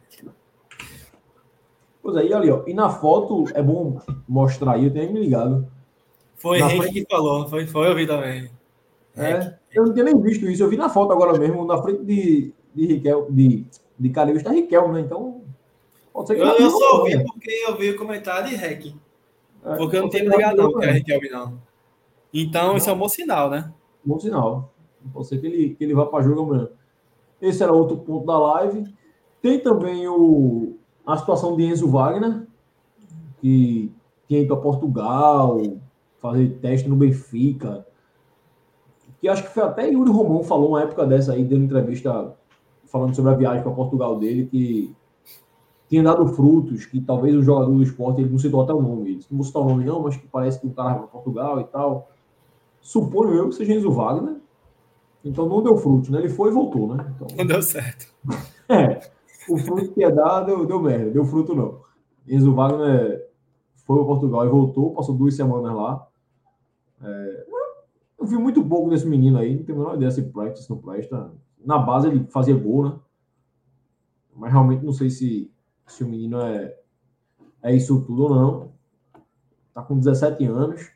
Pois aí, ali, ó. E na foto, é bom mostrar aí, eu tenho me ligado. Foi Na Henrique frente- que falou, foi, foi eu vi também. É, eu não tinha nem visto isso. Eu vi na foto agora mesmo, na frente de, de Riquel, de, de Calil, está Riquel, né? Então, pode ser que Eu, já eu só virou, ouvi né? porque eu vi o comentário de Rec. É, Porque eu não pode ser tinha que já ligado, não, virou, que era né? Riquelme, não. Então, isso é um bom sinal, né? Bom sinal. Pode ser que ele, que ele vá para jogo amanhã. Esse era outro ponto da live. Tem também o, a situação de Enzo Wagner, que tinha ido para Portugal, fazer teste no Benfica. Que acho que foi até Yuri Romão falou uma época dessa aí, dando entrevista falando sobre a viagem para Portugal dele, que tinha dado frutos, que talvez o jogador do esporte, ele não citou até o nome, ele não vou citar o nome não, mas que parece que o cara vai para Portugal e tal. Suponho eu que seja Enzo Wagner. Então não deu fruto, né? Ele foi e voltou, né? Então, Não deu certo. é, o fruto que ia dar deu, deu merda, deu fruto não. Enzo Wagner foi para Portugal e voltou, passou duas semanas lá. É, eu vi muito pouco desse menino aí, não tenho a menor ideia se presta, se não presta. Na base ele fazia gol, né? Mas realmente não sei se, se o menino é, é isso tudo ou não. Tá com dezessete anos.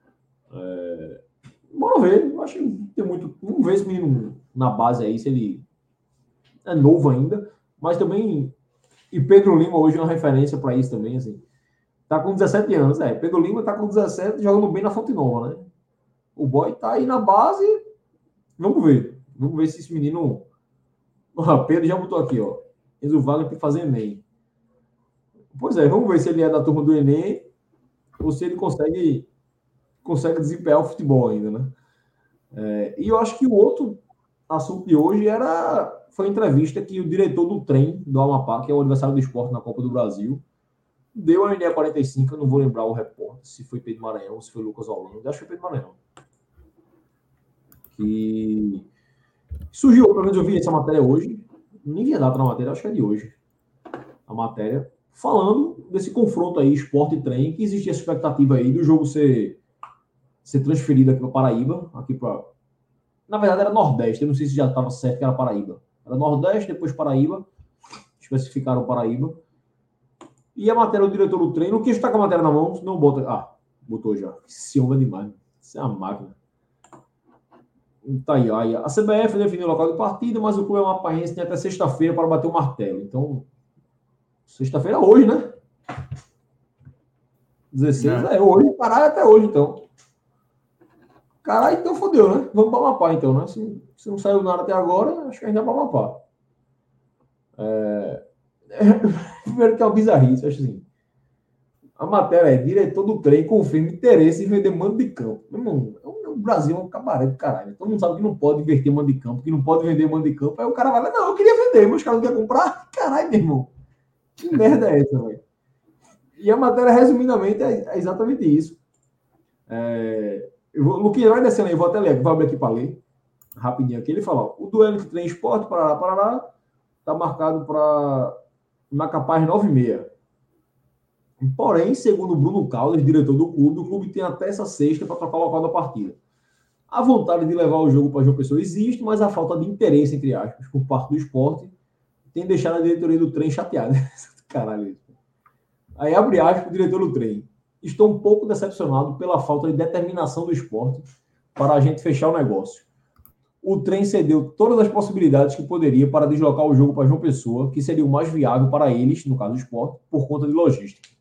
É, bora ver, eu acho que tem muito. Vamos ver esse menino na base aí, se ele é novo ainda, mas também. E Pedro Lima hoje é uma referência para isso também, assim. Tá com dezessete anos, é. Pedro Lima tá com dezessete, jogando bem na Fonte Nova, né? O boy tá aí na base. Vamos ver. Vamos ver se esse menino. O Pedro já botou aqui, ó. Enzo Wagner tem que fazer Enem. Pois é, vamos ver se ele é da turma do Enem ou se ele consegue, consegue desempenhar o futebol ainda, né? É, e eu acho que o outro assunto de hoje era, foi a entrevista que o diretor do trem do Amapá, que é o aniversário do esporte na Copa do Brasil, deu a N E quarenta e cinco, eu não vou lembrar o repórter, se foi Pedro Maranhão ou se foi Lucas Holanda, acho que foi Pedro Maranhão. Que surgiu, pelo menos eu vi essa matéria hoje, nem vi a data na matéria, acho que é de hoje, a matéria, falando desse confronto aí, esporte e trem, que existia essa expectativa aí do jogo ser, ser transferido aqui para Paraíba, aqui para... Na verdade era Nordeste, eu não sei se já estava certo que era Paraíba. Era Nordeste, depois Paraíba, especificaram Paraíba. E a matéria do diretor do treino, que está com a matéria na mão, não bota... Ah, botou já. Esse homem é demais, isso é uma máquina. Tá aí, aí. A C B F definiu o local de partida, mas o clube amapaense tem até sexta-feira para bater o martelo. Então, sexta-feira é hoje, né? dezesseis é, é hoje, caralho, até hoje, então. Caralho, então fodeu, né? Vamos para o Amapá, então, né? Se, se não saiu nada até agora, acho que a gente vai para o Amapá. É... Primeiro que é uma bizarrice, acho assim. A matéria é: diretor do trem confirma interesse em vender mando de campo. Meu irmão, o Brasil é um cabaré do caralho. Todo mundo sabe que não pode inverter mando de campo, que não pode vender mando de campo. Aí o cara vai lá, não, eu queria vender, mas os caras não querem comprar. Caralho, meu irmão. Que merda é essa, velho? E a matéria, resumidamente, é exatamente isso. É... Eu vou, Luquinha, vai descendo aí, eu vou até ler, vou abrir aqui para ler, rapidinho aqui. Ele fala: ó, o duelo entre trem e esporte, Parará, Parará, está marcado para Macapá às nove e meia. Porém, segundo o Bruno Caldas, diretor do clube, o clube tem até essa sexta para trocar o local da partida. A vontade de levar o jogo para João Pessoa existe, mas a falta de interesse, entre aspas, por parte do esporte, tem deixado a diretoria do trem chateada. Caralho. Aí abre aspas o diretor do trem: estou um pouco decepcionado pela falta de determinação do esporte para a gente fechar o negócio. O trem cedeu todas as possibilidades que poderia para deslocar o jogo para João Pessoa, que seria o mais viável para eles, no caso do esporte, por conta de logística.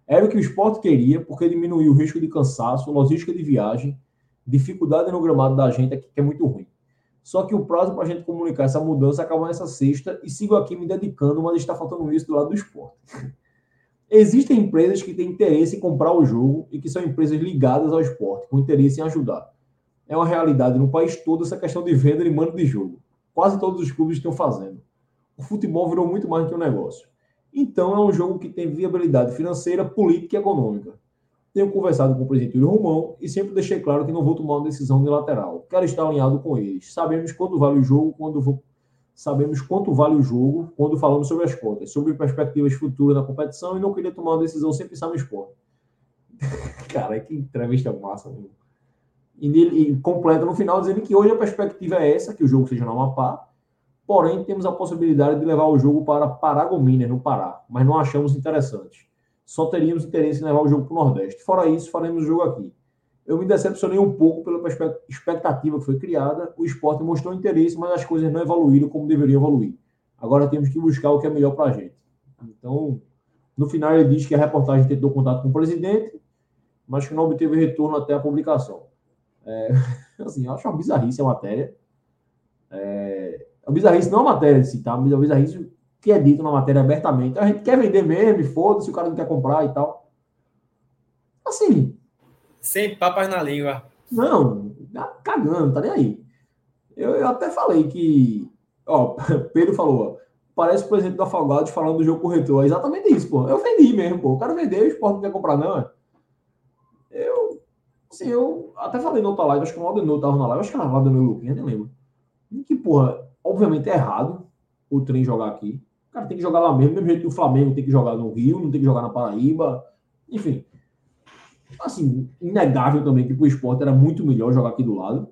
Era o que o Sport queria, porque diminuiu o risco de cansaço, logística de viagem, dificuldade no gramado da gente aqui, que é muito ruim. Só que o prazo para a gente comunicar essa mudança acabou nessa sexta e sigo aqui me dedicando, mas está faltando isso do lado do Sport. Existem empresas que têm interesse em comprar o jogo e que são empresas ligadas ao esporte, com interesse em ajudar. É uma realidade no país todo essa questão de venda e mando de jogo. Quase todos os clubes estão fazendo. O futebol virou muito mais do que um negócio. Então é um jogo que tem viabilidade financeira, política e econômica. Tenho conversado com o presidente Yuri Romão e sempre deixei claro que não vou tomar uma decisão unilateral. Quero estar alinhado com eles. Sabemos quanto vale o jogo quando vou... Sabemos quanto vale o jogo quando falamos sobre as contas, sobre perspectivas futuras na competição e não queria tomar uma decisão sem pensar no esporte. Cara, que entrevista massa, meu. E, ele, e completa no final dizendo que hoje a perspectiva é essa, que o jogo seja no Amapá, porém temos a possibilidade de levar o jogo para Paragominas, no Pará, mas não achamos interessante. Só teríamos interesse em levar o jogo para o Nordeste. Fora isso, faremos o jogo aqui. Eu me decepcionei um pouco pela expectativa que foi criada. O esporte mostrou interesse, mas as coisas não evoluíram como deveriam evoluir. Agora temos que buscar o que é melhor para a gente. Então, no final ele diz que a reportagem tentou contato com o presidente, mas que não obteve retorno até a publicação. É, assim, eu acho uma bizarrice a matéria. É, a bizarrice não é a matéria de citar, mas a bizarrice que é dito na matéria abertamente. A gente quer vender mesmo, foda-se, o cara não quer comprar e tal. Assim... Sem papas na língua. Não, cagando, tá nem aí. Eu, eu até falei que... Ó, Pedro falou, ó, parece o presidente da Afogados falando do jogo corretor. É exatamente isso, pô. Eu vendi mesmo, pô. O cara vendeu, o esporte não quer comprar, não. É. Eu... Assim, eu até falei na outra live, acho que o Aldenor tava na live, acho que era o Aldenor e o Luquinha, nem lembro. Que, porra, obviamente é errado o trem jogar aqui. O cara tem que jogar lá mesmo, do mesmo jeito que o Flamengo tem que jogar no Rio, não tem que jogar na Paraíba. Enfim... Assim, inegável também que pro esporte era muito melhor jogar aqui do lado.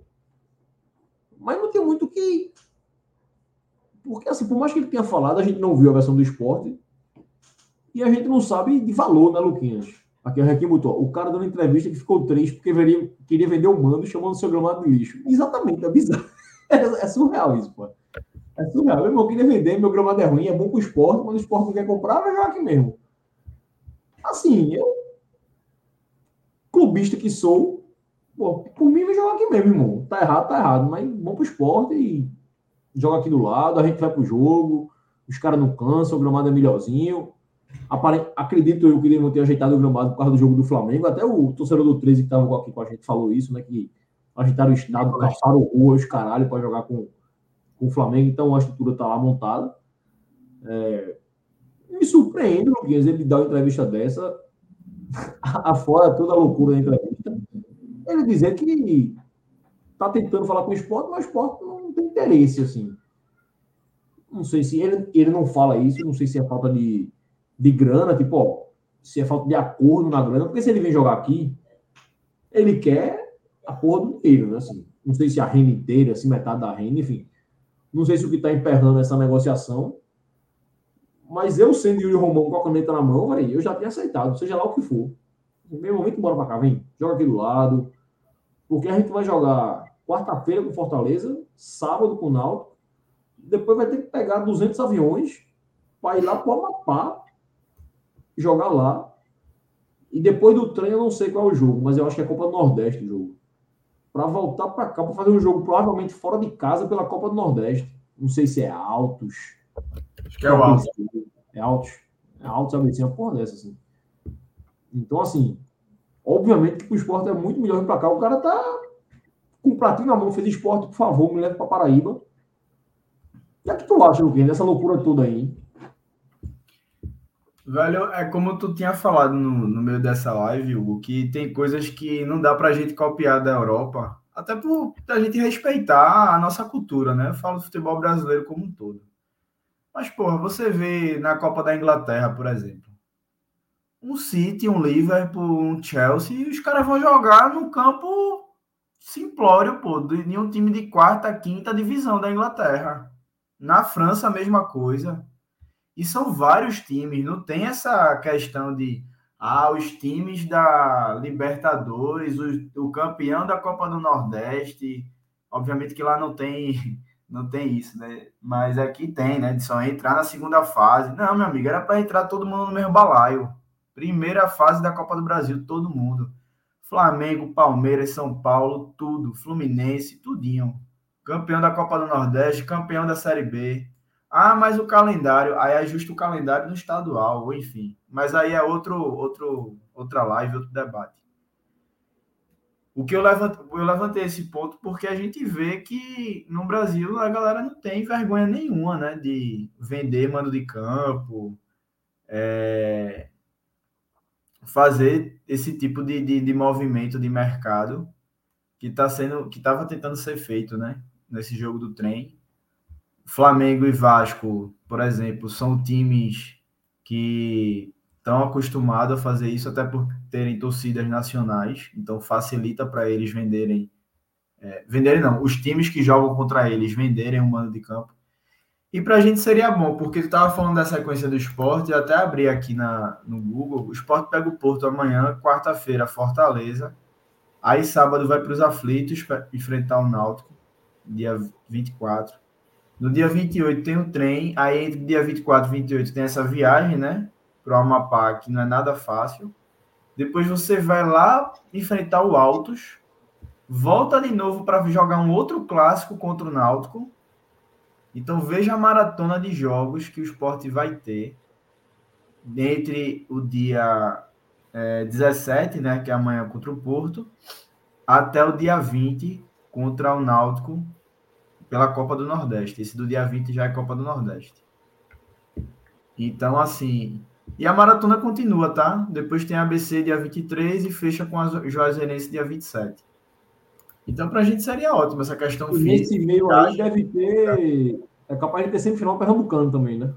Mas não tem muito que... Porque, assim, por mais que ele tenha falado, a gente não viu a versão do esporte e a gente não sabe de valor, né, Luquinhas? Aqui o Requiem botou. O cara dando entrevista que ficou triste porque veria, queria vender o mando chamando o seu gramado de lixo. Exatamente, é bizarro. É, é surreal isso, pô. É surreal. Meu irmão queria vender, meu gramado é ruim, é bom pro esporte, mas o esporte não quer comprar, vai jogar aqui mesmo. Assim, eu clubista que sou, pô, por mim vai jogar aqui mesmo, irmão. Tá errado, tá errado, mas vamos pro esporte e joga aqui do lado, a gente vai pro jogo, os caras não cansam, o gramado é melhorzinho. Apare... Acredito eu que eles vão ter ajeitado o gramado por causa do jogo do Flamengo. Até o torcedor do treze que tava aqui com a gente falou isso, né? Que ajeitaram o estado, passaram rua, os caralho, para jogar com, com o Flamengo. Então a estrutura tá lá montada. É... Me surpreende, Luquinhas, ele dar uma entrevista dessa, afora toda a loucura da entrevista. Ele dizer que tá tentando falar com o esporte, mas o esporte não tem interesse, assim. Não sei se ele, ele não fala isso, não sei se é falta de, de grana, tipo, ó, se é falta de acordo na grana, porque se ele vem jogar aqui, ele quer a porra do dinheiro, né, assim. Não sei se a renda inteira, se metade da renda, enfim. Não sei se o que tá emperrando essa negociação, mas eu sendo Yuri Romão com a caneta na mão, véio, eu já tinha aceitado, seja lá o que for. No mesmo momento, bora pra cá, vem, joga aqui do lado, porque a gente vai jogar quarta-feira com Fortaleza, sábado com o Náutico, depois vai ter que pegar duzentos aviões para ir lá para o Amapá, jogar lá, e depois do trem eu não sei qual é o jogo, mas eu acho que é a Copa do Nordeste o jogo. Para voltar para cá, para fazer um jogo provavelmente fora de casa pela Copa do Nordeste. Não sei se é Altos. Acho que é o Altos. É Altos. É Altos, sabe? Assim, uma porra dessa, assim. Então, assim, obviamente que o esporte é muito melhor vir para cá. O cara tá com um pratinho na mão, fez esporte, por favor, me leve para Paraíba. O que é que tu acha, Luquinha, dessa loucura toda aí? Velho, é como tu tinha falado no, no meio dessa live, Hugo, que tem coisas que não dá pra gente copiar da Europa, até por a gente respeitar a nossa cultura, né? Eu falo do futebol brasileiro como um todo. Mas, porra, você vê na Copa da Inglaterra, por exemplo, um City, um Liverpool, um Chelsea, e os caras vão jogar num campo simplório, pô, de um time de quarta, quinta divisão da Inglaterra. Na França, a mesma coisa. E são vários times, não tem essa questão de ah, os times da Libertadores, o, o campeão da Copa do Nordeste. Obviamente que lá não tem, não tem isso, né? Mas aqui tem, né? De só entrar na segunda fase. Não, meu amigo, era para entrar todo mundo no mesmo balaio. Primeira fase da Copa do Brasil, todo mundo. Flamengo, Palmeiras, São Paulo, tudo. Fluminense, tudinho. Campeão da Copa do Nordeste, campeão da Série B. Ah, mas o calendário, aí ajusta o calendário no estadual, ou enfim. Mas aí é outro, outro, outra live, outro debate. O que eu levantei, eu levantei esse ponto porque a gente vê que no Brasil a galera não tem vergonha nenhuma, né? De vender mando de campo, é, fazer esse tipo de, de, de movimento de mercado que tá sendo, que estava tentando ser feito, né? Nesse jogo do trem. Flamengo e Vasco, por exemplo, são times que estão acostumados a fazer isso, até por terem torcidas nacionais, então facilita para eles venderem, é, venderem não, os times que jogam contra eles venderem um mando de campo. E para a gente seria bom, porque tu estava falando da sequência do Sport, eu até abri aqui na, no Google, o Sport pega o Porto amanhã, quarta-feira, Fortaleza, aí sábado vai para os aflitos para enfrentar o Náutico, dia vinte e quatro. No dia vinte e oito tem o trem, aí entre dia vinte e quatro e vinte e oito tem essa viagem, né? Para o Amapá, que não é nada fácil. Depois você vai lá enfrentar o Altos, volta de novo para jogar um outro clássico contra o Náutico. Então veja a maratona de jogos que o Sport vai ter entre o dia é, dezessete, né? Que é amanhã contra o Porto, até o dia vinte contra o Náutico pela Copa do Nordeste. Esse do dia vinte já é Copa do Nordeste. Então, assim... E a maratona continua, tá? Depois tem a A B C dia vinte e três e fecha com a Juazeirense dia vinte e sete. Então, pra gente seria ótimo essa questão e física. Nesse meio aí deve ter... É capaz de ter semifinal pernambucano também, né?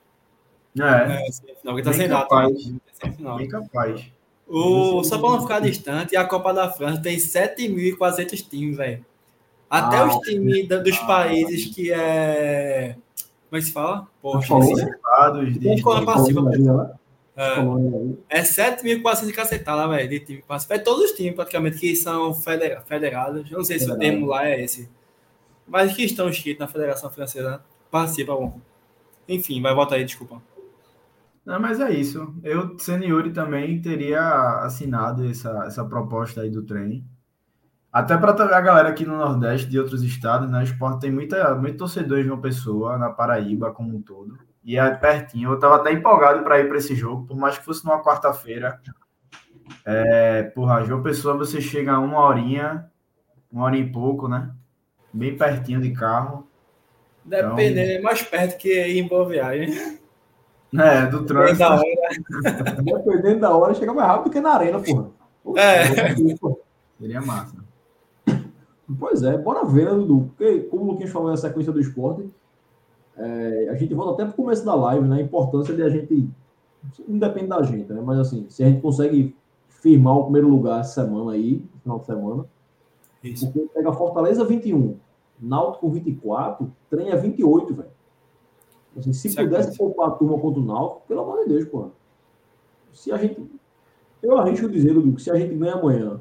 É. É, semifinal, porque tá sem data. Bem capaz. O, só para não ficar distante, a Copa da França tem sete mil e quatrocentos times, velho. Até Ah, os times da- dos ah, países que é... Como é que se fala? Poxa, Falou, esses- né? Dados Tem de... coluna passiva, pô. É. É, é sete mil e quatrocentos de cacetada, velho, de time participa. É todos os times, praticamente, que são federa- federados. Eu não sei se o Federado. termo lá é esse. Mas que estão inscritos na Federação Francesa, participa, bom. Enfim, vai voltar aí, desculpa. Não, mas é isso. Eu, sendo Yuri, também teria assinado essa, essa proposta aí do trem. Até para a galera aqui no Nordeste, de outros estados, né? O Sport tem muita, muito torcedor de uma pessoa, na Paraíba como um todo. E é pertinho. Eu estava até empolgado para ir para esse jogo, por mais que fosse numa quarta-feira. É, porra, João Pessoa, você chega a uma horinha, uma hora e pouco, né? Bem pertinho de carro. Dependendo, é mais perto que ir em Boa Viagem. É, do trânsito. Da hora. Dependendo da hora, chega mais rápido que na arena, porra. É. Seria massa. Pois é, bora ver, né, Dudu? Porque, como o Luquinhas falou na sequência do esporte, é, a gente volta até pro começo da live, né? A importância de a gente. Não depende da gente, né? Mas assim, se a gente consegue firmar o primeiro lugar essa semana aí, no final de semana, Isso. porque pega Fortaleza vinte e um, Náutico vinte e quatro, Trem é vinte e oito, velho. Assim, se Certo. pudesse poupar a turma contra o Náutico, pelo amor de Deus, porra. Se a gente. Eu arrisco dizer, Dudu, que se a gente ganha amanhã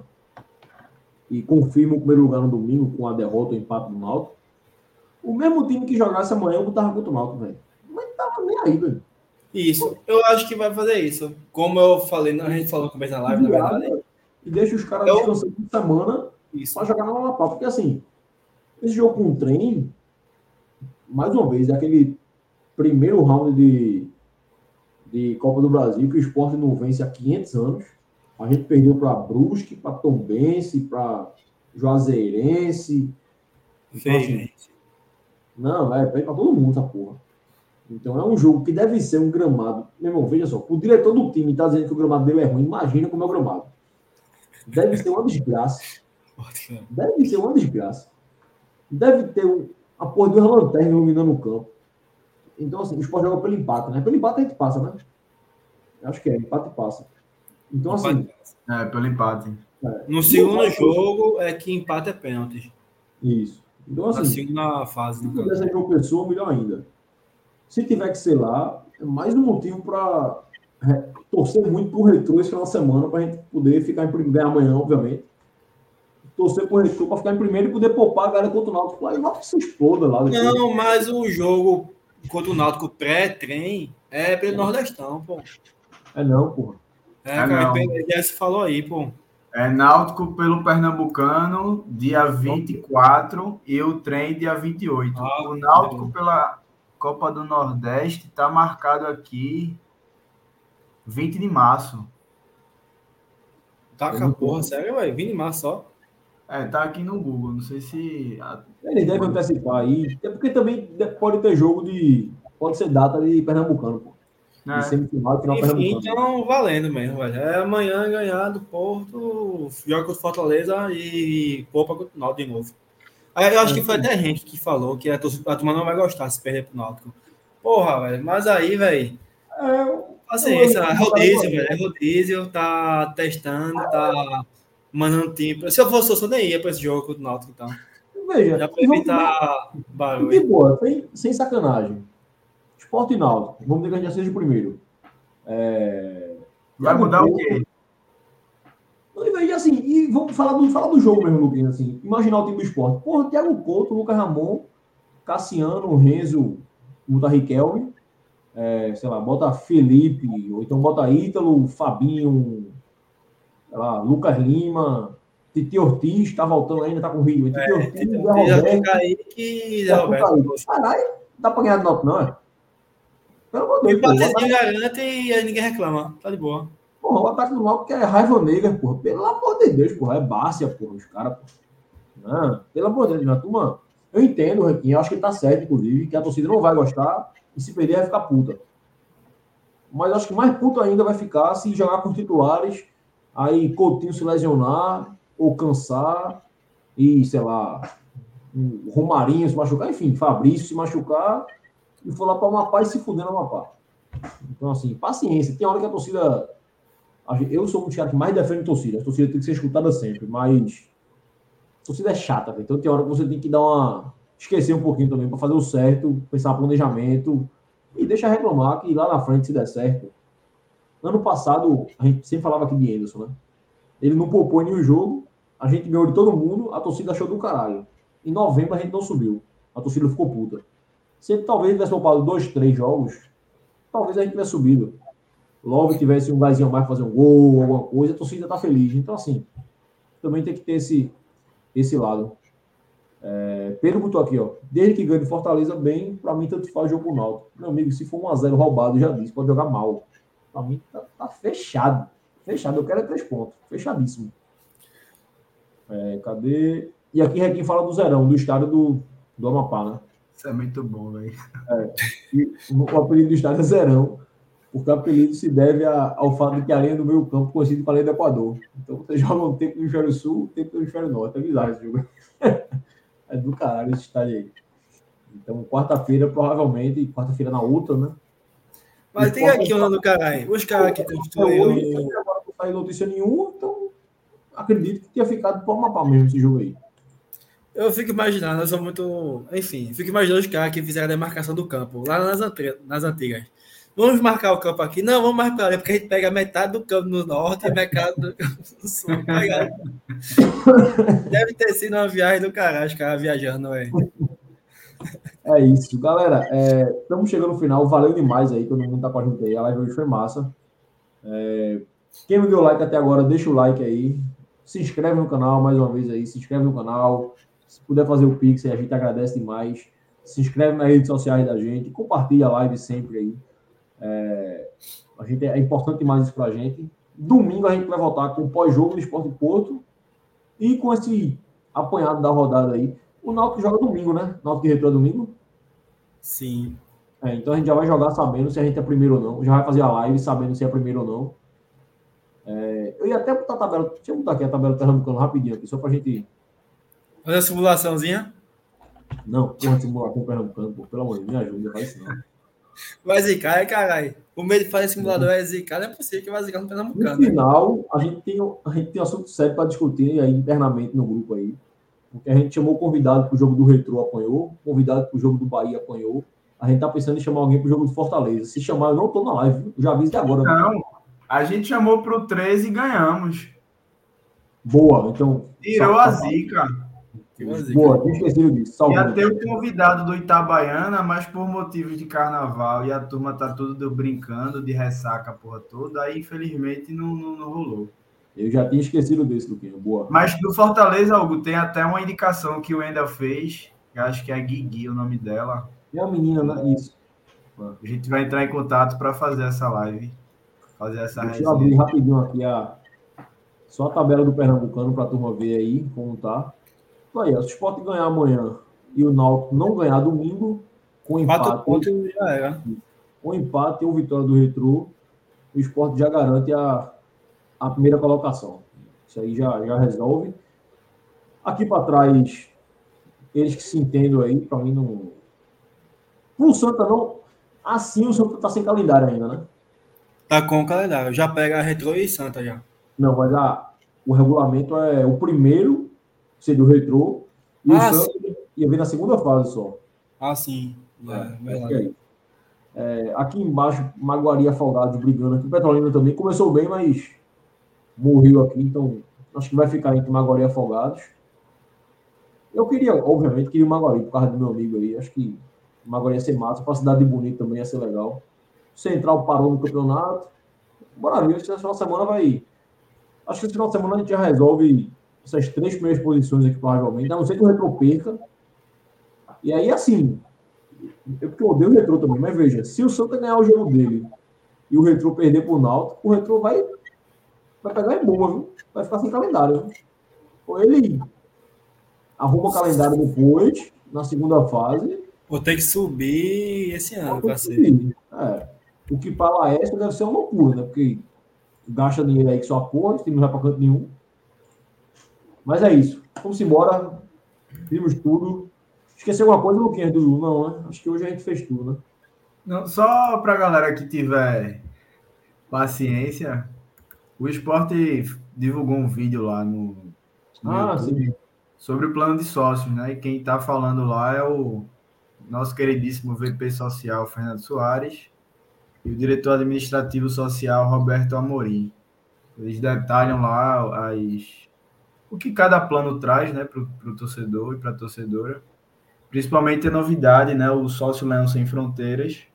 e confirma o primeiro lugar no domingo com a derrota ou empate do Náutico, o mesmo time que jogasse amanhã eu botava contra o Náutico, velho. Mas tava nem aí, velho. Isso. Eu acho que vai fazer isso. Como eu falei, a gente falou no começo da live, na Viado, verdade. e deixa os caras Eu- descansando de semana Isso. para jogar na Amapá. Porque assim, esse jogo com o trem, mais uma vez, é aquele primeiro round de, de Copa do Brasil que o Sport não vence há quinhentos anos. A gente perdeu para Brusque, para Tombense, para Juazeirense. Então, assim, Feio. não, é para todo mundo essa porra. Então é um jogo que deve ser um gramado. Meu irmão, veja só, o diretor do time está dizendo que o gramado dele é ruim, imagina como é o gramado. Deve ser uma desgraça. Deve ser uma desgraça. Deve ter um, a porra de uma lanterna iluminando o campo. Então, assim, o Sport joga pelo empate, né? Pelo empate a gente passa, né? Acho que é, empate passa. Então, assim. É, pelo empate. É, No segundo jogo é que empate é pênalti. Isso. Então, Na assim, segunda fase, se no caso. puder ser João Pessoa, melhor ainda. Se tiver que ser lá, é mais um motivo para torcer muito pro Retrô esse final de semana, para a gente poder ficar em primeiro, ganhar amanhã, obviamente. Torcer pro Retrô para ficar em primeiro e poder poupar a galera contra o Náutico. Lá e lá se exploda lá. Depois. Não, mas o jogo contra o Náutico pré-trem é pelo Nordestão, pô. É não, porra. É, Ah, cara, não. já se falou aí, pô. É Náutico pelo Pernambucano, dia vinte e quatro, e o trem dia vinte e oito. Ah, O Náutico beleza. pela Copa do Nordeste está marcado aqui vinte de março. Tá Eu com a não porra, tô. sério, velho. vinte de março só. É, tá aqui no Google, não sei se Ele deve antecipar aí. É porque também pode ter jogo de. Pode ser data de Pernambucano, pô. De né? semifinal e final Enfim, Pernambucano. então valendo mesmo, velho. É amanhã ganhar do Porto, joga com o Fortaleza e poupa com o Náutico de novo. Aí eu acho que foi até gente que falou que a torcida- a turma não vai gostar se perder pro Náutico. Porra, velho. Mas aí, velho. É, eu, Paciência, é eu, rodízio, eu, velho. É rodízio, tá testando, tá mandando time. Se eu fosse, eu nem ia pra esse jogo contra o Náutico, então. Já veja, pra e vamos também. evitar E de barulho. boa, sem, sem sacanagem. Sport e Náutico. Vamos dizer que a gente já seja o primeiro. É, Vai Thiago mudar o Couto. quê? E veja assim, e vamos falar do, falar do jogo mesmo, Luquinhas. Assim, imaginar o time do esporte. Porra, Thiago Couto, Lucas Ramon, Cassiano, Renzo, Muta Riquelme. É, sei lá, bota Felipe, ou então bota Ítalo, Fabinho, sei lá, Lucas Lima, Titi Ortiz, tá voltando ainda, tá com rídio. Titi Ortiz, Zé Já tem Roberto, Kaique e Zé e Arthur Roberto. Kaique. Caralho, não dá pra ganhar de Náutico, não, é? Pelo amor de O Deus, pô. O empatezinho ataque, garante e aí ninguém reclama. Tá de boa. porra, o ataque do Náutico é raiva negra, porra. Pelo amor de Deus, porra. É Bárcia, porra, os caras, porra. Não, pelo amor de Deus, minha turma. Eu entendo o Requinho, acho que ele tá certo, inclusive, que a torcida não vai gostar e se perder vai ficar puta. Mas acho que mais puto ainda vai ficar se jogar com titulares, aí Coutinho se lesionar ou cansar e, sei lá, o Romarinho se machucar, enfim, Fabrício se machucar e for lá para o Amapá e se fuder no Amapá. Então, assim, paciência. Tem hora que a torcida... Eu sou um dos caras que mais defende torcida. A torcida tem que ser escutada sempre, mas a torcida é chata, véio. Então tem hora que você tem que dar uma... esquecer um pouquinho também para fazer o certo, pensar planejamento e deixa reclamar que lá na frente, se der certo... Ano passado, a gente sempre falava aqui de Anderson, né? Ele não poupou em nenhum jogo, a gente ganhou de todo mundo, a torcida achou do caralho. Em novembro a gente não subiu, a torcida ficou puta. Se ele talvez tivesse poupado dois, três jogos, talvez a gente tivesse subido. Logo tivesse um gásinho a mais para fazer um gol, alguma coisa, a torcida tá feliz. Então, assim, também tem que ter esse, esse lado. É, Pedro botou aqui, ó. Desde que ganha de Fortaleza bem, pra mim tanto faz jogo com o Náutico. Meu amigo, se for um a zero roubado, já disse, pode jogar mal. Pra mim tá, tá fechado. Fechado. Eu quero é três pontos. Fechadíssimo. É, cadê? E aqui Requim fala do Zerão, do estádio do, do Amapá, né? Isso é muito bom, velho. É, e o, o apelido do estádio é Zerão, porque o apelido se deve a, ao fato de que a linha do meio campo coincide com a linha do Equador. Então você joga um tempo no hemisfério sul, um tempo no hemisfério norte. É bizarro esse jogo. É do caralho esse estádio aí. Então, quarta-feira, provavelmente, quarta-feira na outra, né? Mas tem aqui o nome do caralho. Os caras que construíram. Agora não saiu notícia nenhuma, então acredito que tinha ficado para o Amapá mesmo esse jogo aí. Eu fico imaginando, eu sou muito. Enfim, fico imaginando os caras que fizeram a demarcação do campo, lá nas, antigas, nas antigas. Vamos marcar o campo aqui? Não, vamos marcar ali, porque a gente pega metade do campo no norte e metade do campo no sul. Pega... Deve ter sido uma viagem do caralho, os caras viajando, velho. É isso, galera. É, estamos chegando no final. Valeu demais aí, todo mundo tá com a gente aí. A live hoje foi massa. É, quem não deu like até agora, deixa o like aí. Se inscreve no canal mais uma vez aí. Se inscreve no canal. Se puder fazer o Pix aí, a gente agradece demais. Se inscreve nas redes sociais da gente. Compartilha a live sempre aí. É, a gente, é importante demais isso pra gente. Domingo a gente vai voltar com o pós-jogo do Sport Porto e com esse apanhado da rodada aí. O Náutico joga domingo, né? Náutico e Retrô é domingo? Sim. É, então a gente já vai jogar sabendo se a gente é primeiro ou não. Já vai fazer a live sabendo se é primeiro ou não. É, eu ia até botar a tabela. Deixa eu botar aqui a tabela do Pernambucano rapidinho aqui, só pra gente. Fazer a simulaçãozinha? Não, porra, simulação do Pernambucano, pô, pelo amor de Deus, me ajuda, faz isso não. Vai zicar, é caralho. O medo de fazer simulador é zicar, não é possível que vai zicar no Pernambucano. No final, a gente tem, a gente tem assunto sério para discutir aí internamente no grupo aí. Porque a gente chamou o convidado para o jogo do Retrô, apanhou. Convidado para o jogo do Bahia, apanhou. A gente tá pensando em chamar alguém para o jogo do Fortaleza. Se chamar, eu não tô na live, viu? Eu já aviso de agora. Não, viu? A gente chamou pro treze e ganhamos. Boa, então... Tirou a zica. Boa, tinha esquecido disso. Salve. Ia ter o convidado do Itabaiana, mas por motivos de carnaval e a turma tá tudo brincando de ressaca a porra toda, aí infelizmente não, não, não rolou. Eu já tinha esquecido desse, Luquinha. Boa. Mas do Fortaleza, Hugo, tem até uma indicação que o Wendel fez, que acho que é Guigui o nome dela. É a menina, né? Isso. A gente vai entrar em contato para fazer essa live, fazer essa Deixa resenha. eu abrir rapidinho aqui a... só a tabela do Pernambucano para a turma ver aí como tá. Aí, se o Sport ganhar amanhã e o Náutico não ganhar domingo, com empate... Quatro pontos já era. Com empate ou vitória do Retrô, o Sport já garante a, a primeira colocação. Isso aí já, já resolve. Aqui para trás, eles que se entendem aí, para mim não... Pro Santa não... Assim o Santa tá sem calendário ainda, né? Tá com o calendário. Já pega a Retrô e Santa já. Não, mas a, o regulamento é o primeiro, seria o Retrô, e Ah, o Santa ia vir na segunda fase só. Ah, sim. É, É, verdade. é é, aqui embaixo, Maguari e Afogados brigando aqui. O Petrolina também começou bem, mas morreu aqui, então acho que vai ficar entre Maguari e Afogados. Eu queria, obviamente, queria o Maguari por causa do meu amigo aí. Acho que o Maguari ia ser massa. Para a cidade de Bonito também ia ser legal. O Central parou no campeonato. Bora ver, esse final de semana vai. Acho que esse final de semana a gente já resolve essas três primeiras posições aqui, provavelmente. A não ser que o Retrô perca. E aí, assim, eu porque eu odeio o Retrô também, mas veja, se o Santa ganhar o jogo dele e o Retrô perder pro Náutico, o Retrô vai, vai pegar em boa, viu? Vai ficar sem calendário, viu? Ou ele arruma o calendário depois, na segunda fase. Vou ter que subir esse ano para ser. É. O que para Laércio deve ser uma loucura, né? Porque gasta dinheiro aí que só porra, o time não vai para canto nenhum. Mas é isso. Vamos embora. Vimos tudo. Esqueceu alguma coisa, Luquinhas, do Lu? Não, né? Acho que hoje a gente fez tudo, né? Não, só para a galera que tiver paciência, o Sport divulgou um vídeo lá no, no Ah, YouTube sim. sobre o plano de sócios, né? E quem está falando lá é o nosso queridíssimo V P Social, Fernando Soares, e o diretor administrativo social, Roberto Amorim. Eles detalham lá as, o que cada plano traz, né, para o torcedor e para a torcedora. Principalmente a novidade, né, o Sócio Leão Sem Fronteiras.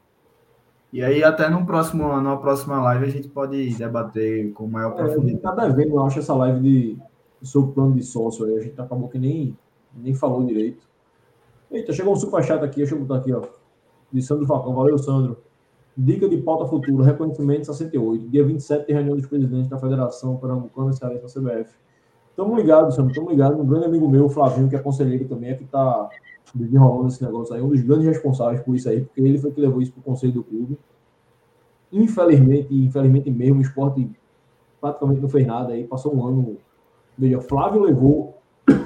E aí, até no próximo, numa próxima live, a gente pode debater com maior É, a profundidade. gente tá devendo, eu acho, essa live de, sobre o plano de sócio aí. A gente acabou que nem, nem falou direito. Eita, chegou um superchat aqui, deixa eu botar aqui, ó. De Sandro Falcão. Valeu, Sandro. Dica de pauta futura, reconhecimento sessenta e oito. Dia vinte e sete, tem reunião dos presidentes da Federação Pernambucana e Cearense da C B F. Estamos ligados, Sandro, estamos ligados. Um grande amigo meu, o Flavinho, que é conselheiro também, é que está desenrolando esse negócio aí. Um dos grandes responsáveis por isso aí, porque ele foi que levou isso para o conselho do clube. Infelizmente, infelizmente mesmo, o Sport praticamente não fez nada aí. Passou um ano. Veja, Flávio levou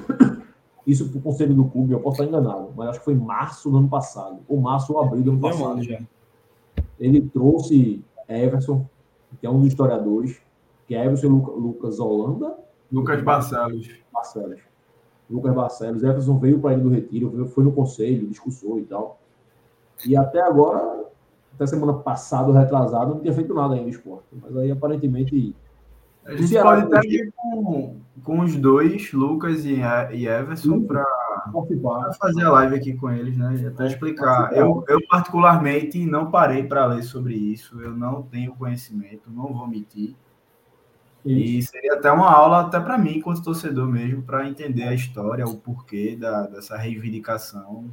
isso para o conselho do clube. Eu posso estar enganado, mas acho que foi em março do ano passado, ou março ou abril do ano passado. Já. Ele trouxe Everson, que é um dos historiadores, que é Everson Luca, Lucas Holanda. Lucas Barcelos. Barcelos. Lucas Barcelos. Everson veio para ele do Retiro, foi no conselho, discussou e tal. E até agora, até semana passada, retrasado, não tinha feito nada ainda no esporte. Mas aí, aparentemente... A gente pode até ir com, com os dois, Lucas e, e Everson, para fazer a live aqui com eles, né? Até explicar. Eu, eu, particularmente, não parei para ler sobre isso. Eu não tenho conhecimento, não vou mentir. Isso. E seria até uma aula, até para mim, enquanto torcedor mesmo, para entender a história, o porquê da, dessa reivindicação.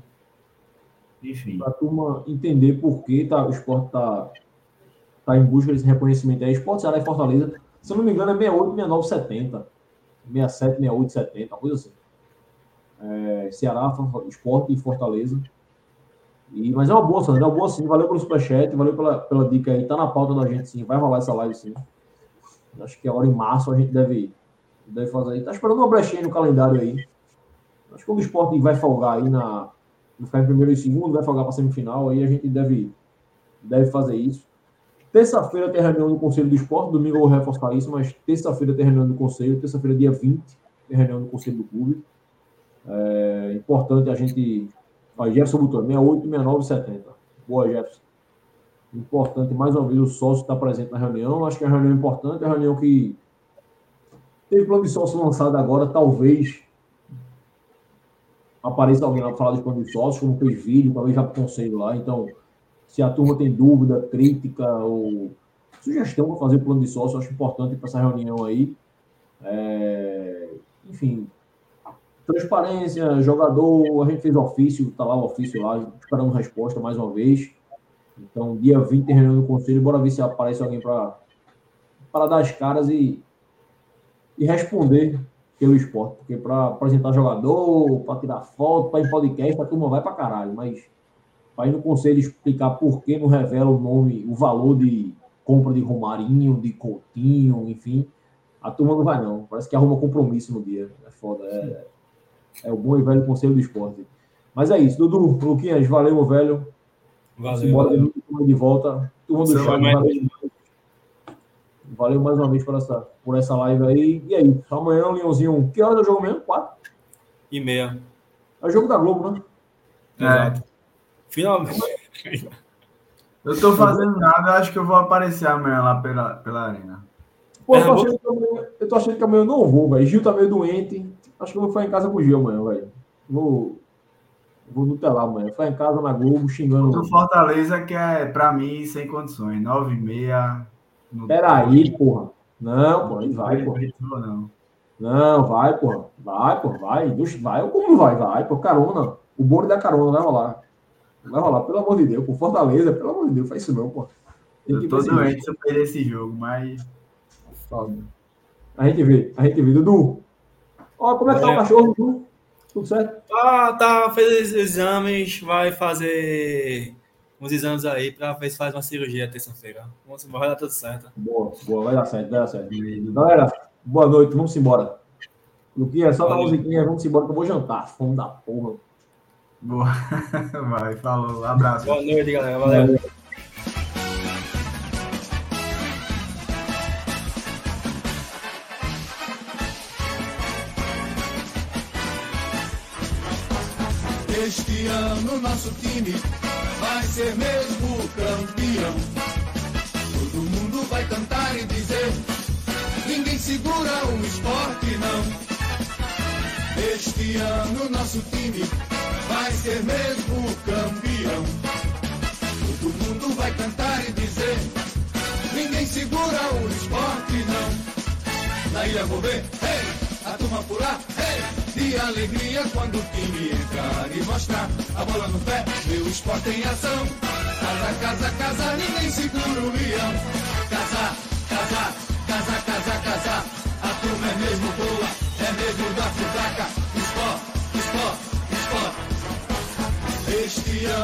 Enfim. Para a turma entender por que tá, o esporte está tá em busca desse reconhecimento. É Esporte Ceará e Fortaleza. Se eu não me engano, é sessenta e oito, sessenta e nove, setenta. sessenta e sete, sessenta e oito, setenta, coisa assim. É, Ceará, Esporte e Fortaleza. E, mas é uma boa, Sandro, é uma boa sim. Valeu pelo superchat, valeu pela, pela dica aí. Tá na pauta da gente sim, vai rolar essa live sim. Acho que agora em março a gente deve, deve fazer aí. Tá esperando uma brechinha no calendário aí. Acho que quando o Sport vai folgar aí na. Vai ficar em primeiro e segundo, vai folgar para semifinal, aí a gente deve, deve fazer isso. Terça-feira tem reunião do Conselho do Esporte, domingo eu vou reforçar isso, mas terça-feira tem reunião do Conselho, terça-feira, dia vinte, tem reunião do Conselho do Clube. É importante a gente. Ó, Jefferson botou sessenta e oito, sessenta e nove, setenta. Boa, Jefferson. Importante, mais uma vez, o sócio está presente na reunião. Acho que é uma reunião importante, é uma reunião que teve plano de sócio lançado agora, talvez apareça alguém lá para falar dos planos de sócios, como fez vídeo, talvez já para o conselho lá. Então, se a turma tem dúvida, crítica ou sugestão para fazer o plano de sócio, eu acho importante para essa reunião aí. É... Enfim, transparência, jogador, a gente fez ofício, tá lá o ofício lá, esperando resposta mais uma vez. Então, dia vinte tem reunião do conselho, bora ver se aparece alguém para para dar as caras e, e responder pelo esporte, porque para apresentar jogador, para tirar foto, para ir em podcast, a turma vai para caralho, mas para ir no conselho explicar por que não revela o nome, o valor de compra de Romarinho, de Coutinho, enfim, a turma não vai não, parece que arruma compromisso no dia, é foda, é, é o bom e velho conselho do esporte. Mas é isso, Dudu, Luquinhas, valeu, meu velho. Valeu. Bora de, de volta. Turma do chat, valeu. Valeu mais uma vez por essa, por essa live aí. E aí, amanhã, Leãozinho, que hora é o jogo mesmo? Quatro? E meia. É o jogo da Globo, né? Exato. É. Finalmente. Eu tô fazendo nada, acho que eu vou aparecer amanhã lá pela, pela arena. Pô, eu tô, achando que amanhã, eu tô achando que amanhã eu não vou, velho. Gil tá meio doente. Acho que eu vou ficar em casa com o Gil amanhã, velho. Vou, vou nutelar amanhã. Ficar em casa na Globo, xingando. O Fortaleza, que é, pra mim, sem condições. Nove e meia. Peraí, porra. Não, pô, aí vai, pô. Não. Não, vai, porra. Vai, pô, vai. Vai, como não vai? Vai, pô, carona. O bolo da carona vai rolar. Vai rolar, pelo amor de Deus. Por Fortaleza, pelo amor de Deus, faz isso não, pô. Tem eu tô doente se eu perder esse jogo, mas... Foda. A gente vê, a gente vê. Dudu, ó, como é que tá o cachorro, Dudu? Tudo certo? Ah, tá, fez exames, vai fazer uns exames aí pra ver se faz uma cirurgia terça-feira. Vamos embora, vai dar tudo certo. Boa, boa, vai dar certo, vai dar certo. Galera, boa noite, vamos embora. Luquinha, só na musiquinha, vamos embora que eu vou jantar. Fome da porra. Boa. Vai, falou, abraço. Boa noite, galera, valeu. valeu. Este ano nosso time vai ser mesmo campeão. Todo mundo vai cantar e dizer: ninguém segura o esporte não. Este ano nosso time vai ser mesmo campeão. Todo mundo vai cantar e dizer: ninguém segura o esporte não. Na ilha vou ver, hey, a turma pular, hey, de alegria quando o time entrar e mostrar a bola no pé, meu esporte em ação. Casa, casa, casa, ninguém segura o leão. Casa, casa, casa, casa, casa, a turma é mesmo boa, é mesmo da frutaca. Esporte, esporte, esporte. Este ano